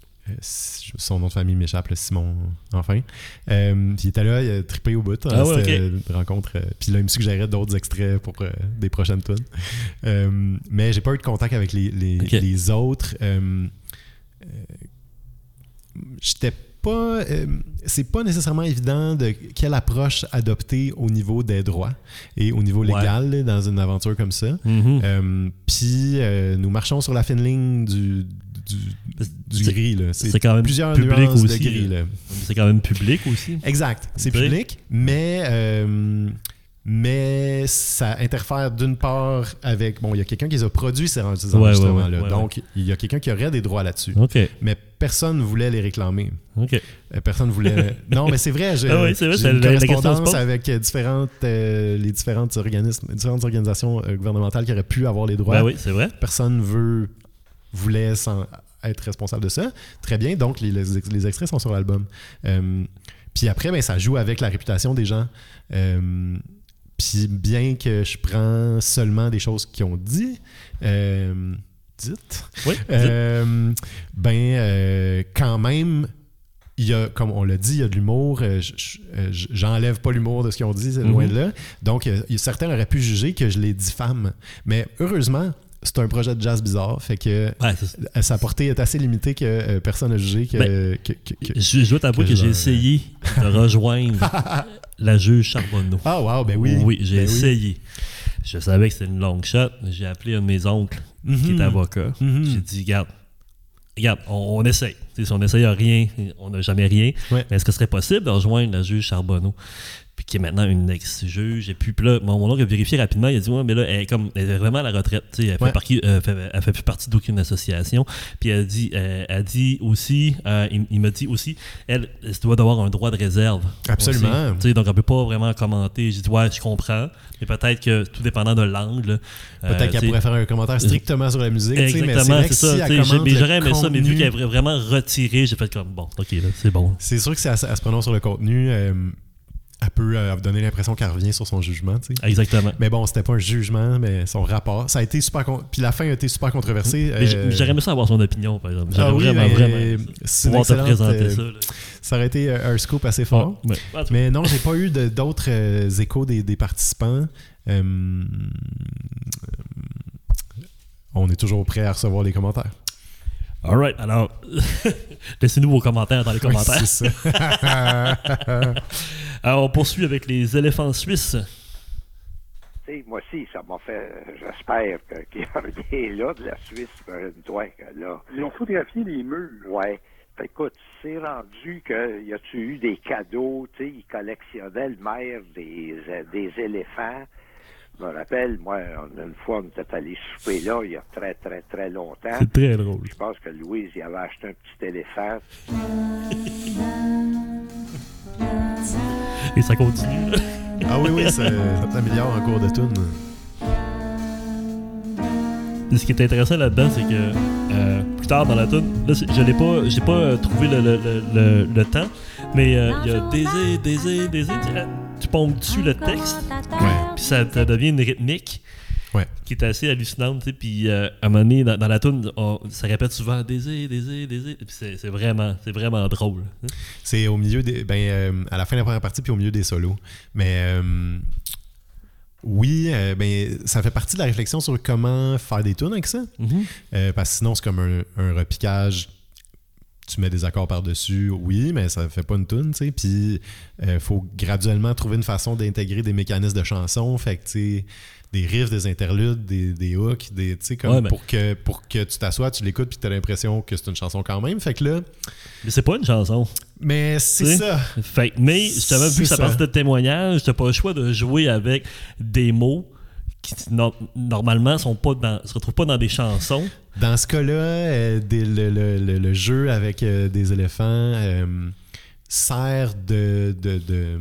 son nom de famille m'échappe, là, Simon, enfin. Euh, puis il était là, il a trippé au bout. Ah hein, ouais, c'était okay. une rencontre. Euh, puis là, il me suggérait d'autres extraits pour euh, des prochaines tunes. Euh, mais j'ai pas eu de contact avec les, les, okay. les autres. Euh, euh, j'étais pas... Euh, c'est pas nécessairement évident de quelle approche adopter au niveau des droits et au niveau légal ouais. là, dans une aventure comme ça. Mm-hmm. Euh, puis euh, nous marchons sur la fine ligne du... Du, du c'est, gris. Là. C'est, c'est quand même plusieurs public nuances aussi. de gris. Là. C'est quand même public aussi. Exact. C'est okay. public, mais, euh, mais ça interfère d'une part avec... Bon, il y a quelqu'un qui les a produits, ces enregistrements-là. Ouais, ouais, ouais, ouais, donc, ouais. il y a quelqu'un qui aurait des droits là-dessus. Okay. Mais personne ne voulait les réclamer. Okay. Euh, personne ne voulait... Non, mais c'est vrai. Je, ah oui, c'est vrai, j'ai c'est une la, correspondance la avec différentes, euh, les différentes, organismes, différentes organisations euh, gouvernementales qui auraient pu avoir les droits. Ben oui, c'est vrai. Personne veut, voulait s'en... être responsable de ça. Très bien, donc les, les, les extraits sont sur l'album. Euh, puis après, ben, ça joue avec la réputation des gens. Euh, puis bien que je prends seulement des choses qu'ils ont dit, euh, dites, oui, euh, ben euh, quand même, il y a, comme on l'a dit, il y a de l'humour. Euh, j'enlève pas l'humour de ce qu'ils ont dit, c'est loin mm-hmm. de là. Donc, euh, certains auraient pu juger que je les diffame. Mais heureusement, c'est un projet de jazz bizarre, fait que ouais, sa portée est assez limitée que euh, personne n'a jugé que, ben, que, que, que... Je, je dois t'avouer que, que j'ai essayé de rejoindre la juge Charbonneau. Ah wow, ben oui. Oui, j'ai ben essayé. Oui. Je savais que c'était une long shot. J'ai appelé un de mes oncles mm-hmm. qui est avocat. Mm-hmm. J'ai dit, regarde, regarde, on, on essaye. T'sais, si on essaye à rien, on n'a jamais rien. Ouais. Mais est-ce que ce serait possible de rejoindre la juge Charbonneau? Puis qui est maintenant une ex-juge. Et puis, puis là, mon, mon oncle a vérifié rapidement. Il a dit, ouais, mais là, elle est, comme, elle est vraiment à la retraite. Elle ne ouais. fait, euh, fait, elle fait plus partie d'aucune association. Puis elle dit, euh, elle dit aussi, euh, il, il m'a dit aussi, elle, elle doit avoir un droit de réserve. Absolument. Donc, elle ne peut pas vraiment commenter. J'ai dit, ouais, je comprends. Mais peut-être que, tout dépendant de l'angle. Peut-être euh, qu'elle pourrait faire un commentaire strictement euh, sur la musique. Exactement, mais c'est, c'est ça. Si mais j'aurais aimé ça, mais vu qu'elle est vraiment retirée, j'ai fait comme, bon, ok, là, c'est bon. C'est sûr que si elle, elle se prononce sur le contenu, euh, elle peut euh, donner l'impression qu'elle revient sur son jugement, tu sais. Exactement. Mais bon, c'était pas un jugement, mais son rapport. Ça a été super... Con... Puis la fin a été super controversée. Euh... J'aurais aimé ça avoir son opinion, par exemple. J'aurais ah oui, vraiment, mais vraiment c'est pouvoir te présenter euh, ça. Là. Ça aurait été un scoop assez fort. Oh, mais, ah, mais non, j'ai pas eu de, d'autres euh, échos des, des participants. Euh... On est toujours prêt à recevoir les commentaires. All right, alors, laissez-nous vos commentaires dans les commentaires. Oui, c'est ça. Alors, on poursuit avec les éléphants suisses. tu sais, moi aussi, ça m'a fait, j'espère que, qu'il y a rien là de la Suisse, une toi, que là. Ils ont photographié les murs. Ouais. Fait, écoute, c'est rendu que, y a-tu eu des cadeaux, tu sais, ils collectionnaient le maire des, des éléphants. Je me rappelle, moi, on, une fois, on était allé souper là, il y a très, très, très longtemps. C'est très drôle. Je pense que Louise, il avait acheté un petit éléphant. Et ça continue. Ah oui, oui, ça, ça t'améliore en cours de tune. Ce qui est intéressant là-dedans, c'est que euh, plus tard dans la tune, là, je l'ai pas, j'ai pas euh, trouvé le, le, le, le, le temps, mais euh, il y a Désir, Désir, Désir. Tu, tu pompes dessus le texte, puis ça, ça devient une rythmique ouais. qui est assez hallucinante. Puis euh, à un moment donné, dans, dans la tune, on, ça répète souvent Désir, Désir, Désir. Puis c'est, c'est vraiment, c'est vraiment drôle. Hein? C'est au milieu des, ben euh, à la fin de la première partie, puis au milieu des solos. Mais euh, oui, euh, ben, ça fait partie de la réflexion sur comment faire des tunes avec ça. Mm-hmm. Euh, parce que sinon, c'est comme un, un repiquage. Tu mets des accords par-dessus, oui, mais ça fait pas une tune, tu sais. Puis, il euh, faut graduellement trouver une façon d'intégrer des mécanismes de chansons. Fait que, tu sais, des riffs, des interludes, des, des hooks, des, tu sais, comme ouais, mais... pour, que, pour que tu t'assoies, tu l'écoutes, puis tu as l'impression que c'est une chanson quand même. Fait que là. Mais c'est pas une chanson. Mais c'est t'sais? ça. Fait, mais justement, vu que ça, ça passe de témoignage, t'as pas le choix de jouer avec des mots qui no- normalement sont pas dans, se retrouvent pas dans des chansons. Dans ce cas-là, euh, des, le, le, le, le jeu avec euh, des éléphants euh, sert de, de, de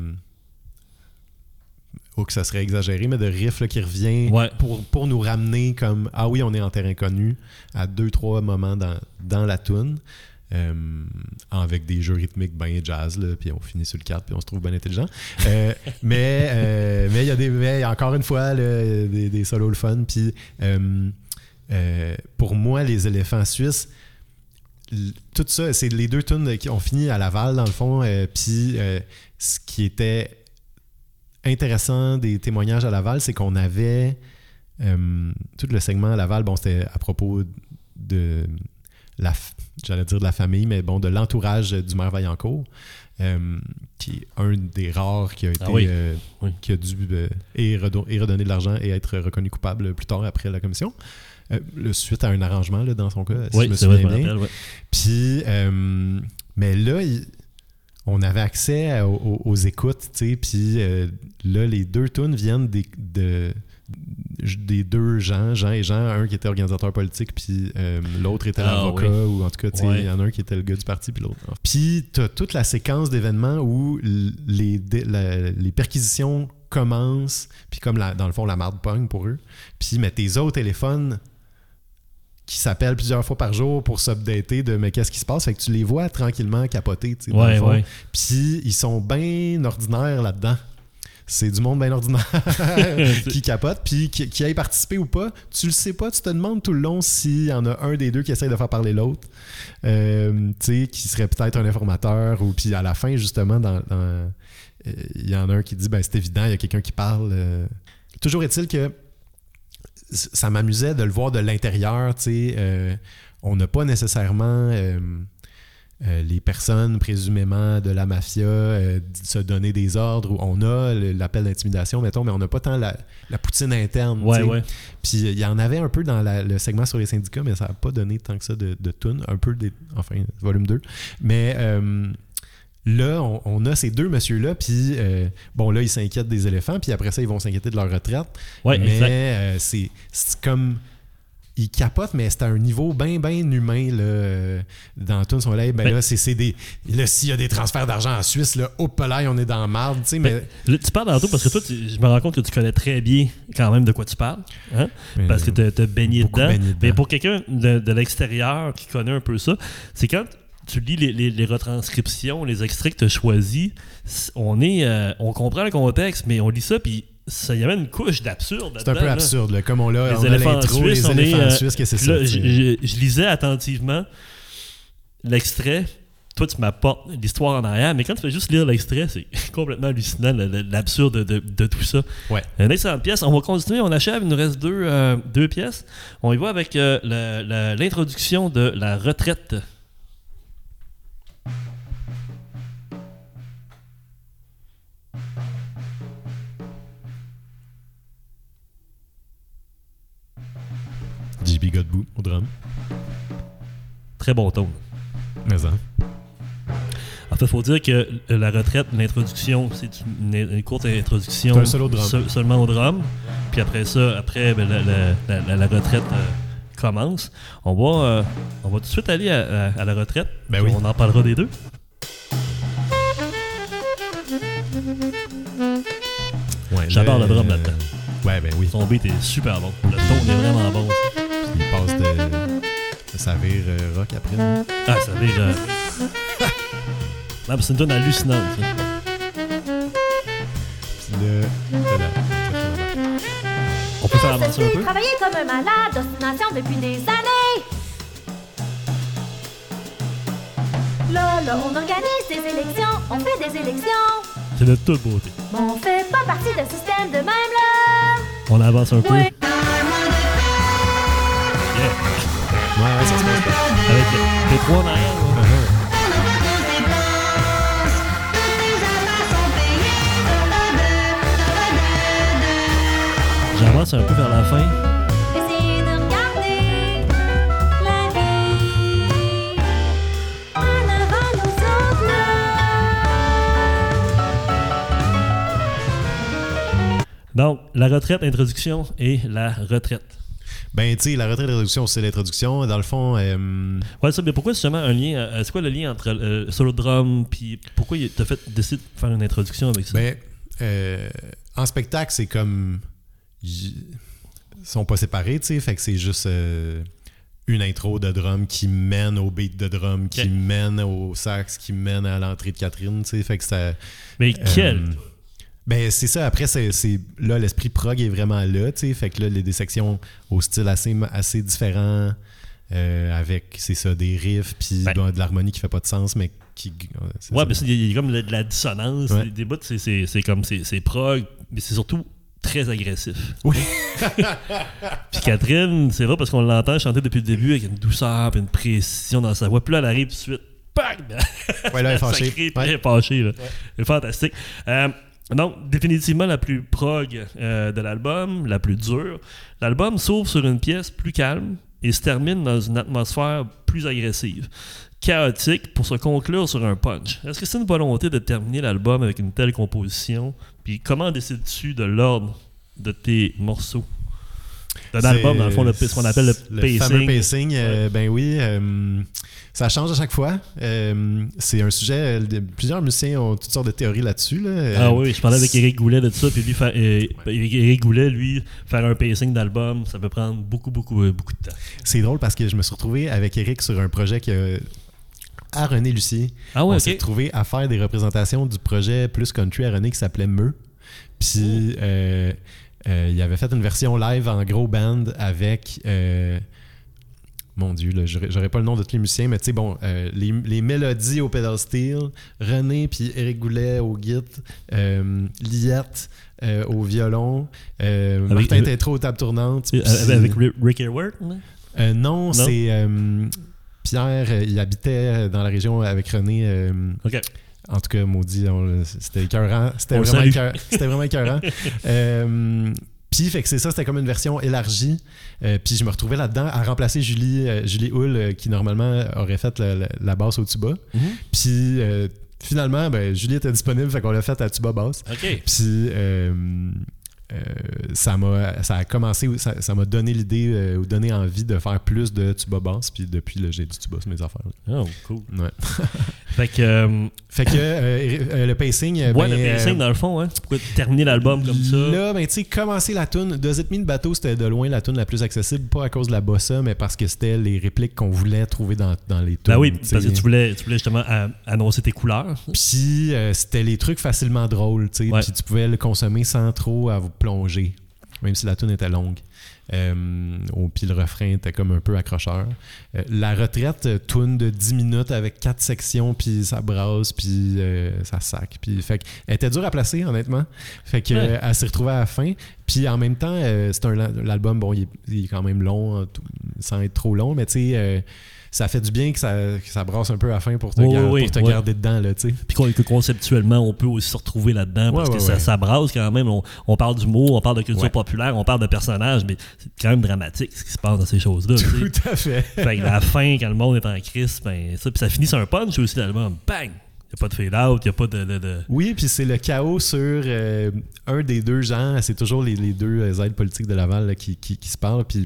oh, que ça serait exagéré, mais de riff là, qui revient ouais. pour, pour nous ramener comme ah oui, on est en terrain connu à deux, trois moments dans, dans la toune. Euh, avec des jeux rythmiques bien jazz, là, puis on finit sur le quatre, puis on se trouve bien intelligent. Euh, mais euh, mais il y a des, mais encore une fois, là, des, des solos le fun. Puis euh, euh, pour moi, les éléphants suisses, l- tout ça, c'est les deux tunes qui ont fini à Laval, dans le fond. Euh, puis euh, ce qui était intéressant des témoignages à Laval, c'est qu'on avait euh, tout le segment à Laval, bon, c'était à propos de la, j'allais dire de la famille, mais bon, de l'entourage du maire Vaillancourt, euh, qui est un des rares qui a été, ah oui. Euh, oui. qui a dû euh, et, redon- et redonner de l'argent et être reconnu coupable plus tard après la commission, euh, le, suite à un arrangement là, dans son cas, si oui, je me c'est souviens vrai, bien. rappelle, ouais. Puis, euh, mais là, il, on avait accès à, aux, aux écoutes, tu sais, puis euh, là, les deux tunes viennent des, de, des deux gens, Jean et Jean, un qui était organisateur politique, puis euh, l'autre était ah, l'avocat, oui. ou en tout cas, tu sais, il ouais. y en a un qui était le gars du parti, puis l'autre. Puis t'as toute la séquence d'événements où les, la, les perquisitions commencent, puis comme la, dans le fond, la marde pogne pour eux, puis mais tes autres téléphones qui s'appellent plusieurs fois par jour pour s'updater de mais qu'est-ce qui se passe, fait que tu les vois tranquillement capoter, tu sais, dans ouais, le fond. Ouais. Puis ils sont bien ordinaires là-dedans. C'est du monde bien ordinaire qui capote, puis qui, qui aille participer ou pas, tu le sais pas, tu te demandes tout le long s'il y en a un des deux qui essaye de faire parler l'autre, euh, tu sais, qui serait peut-être un informateur, ou puis à la fin, justement, dans, dans, il euh, y en a un qui dit, ben c'est évident, il y a quelqu'un qui parle. Euh. Toujours est-il que ça m'amusait de le voir de l'intérieur, tu sais, euh, on n'a pas nécessairement... Euh, Euh, les personnes présumément de la mafia euh, se donner des ordres, où on a le, l'appel d'intimidation, mettons, mais on n'a pas tant la, la poutine interne. Ouais, ouais. Puis il y en avait un peu dans la, le segment sur les syndicats, mais ça n'a pas donné tant que ça de, de tunes, un peu, des, enfin, volume deux. Mais euh, là, on, on a ces deux messieurs-là, puis euh, bon, là, ils s'inquiètent des éléphants, puis après ça, ils vont s'inquiéter de leur retraite. Ouais, mais euh, c'est, c'est comme... Ils capotent, mais c'est à un niveau bien, bien humain, là, euh, dans tout son lait. Ben, ben là, c'est, c'est des... Là, s'il y a des transferts d'argent en Suisse, là, hop là, on est dans la marde, tu sais, mais... Ben, tu parles d'Anto parce que toi, tu, je me rends compte que tu connais très bien quand même de quoi tu parles, hein? Parce que tu as baigné dedans. baigné dedans. Mais pour quelqu'un de, de l'extérieur qui connaît un peu ça, c'est quand tu lis les, les, les retranscriptions, les extraits que tu as choisis, on, est, euh, on comprend le contexte, mais on lit ça, puis ça y amène une couche d'absurde. C'est un peu là. absurde, là. Comme on l'a, les on éléphants a l'intro, suisses, les éléphants est, euh, suisses, qu'est-ce que c'est là, ça? Je, je, je lisais attentivement l'extrait. Toi, tu m'apportes l'histoire en arrière, mais quand tu fais juste lire l'extrait, c'est complètement hallucinant, le, le, l'absurde de, de, de tout ça. Ouais. Une excellente pièce. On va continuer, on achève, il nous reste deux, euh, deux pièces. On y va avec euh, le, le, l'introduction de La retraite. très bon ton. Mais ça. En fait, il faut dire que la retraite, l'introduction, c'est une, une courte introduction. C'est un solo drum. Se, seulement au drum. Puis après ça, après, ben, la, la, la, la retraite euh, commence. On va, euh, on va tout de suite aller à, à, à la retraite. Ben oui. On en parlera des deux. Ouais, J'adore là, le drum euh, là-dedans. Ouais, ben oui. Son beat est super bon. Le ton est vraiment bon aussi. Puis il passe de, de sa vire euh, rock après. là. Ah, ça veut dire... Euh... non, mais c'est une tonne hallucinante. Ça. Puis là, voilà, ça fait mal. On peut faire avancer un peu? Travailler comme un malade d'ostination depuis des années. Là, là, on organise des élections, on fait des élections. C'est de toute beauté. Mais on fait pas partie d'un système de même là. On avance un peu. Oui. Yeah. Ouais, ouais, ça se passe pas. Avec les, les trois en arrière. là. J'avance un peu vers la fin. Essayez de regarder la vie en avant nous autres là. Donc, la retraite, introduction et la retraite. Ben, tu sais, la retraite d'introduction, c'est l'introduction. Dans le fond, euh, Ouais, ça, mais pourquoi justement un lien euh, c'est quoi le lien entre euh, solo drum puis pourquoi il- t'as fait décider de faire une introduction avec ça? ben, euh, en spectacle, c'est comme. Ils sont pas séparés, tu sais. Fait que c'est juste euh, une intro de drum qui mène au beat de drum, qui Ok. mène au sax, qui mène à l'entrée de Catherine, tu sais. Fait que ça. mais quel? Euh, ben, c'est ça. Après, c'est, c'est là, l'esprit prog est vraiment là, tu sais. Fait que là, les, des sections au style assez, assez différent, euh, avec, c'est ça, des riffs, puis Ben. bon, de l'harmonie qui fait pas de sens, mais qui. euh, c'est Ouais, ça. mais c'est- il y a comme de la dissonance. Ouais. Les, des bouts, c'est, c'est, c'est comme c'est, c'est prog, mais c'est surtout très agressif. Oui. Puis Catherine, c'est vrai parce qu'on l'entend chanter depuis le début avec une douceur et une précision dans sa voix. Puis là, elle arrive tout de suite. Bang! Ouais, là, elle est fâchée. Sacrée, puis Ouais. elle est fâchée, là. C'est fantastique. Euh, donc, définitivement la plus prog euh, de l'album, la plus dure. L'album s'ouvre sur une pièce plus calme et se termine dans une atmosphère plus agressive, chaotique, pour se conclure sur un punch. Est-ce que c'est une volonté de terminer l'album avec une telle composition? Puis comment décides-tu de l'ordre de tes morceaux? D'un album, dans le fond, le, ce qu'on appelle le, le pacing. fameux pacing, euh, Ouais. ben oui. euh, ça change à chaque fois. Euh, c'est un sujet. euh, Plusieurs musiciens ont toutes sortes de théories là-dessus. Là. Ah Euh, oui, je parlais avec Éric Goulet de ça, puis lui, faire, euh, Éric, Éric Goulet, lui, faire un pacing d'album, ça peut prendre beaucoup, beaucoup, euh, beaucoup de temps. C'est drôle parce que je me suis retrouvé avec Eric sur un projet que, à René Lucier. Ah ouais, On ok. s'est retrouvé à faire des représentations du projet Plus Country à René qui s'appelait Meu. Puis euh, euh, il avait fait une version live en gros band avec. euh, mon Dieu, là, j'aurais, j'aurais pas le nom de tous les musiciens, mais tu sais, bon, euh, les, les mélodies au pedal steel, René puis Éric Goulet au git, euh, Liette euh, au violon, euh, Avec- Martin avec- Tétrault aux tables tournantes. Euh, puis- Avec Ri- Rick Hayward, là? euh, non, c'est euh, Pierre, euh, il habitait dans la région avec René. euh, OK. en tout cas, maudit, on- c'était écœurant. C'était On le vraiment, salue. écœur- c'était vraiment écœurant. euh, Puis, fait que c'est ça, c'était comme une version élargie. Euh, puis, je me retrouvais là-dedans à remplacer Julie, euh, Julie Hull, euh, qui normalement aurait fait la, la- la basse au tuba. Mhm. Puis, euh, finalement, ben, Julie était disponible, fait qu'on l'a fait à tuba basse. OK. Puis, euh, euh, ça m'a ça a commencé, ça, ça m'a donné l'idée euh, ou donné envie de faire plus de tuba basse. Puis, depuis, là, j'ai du tuba sur mes affaires. Oh, cool. Ouais. Fait que, euh, Fait que euh, euh, le pacing. euh, ouais, ben, le pacing, euh, dans le fond, hein. Pourquoi terminer l'album comme ça? Là, ben, tu sais, commencer la tune. Does It Mean Bateau, c'était de loin la tune la plus accessible, pas à cause de la bossa, mais parce que c'était les répliques qu'on voulait trouver dans, dans les tunes. Ben oui, tu sais. parce que tu voulais, tu voulais justement euh, annoncer tes couleurs. Puis euh, c'était les trucs facilement drôles, tu sais. Ouais. Puis tu pouvais le consommer sans trop à vous plonger, même si la tune était longue. Euh, oh, puis le refrain était comme un peu accrocheur. Euh, la retraite, euh, tune de dix minutes avec quatre sections, puis ça brasse, puis euh, ça sac. Puis, fait que, elle était dure à placer, honnêtement. Fait que, Ouais. euh, elle s'est retrouvée à la fin. Puis en même temps, euh, c'est un, l'album, bon, il est, il est quand même long, hein, tout- sans être trop long, mais tu sais, euh, ça fait du bien que ça, que ça brasse un peu à la fin pour te, oui, gar- oui, pour te oui. garder dedans, là, tu sais. Puis qu'on- que conceptuellement, on peut aussi se retrouver là-dedans parce Ouais, que ouais, ça, ouais. ça brasse quand même. On, on parle d'humour, on parle de culture Ouais. populaire, on parle de personnages, mais c'est quand même dramatique ce qui se passe dans ces choses-là. tu sais. Tout à fait. Fait que la fin, quand le monde est en crise, ben, ça, puis ça finit sur un punch aussi, l'album. Bang! Il n'y a pas de fade-out, il n'y a pas de... de, de... Oui, puis c'est le chaos sur euh, un des deux gens. C'est toujours les, les deux euh, aides politiques de Laval là, qui, qui, qui se parlent. Puis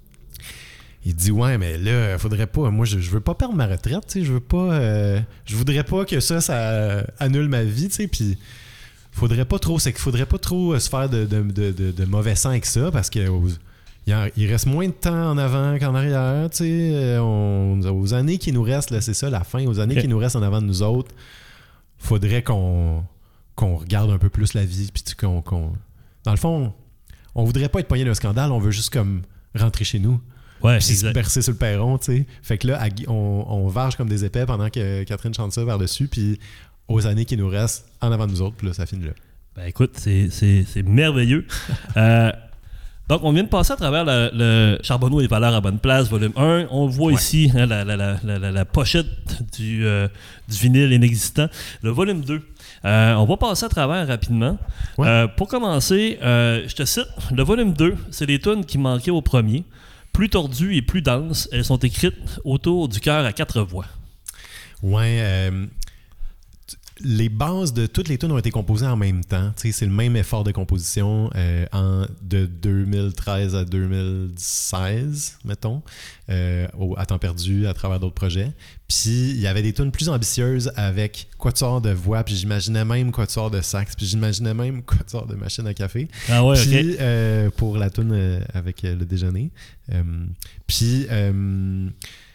il dit ouais, mais là, faudrait pas. Moi, je, je veux pas perdre ma retraite. Tu sais, je veux pas. Euh, je voudrais pas que ça, ça annule ma vie. Tu sais, puis faudrait pas trop. C'est qu'il faudrait pas trop se faire de, de, de, de, de mauvais sang avec ça parce que. Aux, Il, en, il reste moins de temps en avant qu'en arrière, tu sais. On, aux années qui nous restent, là, c'est ça, la fin, aux années Okay. qui nous restent en avant de nous autres, faudrait qu'on, qu'on regarde un peu plus la vie. Puis qu'on, qu'on... Dans le fond, on voudrait pas être pogné d'un scandale, on veut juste comme rentrer chez nous. Ouais, Puis se exact. bercer sur le perron, tu sais. Fait que là, à Gui- on, on varge comme des épais pendant que Catherine chante ça par-dessus, puis aux années qui nous restent en avant de nous autres, puis là, ça finit là. Ben écoute, c'est, c'est, c'est merveilleux. euh, donc, on vient de passer à travers le, le Charbonneau et les valeurs à bonne place, volume un. On voit Ouais. ici hein, la, la, la, la, la pochette du, euh, du vinyle inexistant. Le volume deux. Euh, on va passer à travers rapidement. Ouais. Euh, pour commencer, euh, je te cite, le volume deux, c'est les tunes qui manquaient au premier. Plus tordues et plus denses, elles sont écrites autour du cœur à quatre voix. Ouais, euh, t- les bases de toutes les tunes ont été composées en même temps. Tu sais, c'est le même effort de composition euh, en, de deux mille treize à deux mille seize, mettons, euh, au, à temps perdu à travers d'autres projets. Puis il y avait des tunes plus ambitieuses avec quatuor de voix, puis j'imaginais même quatuor de sax, puis j'imaginais même quatuor de machine à café. Ah ouais, Puis ok. euh, pour la tune euh, avec euh, le déjeuner. Euh, puis euh,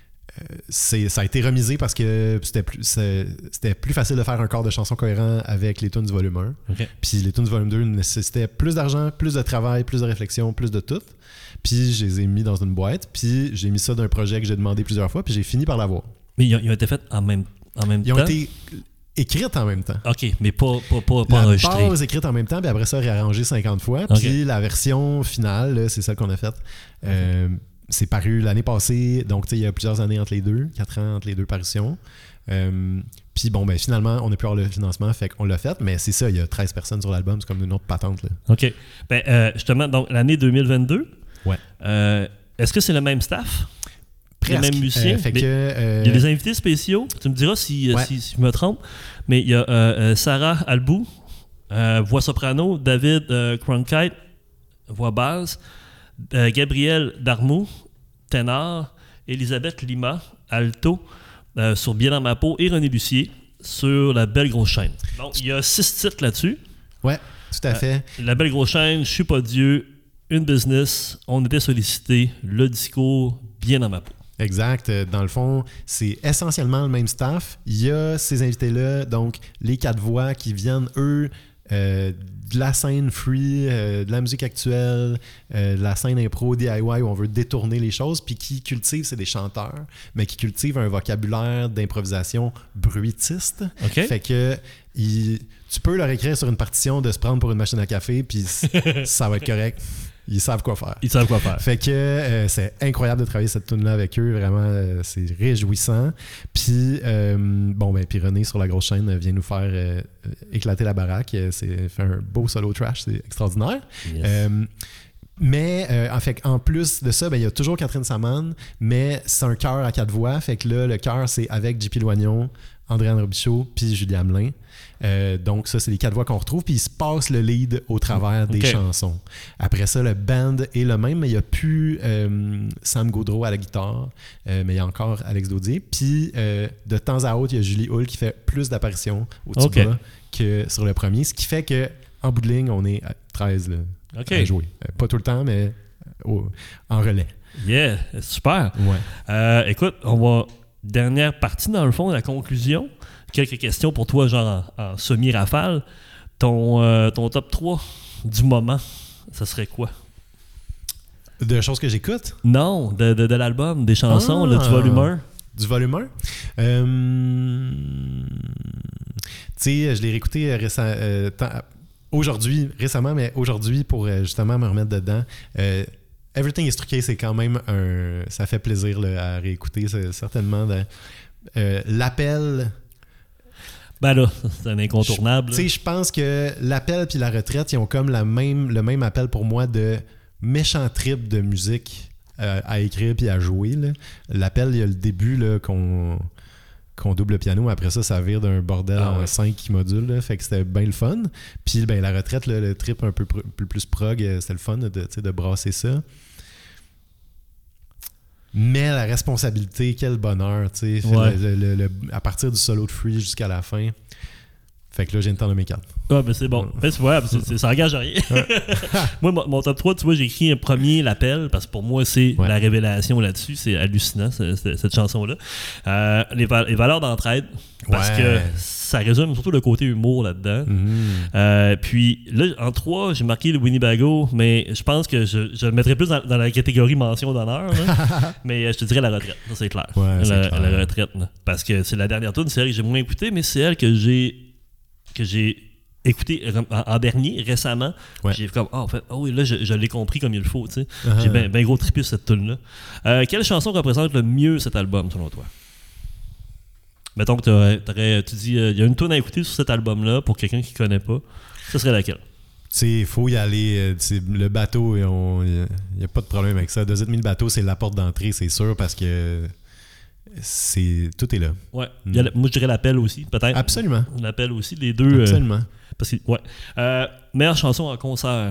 c'est, ça a été remisé parce que c'était plus, c'est- c'était plus facile de faire un corps de chanson cohérent avec les tunes du volume un. Ok. Puis les tunes du volume deux nécessitaient plus d'argent, plus de travail, plus de réflexion, plus de tout. Puis je les ai mis dans une boîte. Puis j'ai mis ça d'un projet que j'ai demandé plusieurs fois. Puis j'ai fini par l'avoir. Mais ils ont, ils ont été faits en même, en même Ils ont temps? été écrites en même temps. OK, mais pas, pas, pas, pas La enregistrés. base écrite en même temps, puis après ça, réarrangée cinquante fois. Ok. Puis la version finale, là, c'est celle qu'on a faite. Euh, c'est paru l'année passée, donc tu sais, il y a plusieurs années entre les deux, quatre ans entre les deux parutions. Euh, puis bon, ben finalement, on a pu avoir le financement, fait qu'on l'a fait, mais c'est ça, il y a treize personnes sur l'album, c'est comme une autre patente. Là. OK. Ben, euh, justement, donc l'année deux mille vingt-deux, Ouais. euh, est-ce que c'est le même staff? Presque. Les mêmes musiciens? Euh, fait Mais que, euh, il y a des invités spéciaux. Tu me diras si, euh, Ouais. si, si je me trompe. Mais il y a euh, euh, Sarah Albou, euh, voix soprano, David euh, Cronkite, voix basse, euh, Gabriel Darmou, ténor, Elisabeth Lima, alto, euh, sur Bien dans ma peau, et René Lucier sur La Belle Grosse Chaîne. Donc, il y a six titres là-dessus. Ouais, tout à fait. La Belle Grosse Chaîne, Je suis pas Dieu, Une Business, On était sollicité, Le Discours, Bien dans ma peau. Exact. Euh, Dans le fond, c'est essentiellement le même staff. Il y a ces invités-là, donc les quatre voix qui viennent, eux, euh, de la scène free, euh, de la musique actuelle, euh, de la scène impro, D I Y, où on veut détourner les choses, puis qui cultivent, c'est des chanteurs, mais qui cultivent un vocabulaire d'improvisation bruitiste. OK? Fait que il- tu peux leur écrire sur une partition de se prendre pour une machine à café, puis ça va être correct. Ils savent quoi faire. Ils savent quoi faire. Fait que euh, c'est incroyable de travailler cette tune là avec eux, vraiment, euh, c'est réjouissant. Puis, euh, bon, ben, puis René sur la grosse chaîne vient nous faire euh, éclater la baraque. Euh, C'est fait un beau solo trash, c'est extraordinaire. Yes. Euh, mais euh, en fait, en plus de ça, ben, il y a toujours Catherine Saman, mais c'est un chœur à quatre voix. Fait que là, le chœur, c'est avec J P Loignon, Andréane Robichaud, puis Julie Hamelin. Euh, donc ça, c'est les quatre voix qu'on retrouve, puis il se passe le lead au travers des Okay. chansons. Après ça, le band est le même, mais il n'y a plus euh, Sam Gaudreau à la guitare, euh, mais il y a encore Alex Daudier. Puis euh, de temps à autre, il y a Julie Hull qui fait plus d'apparitions au tuba Okay. que sur le premier, ce qui fait que en bout de ligne, on est à treize là, OK. à jouer. Euh, pas tout le temps, mais au- en relais. Yeah, super. Ouais. Euh, écoute, on va... Dernière partie, dans le fond, la conclusion. Quelques questions pour toi, genre en, en semi-rafale. Ton, euh, ton top trois du moment, ça serait quoi? De choses que j'écoute. Non, de, de, de l'album, des chansons, Ah! là, du volume un. Du volume un. Euh, tu sais, je l'ai réécouté récem- euh, tant- aujourd'hui, récemment, mais aujourd'hui, pour euh, justement me remettre dedans. Euh, Everything is Truqué, c'est quand même un... Ça fait plaisir là, à réécouter, c'est certainement... De, euh, l'appel... Ben là, c'est un incontournable. Tu sais, je pense que l'appel puis la retraite, ils ont comme la même, le même appel pour moi de méchant trip de musique euh, à écrire puis à jouer. Là. L'appel, il y a le début là, qu'on, qu'on double le piano. Après ça, ça vire d'un bordel ah, en ouais. cinq modules. Là, fait que c'était bien le fun. Puis ben, la retraite, là, le trip un peu pr- plus, plus prog, c'était le fun de, de brasser ça. Mais la responsabilité, quel bonheur, tu sais. Ouais. Le, le, le, à partir du solo de Free jusqu'à la fin. Fait que là, j'ai une temps de mes quatre. Ah, ben c'est bon. Ben, c'est, ouais, c'est, c'est, ça engage à rien. Moi, mon, mon top trois, tu vois, j'ai écrit un premier, l'appel, parce que pour moi, c'est ouais. la révélation là-dessus. C'est hallucinant, c'est, c'est, cette chanson-là. Euh, les, val- les valeurs d'entraide, parce ouais. que ça résume surtout le côté humour là-dedans. Mm-hmm. Euh, puis là, en trois, j'ai marqué le Winnebago, mais je pense que je, je le mettrais plus dans, dans la catégorie mention d'honneur. Mais je te dirais la retraite, ça c'est clair. Ouais, c'est la, clair. la retraite, là. Parce que c'est la dernière tune, c'est elle que j'ai moins écoutée, mais c'est elle que j'ai que j'ai écouté en, en dernier, récemment. Ouais. J'ai comme, oh, en fait, oh oui, là, je, je l'ai compris comme il le faut, tu sais. Uh-huh. J'ai bien ben gros trippé sur cette tune-là. Euh, quelle chanson représente le mieux cet album, selon toi? Mettons que t'aurais, t'aurais, tu dis, il euh, y a une tune à écouter sur cet album-là, pour quelqu'un qui ne connaît pas. Ce serait laquelle? Tu sais, il faut y aller. Le bateau, il n'y a pas de problème avec ça. Deux et demi le bateau, c'est la porte d'entrée, c'est sûr, parce que c'est tout est là. Ouais. Mm. Y a, moi, je dirais l'appel aussi, peut-être. Absolument. L'appel aussi, les deux. Absolument. Euh, parce que, ouais. Euh, meilleure chanson en concert.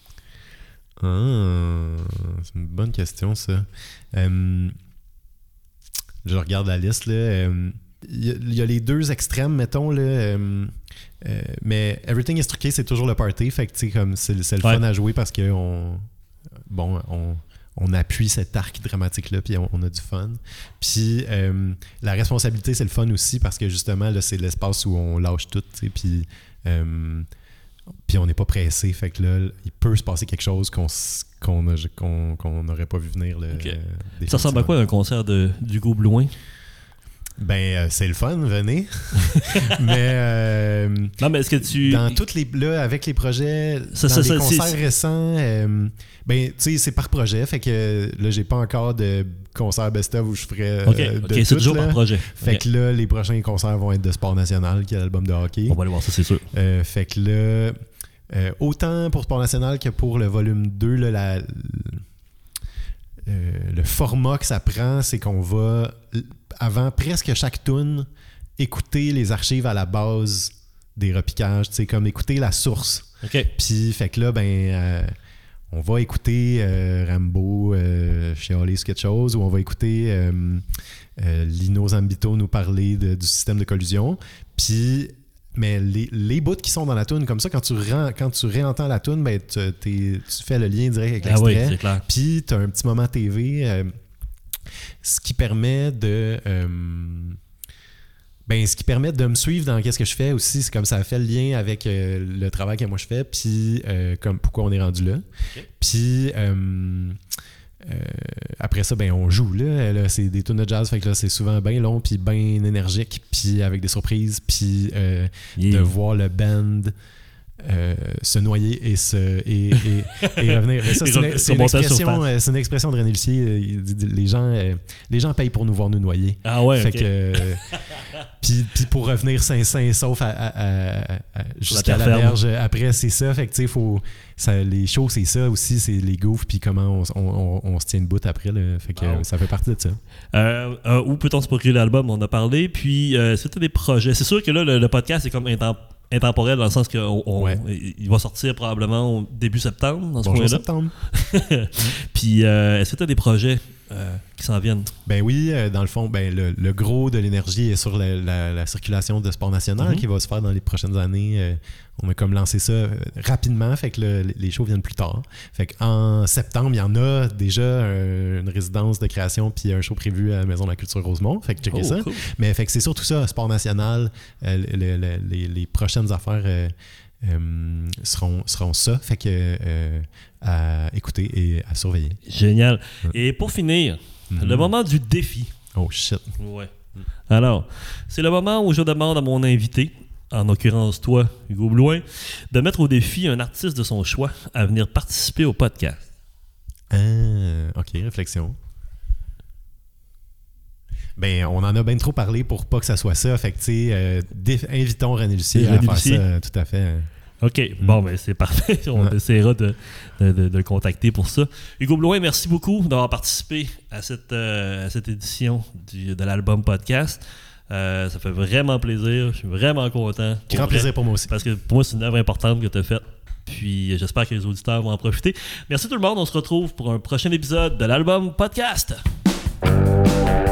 Ah, c'est une bonne question, ça. Euh, je regarde la liste, là. Euh, Il y, y a les deux extrêmes, mettons, là, euh, euh, mais Everything is Truqué, c'est toujours le party, fait que, tu sais, comme, c'est, c'est le ouais. fun à jouer parce qu'on bon, on, on appuie cet arc dramatique-là, puis on, on a du fun. Puis euh, la responsabilité, c'est le fun aussi parce que, justement, là, c'est l'espace où on lâche tout, tu sais, puis euh, puis on n'est pas pressé, fait que là, il peut se passer quelque chose qu'on qu'on n'aurait qu'on, qu'on pas vu venir. Là, okay. euh, Ça ressemble à quoi un concert de, d'Hugo Blouin? Ben, euh, c'est le fun, venez. mais, euh, non, mais est-ce que tu... Dans toutes les... Là, avec les projets, ça, dans ça, les ça, concerts c'est... récents, euh, ben, tu sais, c'est par projet. Fait que là, j'ai pas encore de concert best-of où je ferais okay, euh, de okay, c'est tout, toujours là. par projet. Fait okay. que là, les prochains concerts vont être de Sport National, qui est l'album de hockey. On va aller voir ça, c'est sûr. Euh, fait que là, euh, autant pour Sport National que pour le volume deux, là, la... Euh, le format que ça prend, c'est qu'on va, avant presque chaque tune, écouter les archives à la base des repiquages, tu sais, comme écouter la source. Okay. Puis, fait que là, ben, euh, on va écouter euh, Rambo euh, chialer sur quelque chose, ou on va écouter euh, euh, Lino Zambito nous parler de, du système de collusion. Puis, mais les, les bouts qui sont dans la toune, comme ça, quand tu, rend, quand tu réentends la toune, ben, tu, tu fais le lien direct avec l'extrait. Ah oui, c'est clair. Puis tu as un petit moment T V, euh, ce qui permet de... Euh, ben, ce qui permet de me suivre dans qu'est-ce que je fais aussi. C'est comme ça fait le lien avec euh, le travail que moi je fais, puis euh, comme pourquoi on est rendu là. Okay. Puis... Euh, Euh, après ça, ben on joue là, là c'est des tunes de jazz, fait que là c'est souvent bien long puis bien énergique, puis avec des surprises, puis euh, yeah. de voir le band euh, se noyer et se et, et, et revenir. Mais ça, c'est, une, c'est, une expression, euh, c'est une expression de René Lucier. Les gens, euh, les gens payent pour nous voir nous noyer. Ah ouais. Fait okay. que euh, puis, puis pour revenir sain sain sauf à, à, à, à, jusqu'à la, la berge après, c'est ça. Fait que tu sais, faut ça, les shows, c'est ça aussi, c'est les goofs, puis comment on, on, on, on se tient une bout après. Là. Fait que oh. ça fait partie de ça. Euh, euh, où peut-on se procurer l'album? On a parlé. Puis, euh, c'était des projets. C'est sûr que là, le, le podcast est comme intemp- intemporel dans le sens qu'il ouais. va sortir probablement au début septembre. Dans ce Bonjour point-là. septembre. Puis, euh, est-ce que tu as des projets euh, qui s'en viennent? Ben oui, euh, dans le fond, ben le, le gros de l'énergie est sur la, la, la circulation de Sport National mm-hmm. qui va se faire dans les prochaines années. Euh, on a comme lancé ça euh, rapidement, fait que le, les shows viennent plus tard. Fait qu'en septembre, il y en a déjà euh, une résidence de création puis un show prévu à la Maison de la Culture Rosemont. Fait que checkez oh, ça. Cool. Mais fait que c'est surtout ça, Sport National, euh, le, le, les, les prochaines affaires euh, euh, seront, seront ça. Fait que euh, à écouter et à surveiller. Génial. Ouais. Et pour finir, mm-hmm. le moment du défi. Oh shit. Ouais. Alors, c'est le moment où je demande à mon invité, en l'occurrence toi, Hugo Blouin, de mettre au défi un artiste de son choix à venir participer au podcast. Ah, ok, réflexion. Ben, on en a bien trop parlé pour pas que ça soit ça. Fait que, tu sais, euh, dé- invitons René Lucier à René faire Lucier. ça, tout à fait. OK, mm. bon, ben c'est parfait. On ouais. essaiera de, de, de, de le contacter pour ça. Hugo Blouin, merci beaucoup d'avoir participé à cette, euh, à cette édition du, de l'album podcast. Euh, ça fait vraiment plaisir. Je suis vraiment content. Grand plaisir pour moi aussi. Parce que pour moi, c'est une œuvre importante que tu as faite. Puis j'espère que les auditeurs vont en profiter. Merci tout le monde. On se retrouve pour un prochain épisode de l'album podcast.